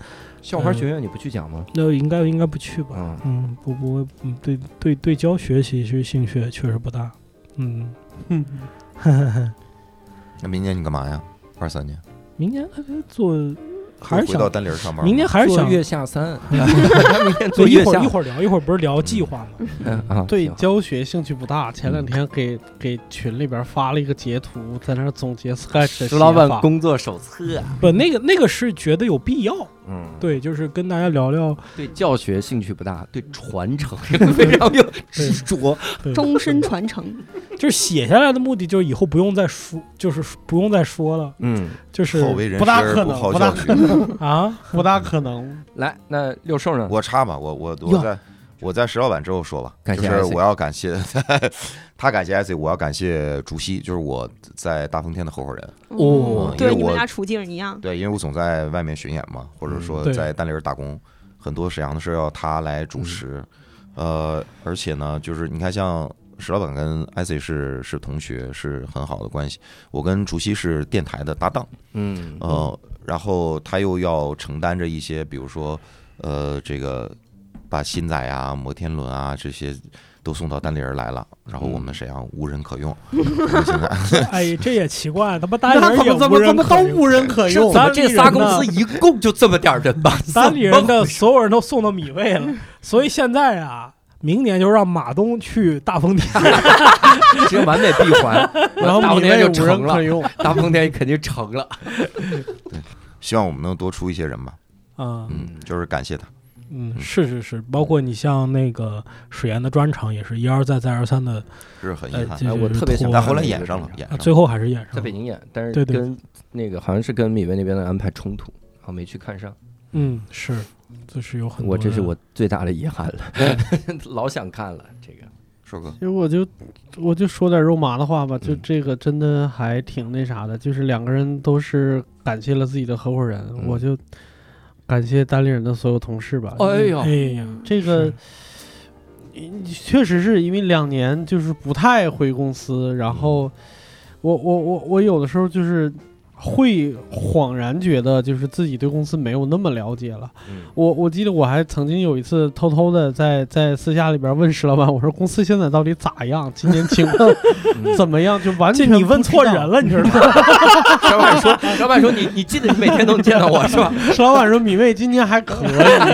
校花学院你不去讲吗？
那应该应该不去吧？嗯，嗯不不会，嗯，对对对，教学其实兴趣确实不大。嗯嗯，
那明年你干嘛呀？二三年？
明年做。还是
回到单林上班，
明年还是想
月下三。他明天做月下，
一会儿聊，一会儿不是聊计划吗？
嗯啊，对教学兴趣不大。前两天给给群里边发了一个截图，在那总结 Sketch 的
石老板工作手册。
不，那个那个是觉得有必要。嗯，对，就是跟大家聊聊。
对教学兴趣不大，对传承非常有执着，
终身传承。
就是写下来的目的，就是以后不用再说，就是不用再说了。嗯，就是
不大可能，不大可能。啊，不大可能。
来，那六兽呢？
我插吧，我我我在我在石老板之后说吧，就是我要感谢他，感谢 I C， 我要感谢竹溪，就是我在大风天的合伙人。
哦，对，你们俩处境一样。
对，因为我总在外面巡演嘛，或者说在单林打工，很多沈阳的事要他来主持。呃，而且呢，就是你看，像石老板跟 I C 是是同学，是很好的关系。我跟竹溪是电台的搭档。嗯，呃。然后他又要承担着一些，比如说，呃，这个把新仔啊、摩天轮啊这些都送到单立人来了，然后我们沈阳无人可用。现在，
哎，这也奇怪，他妈单立人也
怎么怎么都无人可用？
咱们这仨公司一共就这么点人吧？
单立人的所有人都送到米味了，所以现在啊。明年就让马东去大风天，
这完美闭环，
然后
大风天就成了，
用
大风天肯定成了。
对，希望我们能多出一些人吧。啊，嗯，就是感谢他。
嗯，是是是，包括你像那个史岩的专场，也是一而再再而三的，
是很遗憾。
哎，
我特别想，
但后来演上了，演上
最后还是演上了，
在北京演，但是跟那个好像是跟米未那边的安排冲突，然后没去看上。
嗯，是。就是有很多，
我这是我最大的遗憾了，老想看了这个。
硕哥，
其实我就我就说点肉麻的话吧，就这个真的还挺那啥的，就是两个人都是感谢了自己的合伙人，嗯、我就感谢单立人的所有同事吧。
哎呀，
哎呀，
这个确实是因为两年就是不太回公司，然后我我我我有的时候就是。会恍然觉得就是自己对公司没有那么了解了。嗯、我我记得我还曾经有一次偷偷的在在私下里边问石老板，我说公司现在到底咋样？今年情况怎么样？就完全
你问错人了，你知道吗？
石老板说，石老板说你你记得你每天都见到我是吧？
石老板说米未今年还可以。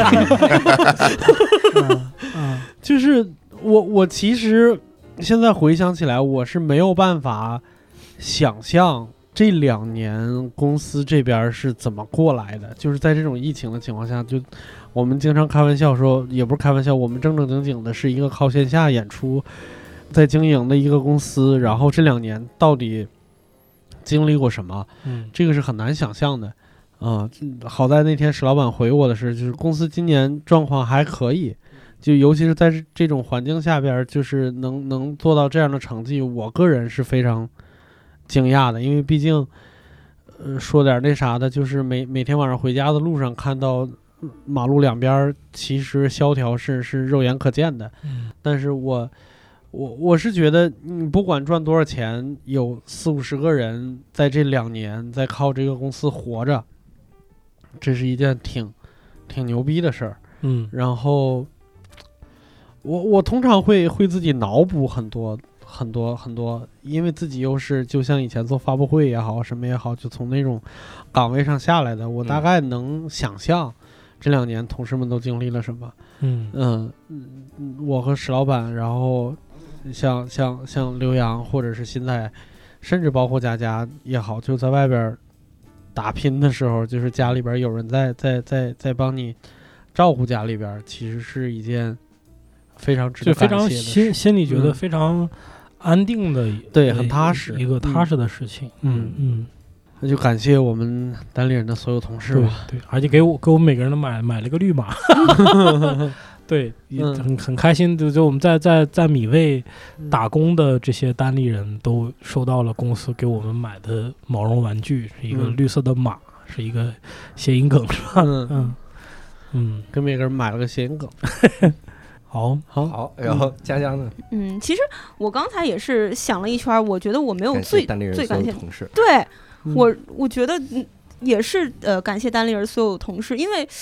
嗯嗯、就是我我其实现在回想起来，我是没有办法想象。这两年公司这边是怎么过来的？就是在这种疫情的情况下，就我们经常开玩笑说，也不是开玩笑，我们正正经经的是一个靠线下演出在经营的一个公司，然后这两年到底经历过什么？嗯，这个是很难想象的啊、嗯。好在那天史老板回我的是，就是公司今年状况还可以，就尤其是在这种环境下边，就是能能做到这样的成绩，我个人是非常。惊讶的，因为毕竟，呃，说点那啥的，就是每每天晚上回家的路上看到马路两边其实萧条是是肉眼可见的，嗯、但是我我我是觉得，你不管赚多少钱，有四五十个人在这两年在靠这个公司活着，这是一件挺挺牛逼的事儿。嗯，然后我我通常会会自己脑补很多。很多很多，因为自己又是就像以前做发布会也好，什么也好，就从那种岗位上下来的，我大概能想象这两年同事们都经历了什么。嗯嗯嗯，我和史老板，然后像像像刘洋或者是新仔，甚至包括佳佳也好，就在外边打拼的时候，就是家里边有人在在在在帮你照顾家里边，其实是一件非常值得感谢的事，就非常
心心里觉得非常。安定的，
对，很踏实，
一个踏实的事情。嗯嗯，
那就感谢我们单立人的所有同事吧。
对，而且给我给我们每个人都买买了个绿码。对，嗯、很很开心。就就我们在在在米未打工的这些单立人都收到了公司给我们买的毛绒玩具，是一个绿色的马，嗯、是一个谐音梗，是吧？嗯嗯
嗯，给每个人买了个谐音梗。
好好
好，然后佳佳呢？
嗯，其实我刚才也是想了一圈，我觉得我没有最最感谢
同事。
对、嗯、我，我觉得也是呃感谢单立人所有同事，因为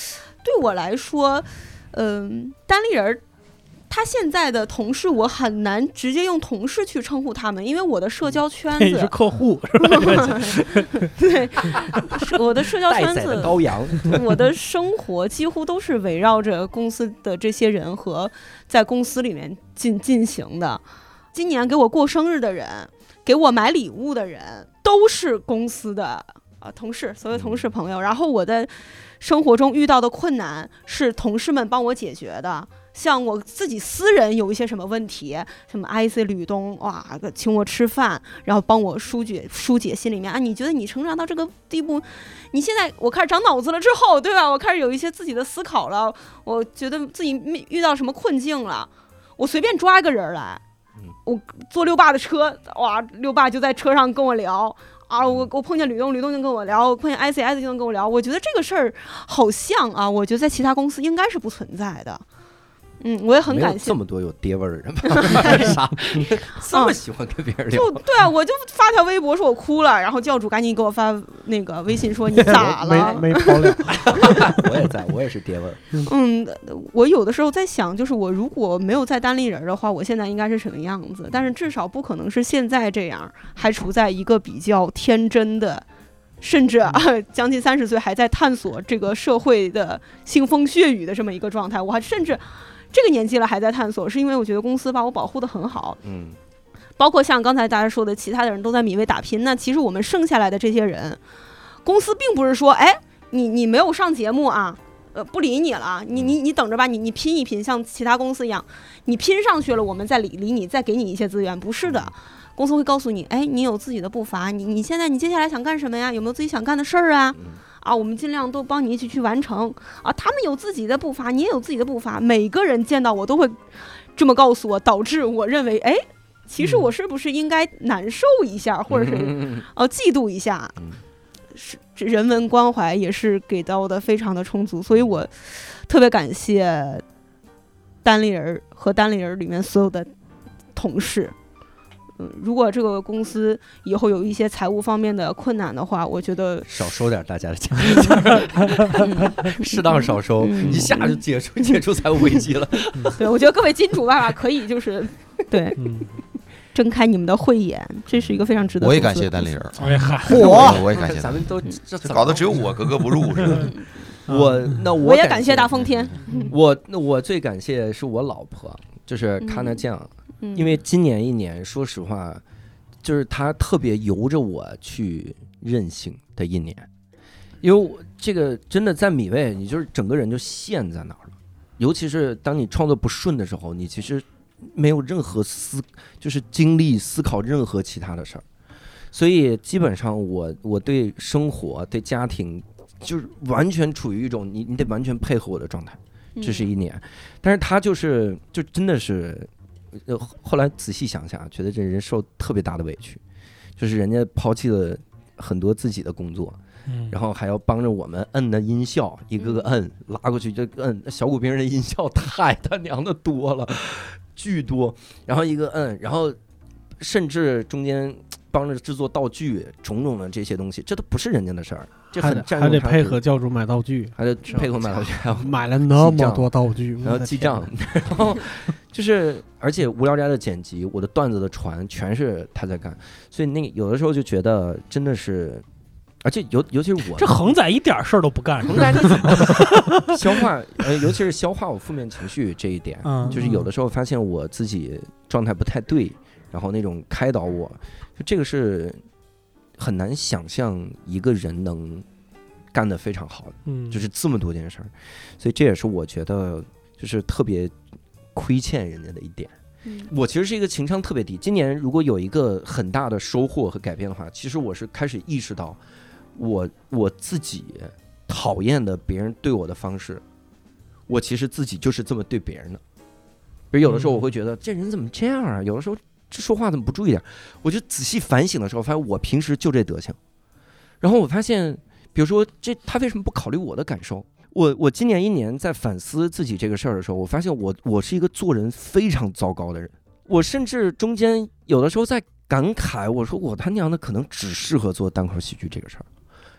对我来说，嗯、呃，单立人他现在的同事，我很难直接用同事去称呼他们，因为我的社交圈子
是客户，是吧？
对，我的社交圈子，
的羔羊，
我的生活几乎都是围绕着公司的这些人和在公司里面进进行的。今年给我过生日的人，给我买礼物的人，都是公司的呃同事，所有同事朋友。然后我的生活中遇到的困难是同事们帮我解决的。像我自己私人有一些什么问题，什么 I C 吕东哇请我吃饭，然后帮我疏解疏解心里面啊，你觉得你成长到这个地步，你现在我开始长脑子了之后，对吧？我开始有一些自己的思考了，我觉得自己遇到什么困境了，我随便抓一个人来，我坐六爸的车，哇，六爸就在车上跟我聊。啊，我我碰见吕东，吕东就跟我聊；我碰见 I C I C 就能跟我聊。我觉得这个事儿好像啊，我觉得在其他公司应该是不存在的。嗯，我也很感谢
这么多有爹味儿的人吧？啥？这么喜欢跟别人聊？
就对啊，我就发条微博说我哭了，然后教主赶紧给我发那个微信说你咋了？
没没跑了。
我也在，我也是爹味儿。
嗯，我有的时候在想，就是我如果没有在单立人的话，我现在应该是什么样子？但是至少不可能是现在这样，还处在一个比较天真的。甚至啊，将近三十岁还在探索这个社会的腥风血雨的这么一个状态，我还甚至这个年纪了还在探索，是因为我觉得公司把我保护得很好，
嗯，
包括像刚才大家说的，其他的人都在米味打拼，那其实我们剩下来的这些人，公司并不是说，哎，你你没有上节目啊，呃，不理你了，你你你等着吧，你你拼一拼，像其他公司一样，你拼上去了，我们再理理你，再给你一些资源，不是的。公司会告诉你，哎，你有自己的步伐，你你现在你接下来想干什么呀？有没有自己想干的事儿啊？啊，我们尽量都帮你一起去完成啊。他们有自己的步伐，你也有自己的步伐，每个人见到我都会这么告诉我，导致我认为，哎，其实我是不是应该难受一下，或者是呃嫉妒一下？是人文关怀也是给到的非常的充足，所以我特别感谢单立人和单立人里面所有的同事。嗯，如果这个公司以后有一些财务方面的困难的话，我觉得
少收点大家的钱，适当少收，嗯、一下就解除解除财务危机了。
对，我觉得各位金主爸爸可以就是对。嗯睁开你们的慧眼，这是一个非常值得。
我也感谢单立人，
我
我也感谢。
咱们都
这搞得只有我格格不入似的。
我那我
我也感谢大风天。
我那我最感谢是我老婆，就是康纳酱。嗯，因为今年一年，说实话，就是他特别由着我去任性的一年，因为我这个真的在米味，你就是整个人就陷在那儿了。尤其是当你创作不顺的时候，你其实没有任何思，就是精力思考任何其他的事儿。所以基本上我我对生活、对家庭，就是完全处于一种你你得完全配合我的状态。这是一年，但是他就是就真的是。呃，后来仔细想想，觉得这人受特别大的委屈，就是人家抛弃了很多自己的工作，嗯、然后还要帮着我们摁的音效，一个个摁拉过去就摁。小骨兵人的音效太他娘的多了，巨多，然后一个摁，然后甚至中间帮着制作道具，种种的这些东西，这都不是人家的事儿。这很占
还得配合教主买道具，
还得配合买道具，还
买了那么多道具，
然后记账，然后就是，而且无聊斋的剪辑，我的段子的传，全是他在干，所以那个有的时候就觉得真的是，而且尤尤其是我
这恒仔一点事儿都不干，
恒仔你怎么消化？呃，尤其是消化我负面情绪这一点，嗯、就是有的时候发现我自己状态不太对，然后那种开导我，就这个是。很难想象一个人能干得非常好的，嗯，就是这么多件事儿，所以这也是我觉得就是特别亏欠人家的一点。嗯、我其实是一个情商特别低，今年如果有一个很大的收获和改变的话，其实我是开始意识到我我自己讨厌的别人对我的方式，我其实自己就是这么对别人的。比如有的时候我会觉得、嗯、这人怎么这样啊，有的时候。这说话怎么不注意点？我就仔细反省的时候，发现我平时就这德行。然后我发现，比如说这他为什么不考虑我的感受？我我今年一年在反思自己这个事儿的时候，我发现我我是一个做人非常糟糕的人。我甚至中间有的时候在感慨，我说我他娘的可能只适合做单口喜剧这个事儿，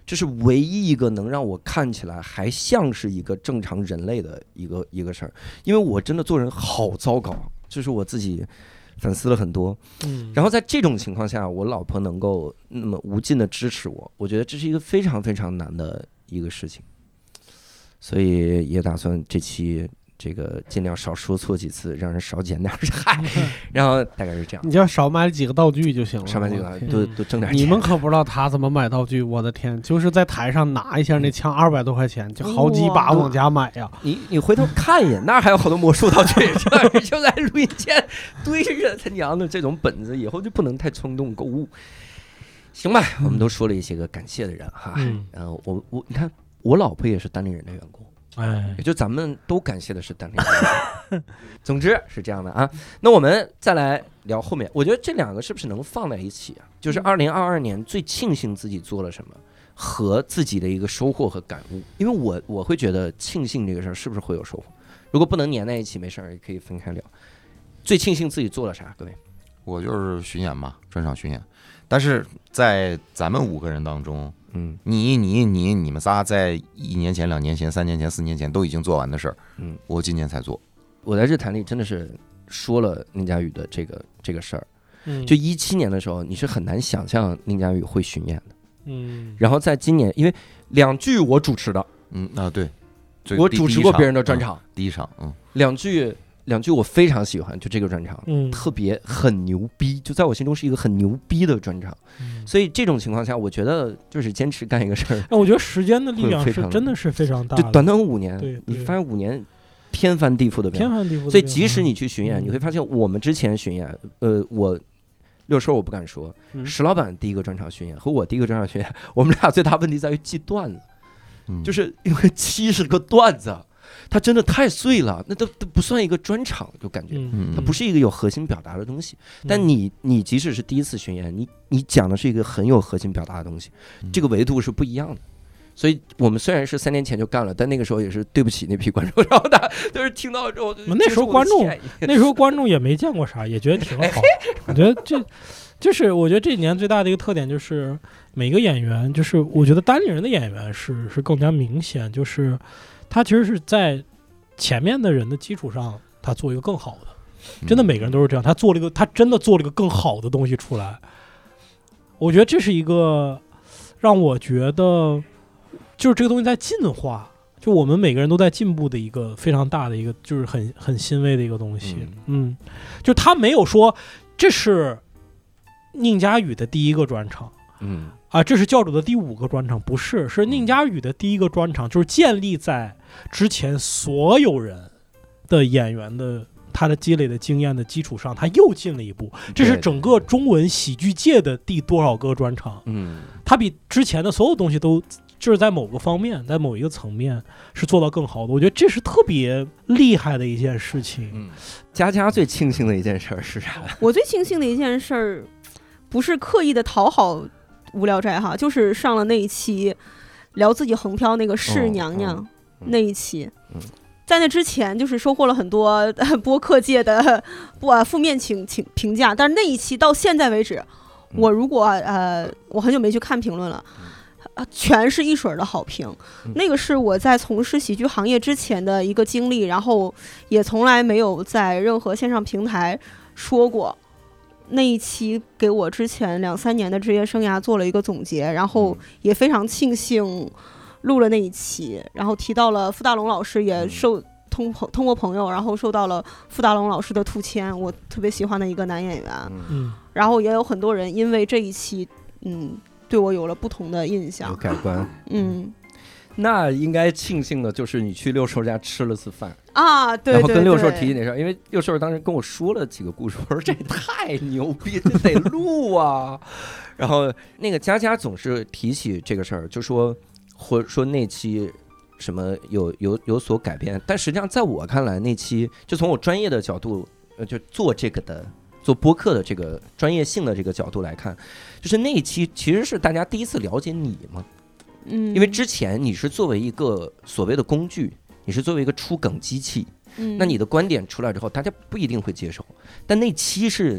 这是唯一一个能让我看起来还像是一个正常人类的一个一个事儿，因为我真的做人好糟糕，就是我自己反思了很多。嗯，然后在这种情况下，我老婆能够那么无尽的支持我，我觉得这是一个非常非常难的一个事情，所以也打算这期。这个尽量少说错几次，让人少捡点嗨，然后大概是这样。
你就少买几个道具就行了，
少买几个都都挣点钱。
你们可不知道他怎么买道具，我的天，就是在台上拿一下那枪，二百多块钱，就好几把往家买呀。
你你回头看一眼，那还有好多魔术道具，就在录音间堆着他娘的这种本子，以后就不能太冲动购物，行吧？我们都说了一些个感谢的人哈，嗯，然后我我你看，我老婆也是单立人的员工。哎，也就咱们都感谢的是单立人。总之是这样的啊。那我们再来聊后面，我觉得这两个是不是能放在一起啊？就是二零二二年最庆幸自己做了什么，和自己的一个收获和感悟。因为我我会觉得庆幸这个事儿是不是会有收获？如果不能粘在一起，没事儿也可以分开聊。最庆幸自己做了啥？各位，
我就是巡演嘛，专场巡演。但是在咱们五个人当中。嗯，你你你你们仨在一年前、两年前、三年前、四年前都已经做完的事儿，嗯，我今年才做。
我在日坛里真的是说了宁佳宇的这个这个事儿，嗯，就一七年的时候，你是很难想象宁佳宇会巡演的，嗯，然后在今年，因为两句我主持的，
嗯啊对，
我主持过别人的专场，
嗯、第一场，嗯，
两句。两句我非常喜欢，就这个专场，嗯，特别很牛逼，就在我心中是一个很牛逼的专场，嗯、所以这种情况下，我觉得就是坚持干一个事儿。
那我觉得时间的力量是真的是非常大的，
就短短五年，对，你发现五年天翻地覆的变化，
天翻地覆。
所以即使你去巡演，嗯、你会发现我们之前巡演，呃，我六兽我不敢说，嗯、石老板第一个专场巡演和我第一个专场巡演，我们俩最大问题在于记段子，嗯、就是因为七十个段子。它真的太碎了，那都都不算一个专场，就感觉它不是一个有核心表达的东西。但你你即使是第一次巡演，你你讲的是一个很有核心表达的东西，这个维度是不一样的。所以我们虽然是三年前就干了，但那个时候也是对不起那批观众，然后大家都是听到之后，
那时候观众那时候观众也没见过啥，也觉得挺好。我觉得这就是我觉得这几年最大的一个特点就是每个演员，就是我觉得单立人的演员是是更加明显，就是。他其实是在前面的人的基础上，他做一个更好的，真的每个人都是这样。他做了一个，他真的做了一个更好的东西出来。我觉得这是一个让我觉得，就是这个东西在进化，就我们每个人都在进步的一个非常大的一个，就是很很欣慰的一个东西。嗯，嗯就他没有说这是宁佳宇的第一个专场，嗯。啊，这是教主的第五个专场，不是，是宁佳宇的第一个专场，就是建立在之前所有人的演员的他的积累的经验的基础上，他又进了一步。这是整个中文喜剧界的第多少个专场？嗯，他比之前的所有东西都就是在某个方面，在某一个层面是做到更好的。我觉得这是特别厉害的一件事情。
嗯，佳佳最庆幸的一件事是啥？
我最庆幸的一件事不是刻意的讨好。无聊斋哈，就是上了那一期聊自己横漂那个是娘娘、哦嗯、那一期、嗯，在那之前就是收获了很多、呃、播客界的不、呃、负面请请评价，但是那一期到现在为止，嗯、我如果呃我很久没去看评论了，呃、全是一水的好评、嗯。那个是我在从事喜剧行业之前的一个经历，然后也从来没有在任何线上平台说过。那一期给我之前两三年的职业生涯做了一个总结，然后也非常庆幸录了那一期，然后提到了傅大龙老师，也受通通过朋友，然后受到了傅大龙老师的兔签，我特别喜欢的一个男演员，嗯，然后也有很多人因为这一期，嗯，对我有了不同的印象，
有改观，
嗯。
那应该庆幸的就是你去六兽家吃了次饭
啊，对，
然后跟六兽提起那事儿，因为六兽当时跟我说了几个故事，我说这太牛逼，这得录啊。然后那个佳佳总是提起这个事儿，就说或说那期什么有有有所改变，但实际上在我看来，那期就从我专业的角度，呃，就做这个的。做播客的这个专业性的这个角度来看，就是那一期其实是大家第一次了解你嘛。嗯，因为之前你是作为一个所谓的工具，你是作为一个出梗机器，嗯，那你的观点出来之后，大家不一定会接受。但那期是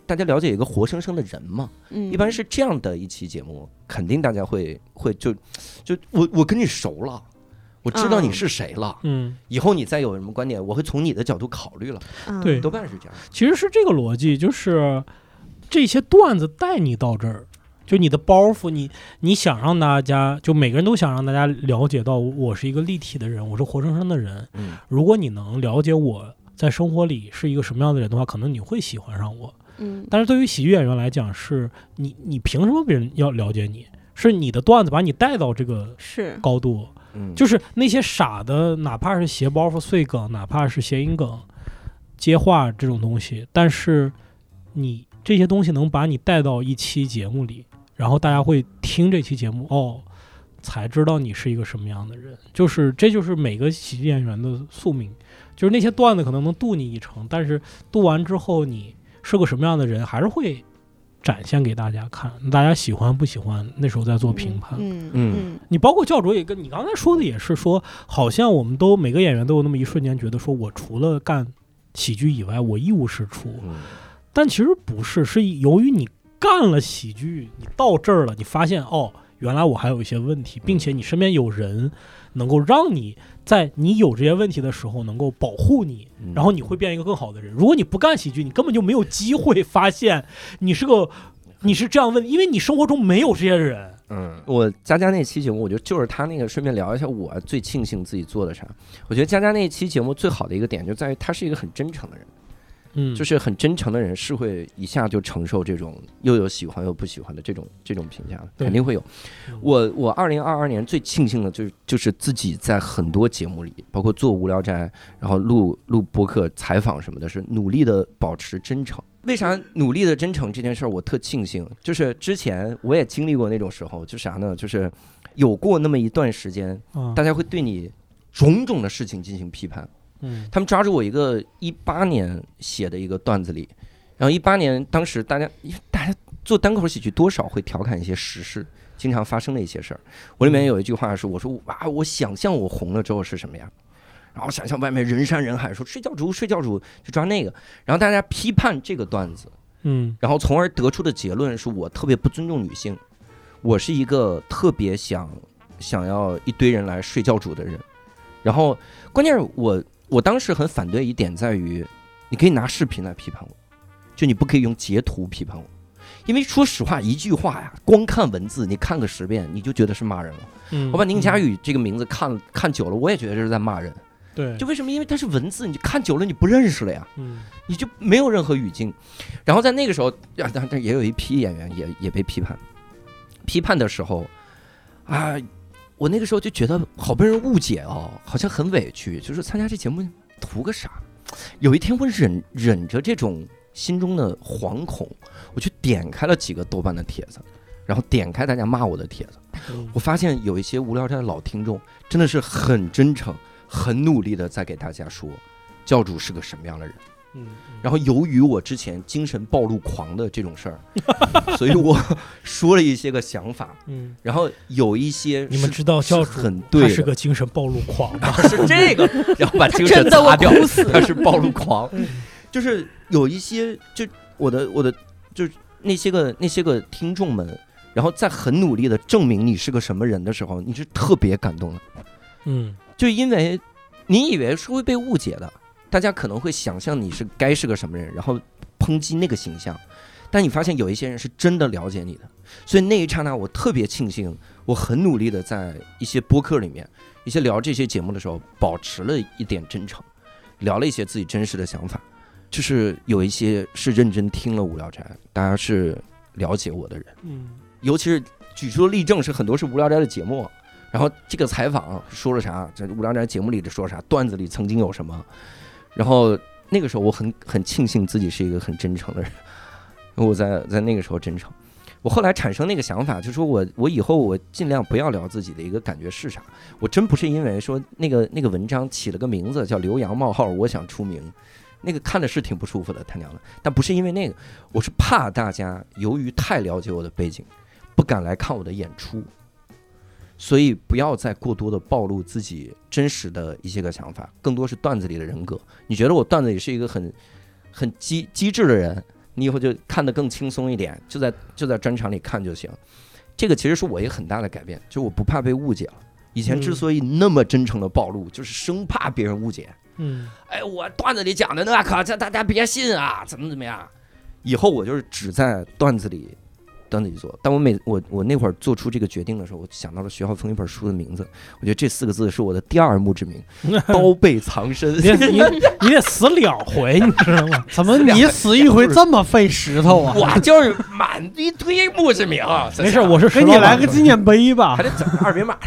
大家了解一个活生生的人嘛。
嗯，
一般是这样的一期节目，肯定大家会会就就我我跟你熟了。我知道你是谁了，嗯，以后你再有什么观点，我会从你的角度考虑了，
对，
多半是这样。
其实是这个逻辑，就是这些段子带你到这儿，就你的包袱，你你想让大家，就每个人都想让大家了解到我是一个立体的人，我是活生生的人。嗯，如果你能了解我在生活里是一个什么样的人的话，可能你会喜欢上我。嗯，但是对于喜剧演员来讲，是你你凭什么别人要了解你？是你的段子把你带到这个高度。就是那些傻的，哪怕是斜包袱碎梗，哪怕是谐音梗接话这种东西，但是你这些东西能把你带到一期节目里，然后大家会听这期节目，哦，才知道你是一个什么样的人。就是这就是每个喜剧演员的宿命，就是那些段子可能能渡你一程，但是渡完之后你是个什么样的人，还是会展现给大家看，大家喜欢不喜欢，那时候再做评判。
嗯嗯，
你包括教主也跟你刚才说的也是说，好像我们都每个演员都有那么一瞬间觉得说，我除了干喜剧以外，我一无是处。嗯、但其实不是，是由于你干了喜剧，你到这儿了，你发现哦，原来我还有一些问题，并且你身边有人能够让你在你有这些问题的时候能够保护你，然后你会变一个更好的人。如果你不干喜剧，你根本就没有机会发现你是个你是这样问，因为你生活中没有这些人。
嗯，我佳佳那期节目，我觉得就是他那个，顺便聊一下我最庆幸自己做的啥。我觉得佳佳那期节目最好的一个点就在于他是一个很真诚的人。嗯，就是很真诚的人是会一下就承受这种又有喜欢又不喜欢的这种这种评价，肯定会有。我我二零二二年最庆幸的就是就是自己在很多节目里，包括做无聊斋，然后录录播客、采访什么的，是努力的保持真诚。为啥努力的真诚这件事儿我特庆幸？就是之前我也经历过那种时候，就啥呢？就是有过那么一段时间，大家会对你种种的事情进行批判。嗯，他们抓住我一个一八年写的一个段子里，然后一八年当时大家大家做单口喜剧多少会调侃一些时事经常发生的一些事儿。我里面有一句话是我说哇，我想象我红了之后是什么样，然后想象外面人山人海，说睡觉主睡觉主就抓那个，然后大家批判这个段子，嗯，然后从而得出的结论是我特别不尊重女性，我是一个特别想想要一堆人来睡觉主的人，然后关键是我。我当时很反对一点在于，你可以拿视频来批判我，就你不可以用截图批判我，因为说实话一句话呀，光看文字你看个十遍你就觉得是骂人了。嗯，我把宁佳宇这个名字看看久了，我也觉得这是在骂人。
对，
就为什么？因为它是文字，你就看久了你不认识了呀，嗯，你就没有任何语境。然后在那个时候，啊，当然也有一批演员也也被批判，批判的时候，啊。我那个时候就觉得好被人误解哦，好像很委屈，就是参加这节目图个啥？有一天我忍忍着这种心中的惶恐，我去点开了几个豆瓣的帖子，然后点开大家骂我的帖子，我发现有一些无聊斋的老听众真的是很真诚、很努力的在给大家说教主是个什么样的人。然后由于我之前精神暴露狂的这种事儿，所以我说了一些个想法，嗯，然后有一些
你们知道教主
很对，
他是个精神暴露狂吗？
是这个，然后把精神擦掉，他是暴露狂，就是有一些就我的我的就是那些个那些个听众们，然后在很努力的证明你是个什么人的时候，你是特别感动的，嗯，就因为你以为是会被误解的。大家可能会想象你是该是个什么人，然后抨击那个形象，但你发现有一些人是真的了解你的，所以那一刹那我特别庆幸，我很努力的在一些播客里面，一些聊这些节目的时候，保持了一点真诚，聊了一些自己真实的想法，就是有一些是认真听了无聊斋，大家是了解我的人，嗯，尤其是举出的例证是很多是无聊斋的节目，然后这个采访说了啥，在无聊斋节目里的说啥，段子里曾经有什么。然后那个时候我很很庆幸自己是一个很真诚的人，我在在那个时候真诚。我后来产生那个想法，就是说我我以后我尽量不要聊自己的一个感觉是啥。我真不是因为说那个那个文章起了个名字叫刘洋冒号我想出名，那个看的是挺不舒服的，他娘的。但不是因为那个，我是怕大家由于太了解我的背景，不敢来看我的演出。所以不要再过多的暴露自己真实的一些个想法，更多是段子里的人格。你觉得我段子里是一个很很机机智的人， 你以后就看得更轻松一点，就在就在专场里看就行。这个其实是我一个很大的改变，就我不怕被误解了。以前之所以那么真诚的暴露，嗯、就是生怕别人误解。
嗯，
哎，我段子里讲的那可这大家别信啊，怎么怎么样。以后我就是只在段子里。段子里做，但我每我我那会儿做出这个决定的时候，我想到了徐浩峰一本书的名字，我觉得这四个字是我的第二墓之铭，刀背藏身。
你你你得死两回，你知道吗？
怎么你死一回这么费石头啊？
我就是满一堆墓之铭。
没事，我是
给你来个纪念碑吧，
还得整个二维码。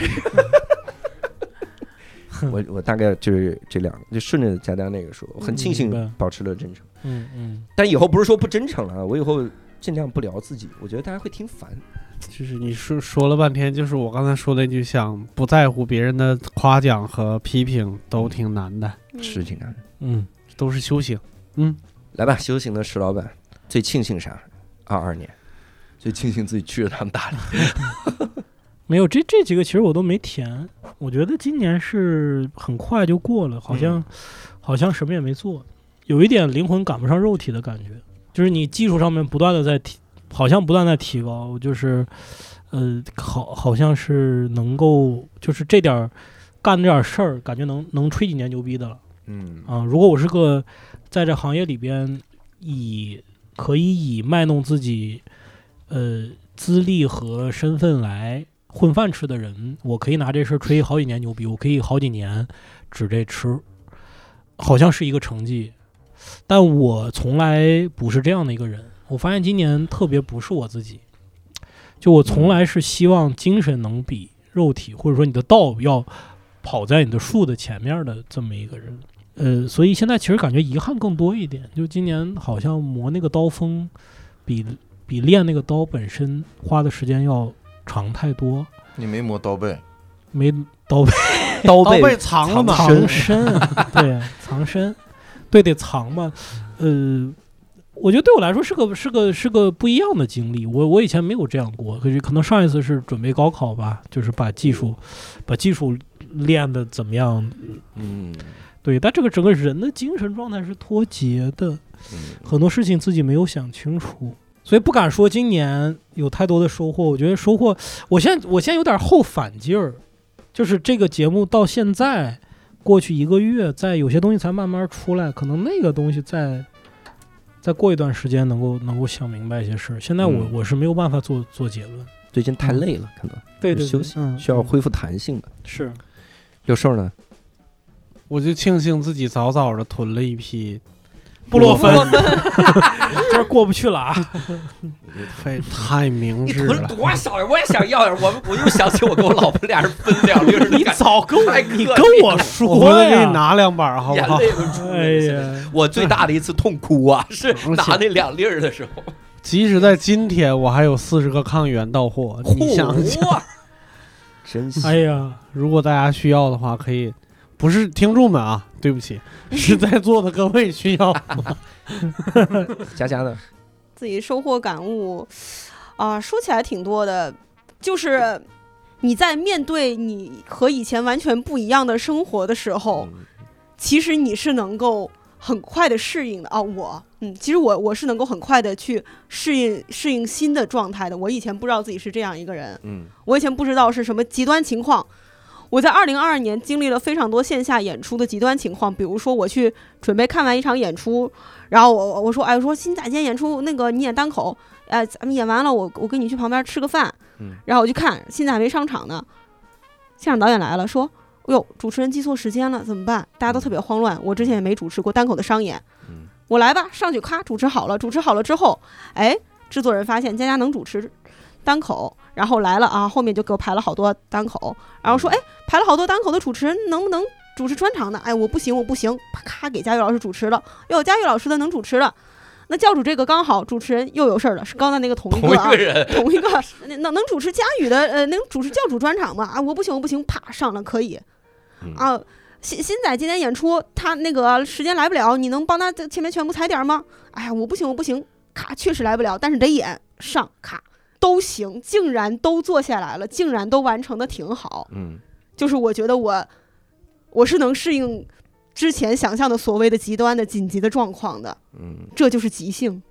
我我大概就是这两个，就顺着佳佳那个说，我很庆幸保持了真诚。
嗯嗯，
但以后不是说不真诚了，我以后。尽量不聊自己，我觉得大家会挺烦。
就是你说说了半天，就是我刚才说那句，像不在乎别人的夸奖和批评，都挺难的，
嗯、是挺难的。
嗯，都是修行。嗯，
来吧，修行的石老板，最庆幸啥？二二年，最庆幸自己去了趟大理。
没有，这这几个其实我都没填。我觉得今年是很快就过了，好像、嗯、好像什么也没做，有一点灵魂赶不上肉体的感觉。就是你技术上面不断的在提，好像不断在提高，就是，呃，好，好像是能够，就是这点干这点事儿，感觉能能吹几年牛逼的了。
嗯
啊，如果我是个在这行业里边以可以以卖弄自己，呃，资历和身份来混饭吃的人，我可以拿这事儿吹好几年牛逼，我可以好几年指这吃，好像是一个成绩。但我从来不是这样的一个人，我发现今年特别不是我自己，就我从来是希望精神能比肉体或者说你的道要跑在你的术的前面的这么一个人，呃，所以现在其实感觉遗憾更多一点，就今年好像磨那个刀锋比比练那个刀本身花的时间要长太多。
你没磨刀背？
没刀背，
刀背藏了嘛？
藏身，对，藏身。对，得藏嘛，呃，我觉得对我来说是个是个是个不一样的经历。我我以前没有这样过，可是可能上一次是准备高考吧，就是把技术把技术练得怎么样？
嗯，
对。但这个整个人的精神状态是脱节的，很多事情自己没有想清楚，所以不敢说今年有太多的收获。我觉得收获，我现在我现在有点后反劲儿，就是这个节目到现在。过去一个月，在有些东西才慢慢出来，可能那个东西再再过一段时间能够能够想明白一些事。现在我、嗯、我是没有办法做做结论，
最近太累了，嗯、可能
对对
休息、
嗯、
需要恢复弹性的。
是，
有事儿呢，
我就庆幸自己早早的囤了一批
布洛芬，这过不去了啊！
太太明智了。
你囤多少呀？我也想要点。我我又想起我跟我老婆俩人分两粒。
你早跟我你跟我说呀，
我回来给你拿两板好不好？
眼泪都出来了。哎呀，我最大的一次痛哭啊，是拿那两粒的时候。
即使在今天，我还有四十个抗原到货。你想想，
真是。
哎呀，
如果大家需要的话，可以。不是听众们啊，对不起，是在座的各位需要。
佳佳呢？
自己收获感悟啊、呃，说起来挺多的，就是你在面对你和以前完全不一样的生活的时候，嗯、其实你是能够很快的适应的啊。我，嗯，其实我我是能够很快的去适应适应新的状态的。我以前不知道自己是这样一个人，嗯，我以前不知道是什么极端情况。我在二零二二年经历了非常多线下演出的极端情况，比如说我去准备看完一场演出，然后我我说哎我说新仔今天演出那个你演单口，哎咱们演完了我我跟你去旁边吃个饭，嗯，然后我去看新仔还没上场呢，现场导演来了说，哎呦主持人记错时间了怎么办？大家都特别慌乱，我之前也没主持过单口的商演，嗯，我来吧，上去咔主持好了，主持好了之后，哎制作人发现佳佳能主持单口。然后来了啊，后面就给我排了好多单口，然后说，哎，排了好多单口的主持人能不能主持专场呢？哎，我不行，我不行，啪咔给佳玉老师主持了。哟，佳玉老师的能主持了，那教主这个刚好主持人又有事儿了，是刚才那个同一个啊，
同一个人，
同一个能能主持佳宇的，呃，能主持教主专场吗？啊，我不行，我不行，啪上了可以，啊，新新仔今天演出他那个时间来不了，你能帮他前面全部踩点吗？哎呀，我不行，我不行，咔确实来不了，但是得演上咔。都行，竟然都做下来了，竟然都完成的挺好。嗯，就是我觉得我我是能适应之前想象的所谓的极端的紧急的状况的。嗯，这就是即兴。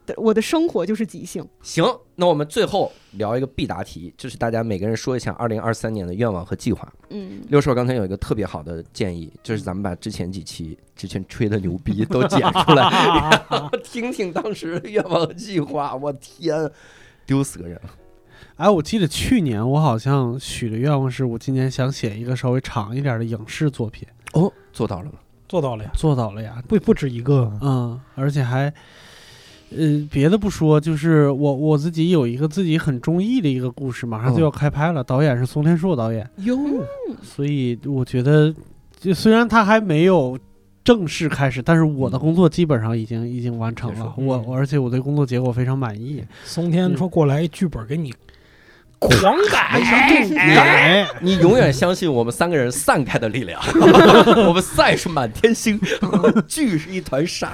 我的生活就是即兴。
行，那我们最后聊一个必答题，就是大家每个人说一下二零二三年的愿望和计划。
嗯，
六兽刚才有一个特别好的建议，就是咱们把之前几期之前吹的牛逼都剪出来，然后听听当时的愿望和计划。我天，丢死个人了！
哎，我记得去年我好像许的愿望是我今年想写一个稍微长一点的影视作品。
哦，做到了吗？
做到了呀，
做到了呀，
不不止一个。
嗯，而且还，呃，别的不说，就是我我自己有一个自己很中意的一个故事，马上就要开拍了，导演是松田硕导演。
哟，
所以我觉得，就虽然他还没有正式开始，但是我的工作基本上已经已经完成了。我我而且我对工作结果非常满意。
松田说过来剧本给你。狂改
改，你永远相信我们三个人散开的力量。我们赛是满天星，剧是一团沙。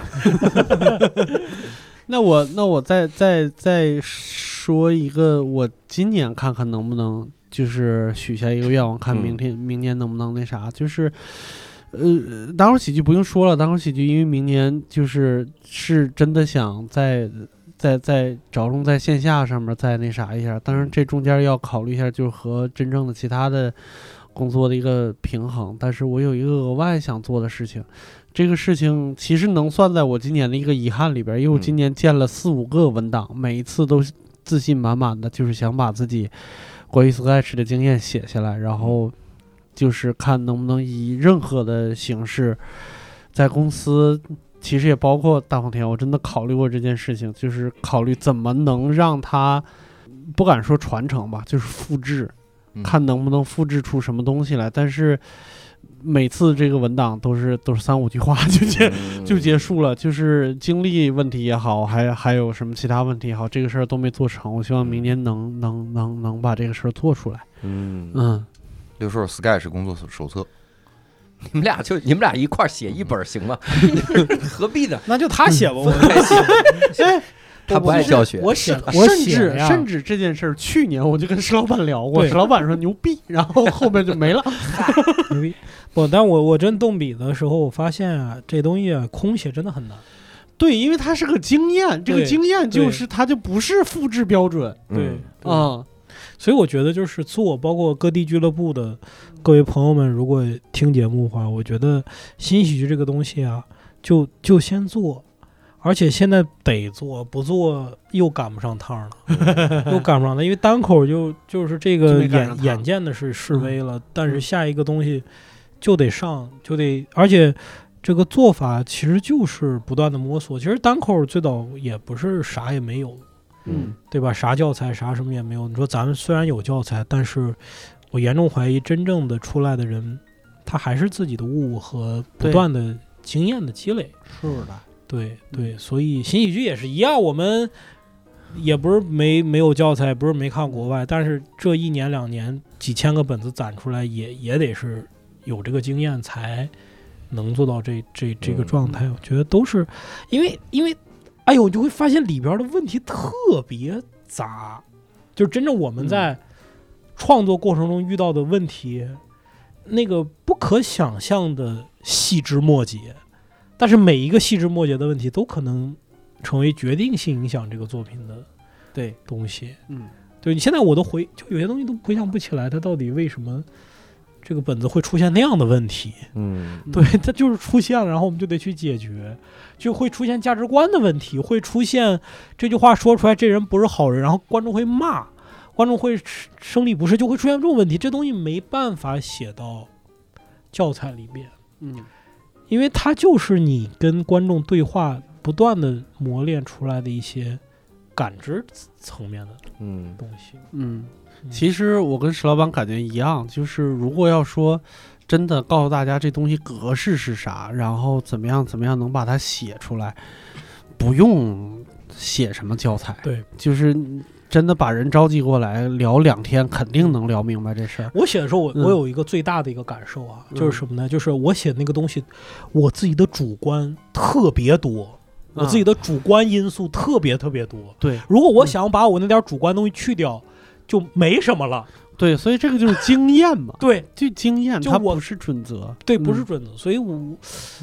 那我那我再再再说一个，我今年看看能不能就是许下一个愿望，看明天、嗯、明年能不能那啥，就是呃，单口喜剧不用说了，单口喜剧因为明年就是是真的想在。在在着重在线下上面再那啥一下，当然这中间要考虑一下，就是和真正的其他的工作的一个平衡。但是我有一个额外想做的事情，这个事情其实能算在我今年的一个遗憾里边，因为我今年建了四五个文档，每一次都自信满满的，就是想把自己关于 sketch 的经验写下来，然后就是看能不能以任何的形式在公司。其实也包括大风天，我真的考虑过这件事情，就是考虑怎么能让它不敢说传承吧，就是复制，嗯、看能不能复制出什么东西来。但是每次这个文档都是都是三五句话就结、嗯、就结束了，就是精力问题也好，还还有什么其他问题也好，这个事儿都没做成。我希望明年能能能能把这个事儿做出来。
嗯嗯，六兽 Sketch 工作手册。
你们俩就你们俩一块写一本行吗？何必呢？
那就他写吧，我爱写。
哎，
他不爱教学。
我写，
我甚至甚至这件事儿，去年我就跟石老板聊过，石老板说牛逼，然后后面就没了。
牛逼！不，但我我真动笔的时候，我发现啊，这东西啊，空写真的很难。
对，因为它是个经验，这个经验就是它就不是复制标准。
对
啊。嗯
所以我觉得就是做，包括各地俱乐部的各位朋友们，如果听节目的话，我觉得新喜剧这个东西啊，就就先做，而且现在得做，不做又赶不上趟了，又赶不上了，因为单口就就是这个眼眼见的是示威了，嗯、但是下一个东西就得上，就得，而且这个做法其实就是不断的摸索。其实单口最早也不是啥也没有。
嗯，
对吧？啥教材啥什么也没有。你说咱们虽然有教材，但是我严重怀疑真正的出来的人，他还是自己的悟和不断的经验的积累。
是的，
对对，所以新喜剧也是一样，我们也不是没没有教材，不是没看国外，但是这一年两年几千个本子攒出来，也也得是有这个经验才能做到这这这个状态。我觉得都是因为因为。哎呦，你就会发现里边的问题特别杂，就是真正我们在创作过程中遇到的问题，嗯、那个不可想象的细枝末节，但是每一个细枝末节的问题都可能成为决定性影响这个作品的对东西。
嗯，
对，你现在我都回，就有些东西都回想不起来，它到底为什么这个本子会出现那样的问题。
嗯，
对，它就是出现了，然后我们就得去解决。就会出现价值观的问题，会出现这句话说出来这人不是好人，然后观众会骂，观众会生理不适，就会出现这种问题。这东西没办法写到教材里面，
嗯，
因为它就是你跟观众对话不断的磨练出来的一些感知层面的嗯东西。
嗯，嗯其实我跟石老板感觉一样，就是如果要说真的告诉大家这东西格式是啥，然后怎么样怎么样能把它写出来，不用写什么教材，
对，
就是真的把人召集过来聊两天，肯定能聊明白这事儿。
我写的时候我，我、嗯、我有一个最大的一个感受啊，就是什么呢？就是我写那个东西，我自己的主观特别多，我自己的主观因素特别特别多。
对，
如果我想把我那点主观东西去掉，就没什么了。
对，所以这个就是经验嘛。
对，
就经验，
就
它不是准则。
对，不是准则。嗯、所以我，嗯，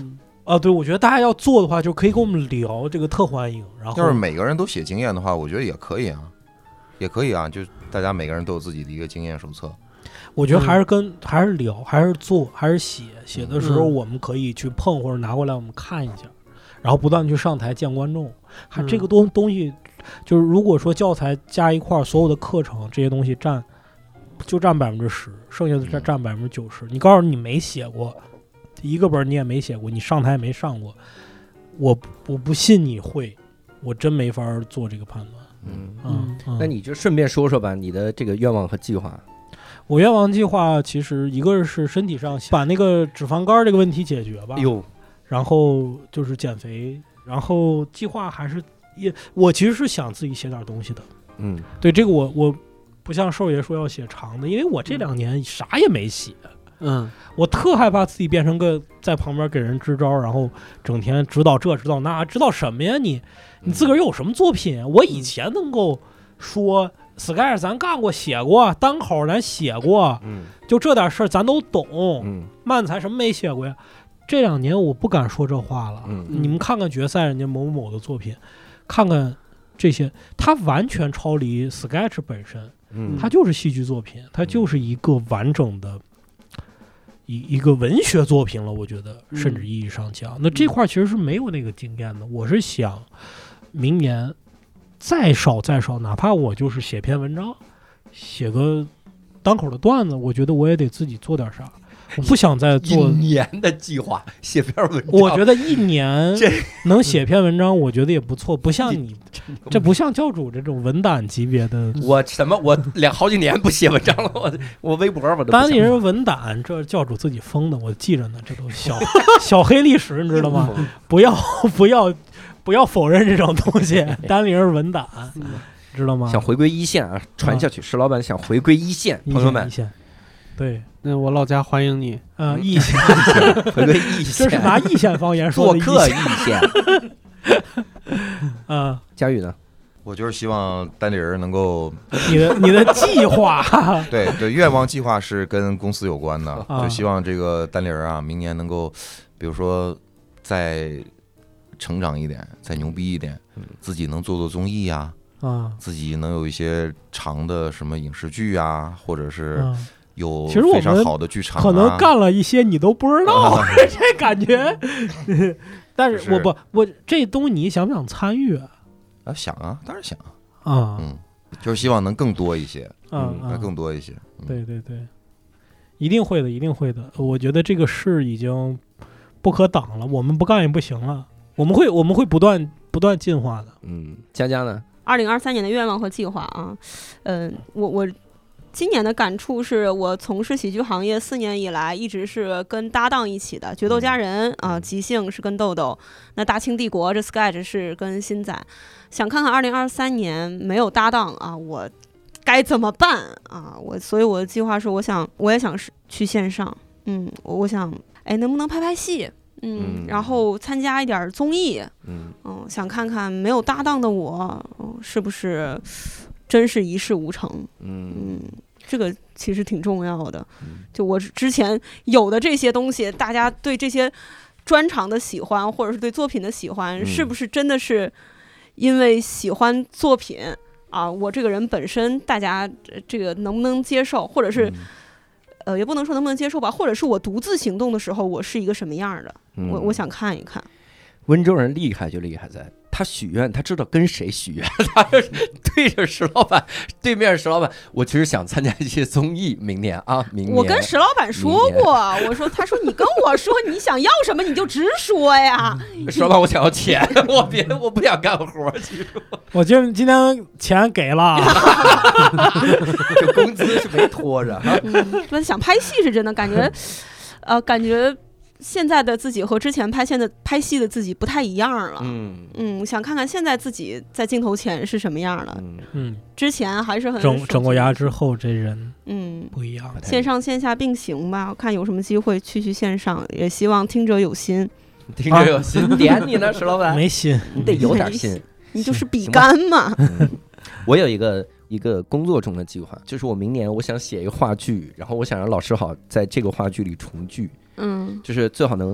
啊，对，我觉得大家要做的话，就可以跟我们聊这个特欢迎。然后
要是每个人都写经验的话，我觉得也可以啊，也可以啊，就大家每个人都有自己的一个经验手册。
我觉得还是跟、嗯、还是聊，还是做，还是写。写的时候我们可以去碰或者拿过来我们看一下，然后不断去上台见观众。还这个东东西，就是如果说教材加一块，所有的课程这些东西占就占百分之十，剩下的占占百分之九十。你告诉你没写过一个本，你也没写过，你上台没上过，我我不信你会，我真没法做这个判断。
嗯嗯，嗯那你就顺便说说吧，你的这个愿望和计划。
我愿望计划其实一个是身体上把那个脂肪肝这个问题解决吧，
哟，
然后就是减肥，然后计划还是也我其实是想自己写点东西的，
嗯，
对这个我我不像寿爷说要写长的，因为我这两年啥也没写，
嗯，
我特害怕自己变成个在旁边给人支招，然后整天指导这指导那，指导什么呀你？你自个儿有什么作品？我以前能够说。Sky 咱干过写过，单口咱写过，
嗯，
就这点事儿咱都懂，
嗯，
漫才什么没写过呀？这两年我不敢说这话了，
嗯，
你们看看决赛人家某某某的作品，看看这些，他完全超离 Sketch 本身，
嗯，
它就是戏剧作品，它就是一个完整的一一个文学作品了，我觉得，甚至意义上讲，那这块其实是没有那个经验的，我是想明年。再少再少，哪怕我就是写篇文章，写个单口的段子，我觉得我也得自己做点啥。我不想再做
一年的计划，写篇文章。
我觉得一年能写篇文章，我觉得也不错。不像你，这不像教主这种文胆级别的。
我什么？我两好几年不写文章了。我我微博我都。
单立人文胆，这教主自己封的，我记着呢。这都小小黑历史，你知道吗？不要不要。不要否认这种东西，单立人文胆，知道吗？
想回归一线啊，传下去。石老板想回归一线，朋友们，
一线，对，
那我老家欢迎你
啊，一线，
回归一线，
这是拿一线方言说的，
做客一线。
啊，
佳宇呢？
我就是希望单立人能够，
你的你的计划，
对对，愿望计划是跟公司有关的，就希望这个单立人啊，明年能够，比如说在。成长一点，再牛逼一点，自己能做做综艺呀、啊，
啊，
自己能有一些长的什么影视剧啊，或者是有非常好的剧场、啊，
可能干了一些你都不知道，啊、这感觉。但是我不，我这东西你想不想参与啊？
啊，想啊，当然想
啊，
嗯，就是希望能更多一些，
嗯，
嗯更多一些。嗯、
对对对，一定会的，一定会的。我觉得这个事已经不可挡了，我们不干也不行了。我们会我们会不断不断进化的。
嗯，佳佳呢？
二零二三年的愿望和计划啊，嗯、呃，我我今年的感触是我从事喜剧行业四年以来，一直是跟搭档一起的，决斗家人啊、呃，即兴是跟豆豆，那大清帝国这 sketch 是跟新仔，想看看二零二三年没有搭档啊，我该怎么办啊？我所以我的计划是，我想我也想是去线上，嗯，我想哎能不能拍拍戏。嗯，然后参加一点综艺，嗯，嗯，想看看没有搭档的我，嗯、是不是真是一事无成？嗯嗯，这个其实挺重要的。就我之前有的这些东西，大家对这些专长的喜欢，或者是对作品的喜欢，嗯、是不是真的是因为喜欢作品啊？我这个人本身，大家这个能不能接受，或者是？嗯呃，也不能说能不能接受吧，或者是我独自行动的时候，我是一个什么样的？嗯、我我想看一看。
温州人厉害就厉害在，他许愿，他知道跟谁许愿，他就是对着石老板，对面石老板，我其实想参加一些综艺，明年啊，明年。
我跟石老板说过，我说，他说你跟我说你想要什么你就直说呀。
石老板，我想要钱，我别我不想干活，其实我。
我今今天钱给了，
这工资是没拖着。
嗯、想拍戏是真的感觉，呃，感觉。现在的自己和之前拍现的拍戏的自己不太一样了，嗯嗯，想看看现在自己在镜头前是什么样的，
嗯，
之前还是很
整整过牙之后这人，
嗯，
不一样，
线上线下并行吧，看有什么机会去去线上，也希望听者有心，
听者有心，点你呢，石老板，
没心，
你得有点心，
你就是比干嘛。
嗯、我有一个一个工作中的计划，就是我明年我想写一个话剧，然后我想让老师好在这个话剧里重聚。
嗯，
就是最好能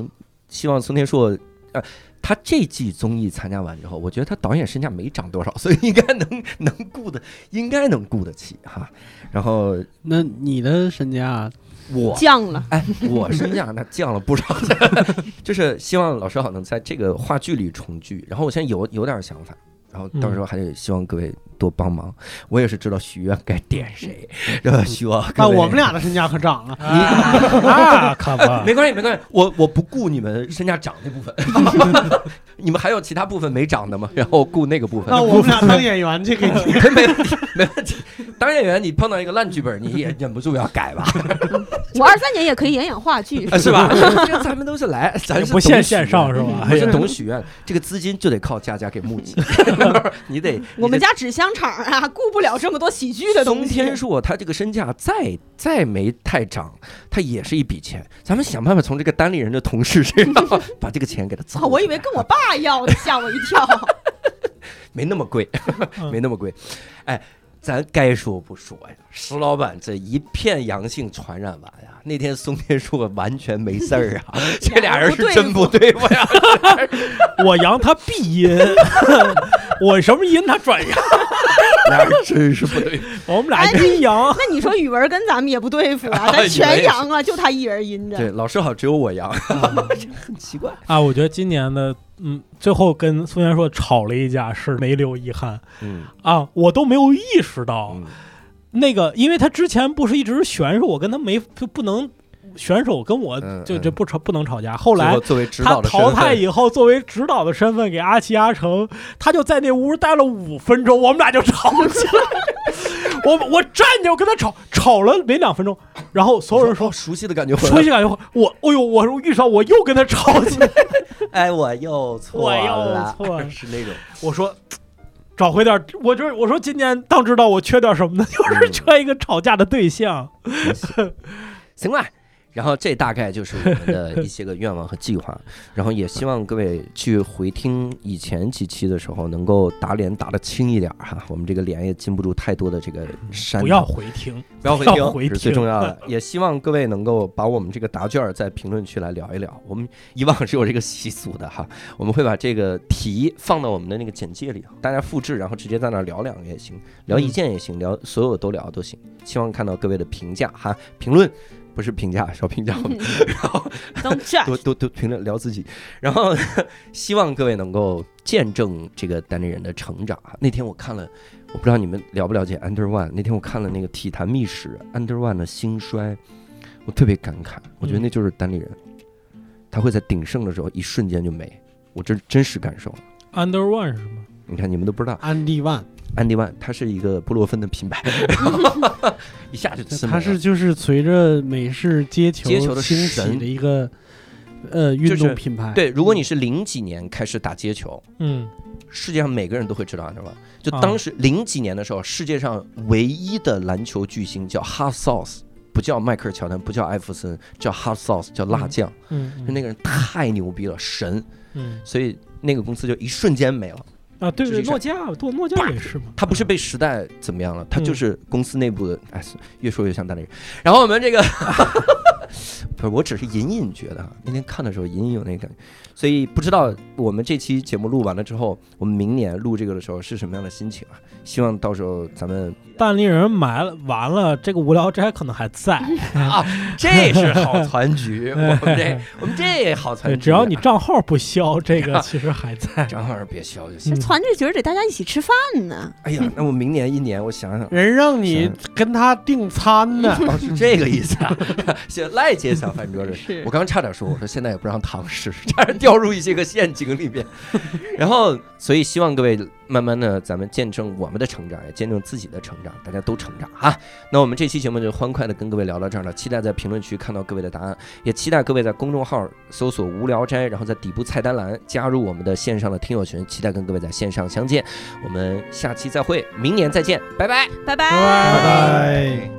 希望宋天硕，呃，他这季综艺参加完之后，我觉得他导演身价没涨多少，所以应该能能顾的，应该能顾得起哈。然后，
那你的身价？
我
降了，
哎，我身价那降了不少，就是希望老师好能在这个话剧里重聚。然后我现在有有点想法，然后到时候还得希望各位多帮忙。我也是知道许愿该点谁，对吧？希望
那我们俩的身价可涨了，
那可不，
没关系没关系，我我不顾你们身价涨那部分，你们还有其他部分没涨的吗？然后顾那个部分。
那我们俩当演员去给你，
没问题没问题。当演员你碰到一个烂剧本，你也忍不住要改吧。
我二三年也可以演演话剧，
是吧？咱们都是来，咱是
不限线上是吧？
不是懂许愿，这个资金就得靠佳佳给募集。你得，
我们家纸香肠啊，顾不了这么多喜剧的东西。
宋天硕他这个身价再再没太涨，他也是一笔钱。咱们想办法从这个单立人的同事身上把这个钱给他造。
我以为跟我爸要的，吓我一跳。
没那么贵，没那么贵。哎。咱该说不说呀，石老板这一片阳性传染完呀，那天宋天硕完全没事儿啊，这俩人是真不对付呀。
我阳他必阴，我什么阴他转阳，
俩人真是不对付。
我们俩阴阳。
那你说语文跟咱们也不对付啊，咱全阳啊，就他一人阴着。
对，老师好，只有我阳，很奇怪
啊。我觉得今年的。嗯，最后跟宋天硕吵了一架，是没留遗憾。嗯啊，我都没有意识到，嗯、那个，因为他之前不是一直选手，我跟他没就不能选手跟我就这不吵不能吵架。后来他淘汰以后，作为指导的身份给阿奇阿成，他就在那屋待了五分钟，我们俩就吵起来。我我站着我跟他吵，吵了没两分钟，然后所有人说、
哦、熟悉的感觉，
熟悉感觉，我哎呦，我遇上我又跟他吵起来。
哎，我又错了，
我又错了，
是那种。
我说，找回点，我就是我说今年当知道我缺点什么呢？就是缺一个吵架的对象。
嗯、行吧。然后这大概就是我们的一些个愿望和计划，然后也希望各位去回听以前几期的时候，能够打脸打得轻一点哈。我们这个脸也禁不住太多的这个山。
不要回听，
不要回听，回听是最重要的。也希望各位能够把我们这个答卷在评论区来聊一聊。我们以往是有这个习俗的哈，我们会把这个题放到我们的那个简介里，大家复制，然后直接在那聊两个也行，聊一件也行，聊所有都聊都行。希望看到各位的评价哈，评论。不是评价，少评价我们，然后多多多评论聊自己，然后希望各位能够见证这个单立人的成长。那天我看了，我不知道你们了不了解 Under One， 那天我看了那个体坛秘史 Under One 的兴衰，我特别感慨，我觉得那就是单立人，他会在鼎盛的时候一瞬间就没，我这真实感受。
Under One 是什么？
你看你们都不知道。
Andy One。
安迪万，它是一个布洛芬的品牌，一下就吃没了。
它是就是随着美式街球
街球的
兴起的一个呃运动品牌。
就是、对，如果你是零几年开始打街球，
嗯，
世界上每个人都会知道，知道吧？就当时零几年的时候，世界上唯一的篮球巨星叫 Hot Sauce， 不叫迈克尔乔丹，不叫艾弗森，叫 Hot Sauce， 叫辣酱。
嗯，
就那个人太牛逼了，神。
嗯，
所以那个公司就一瞬间没了。
啊，对对，诺基亚，诺诺基亚也是嘛。
他不是被时代怎么样了，他就是公司内部的。哎，越说越像单立人。然后我们这个，不是，我只是隐隐觉得，那天看的时候隐隐有那个感觉，所以不知道我们这期节目录完了之后，我们明年录这个的时候是什么样的心情啊？希望到时候咱们
单立人埋了完了，这个无聊斋可能还在
啊，这是好团局。我们这我们这好团局，
只要你账号不消，这个其实还在。
账号别消就行。
团这局得大家一起吃饭呢。
哎呀，那我明年一年，我想想，
人让你跟他订餐呢，
哦，是这个意思啊。现赖街小饭桌是，我刚刚差点说，我说现在也不让堂食，差点掉入一些个陷阱里面。然后，所以希望各位慢慢的，咱们见证我们的成长，也见证自己的成长，大家都成长啊。那我们这期节目就欢快的跟各位聊到这儿了，期待在评论区看到各位的答案，也期待各位在公众号搜索无聊斋，然后在底部菜单栏加入我们的线上的听友群，期待跟各位在线上相见。我们下期再会，明年再见，拜拜，
拜拜，
拜拜。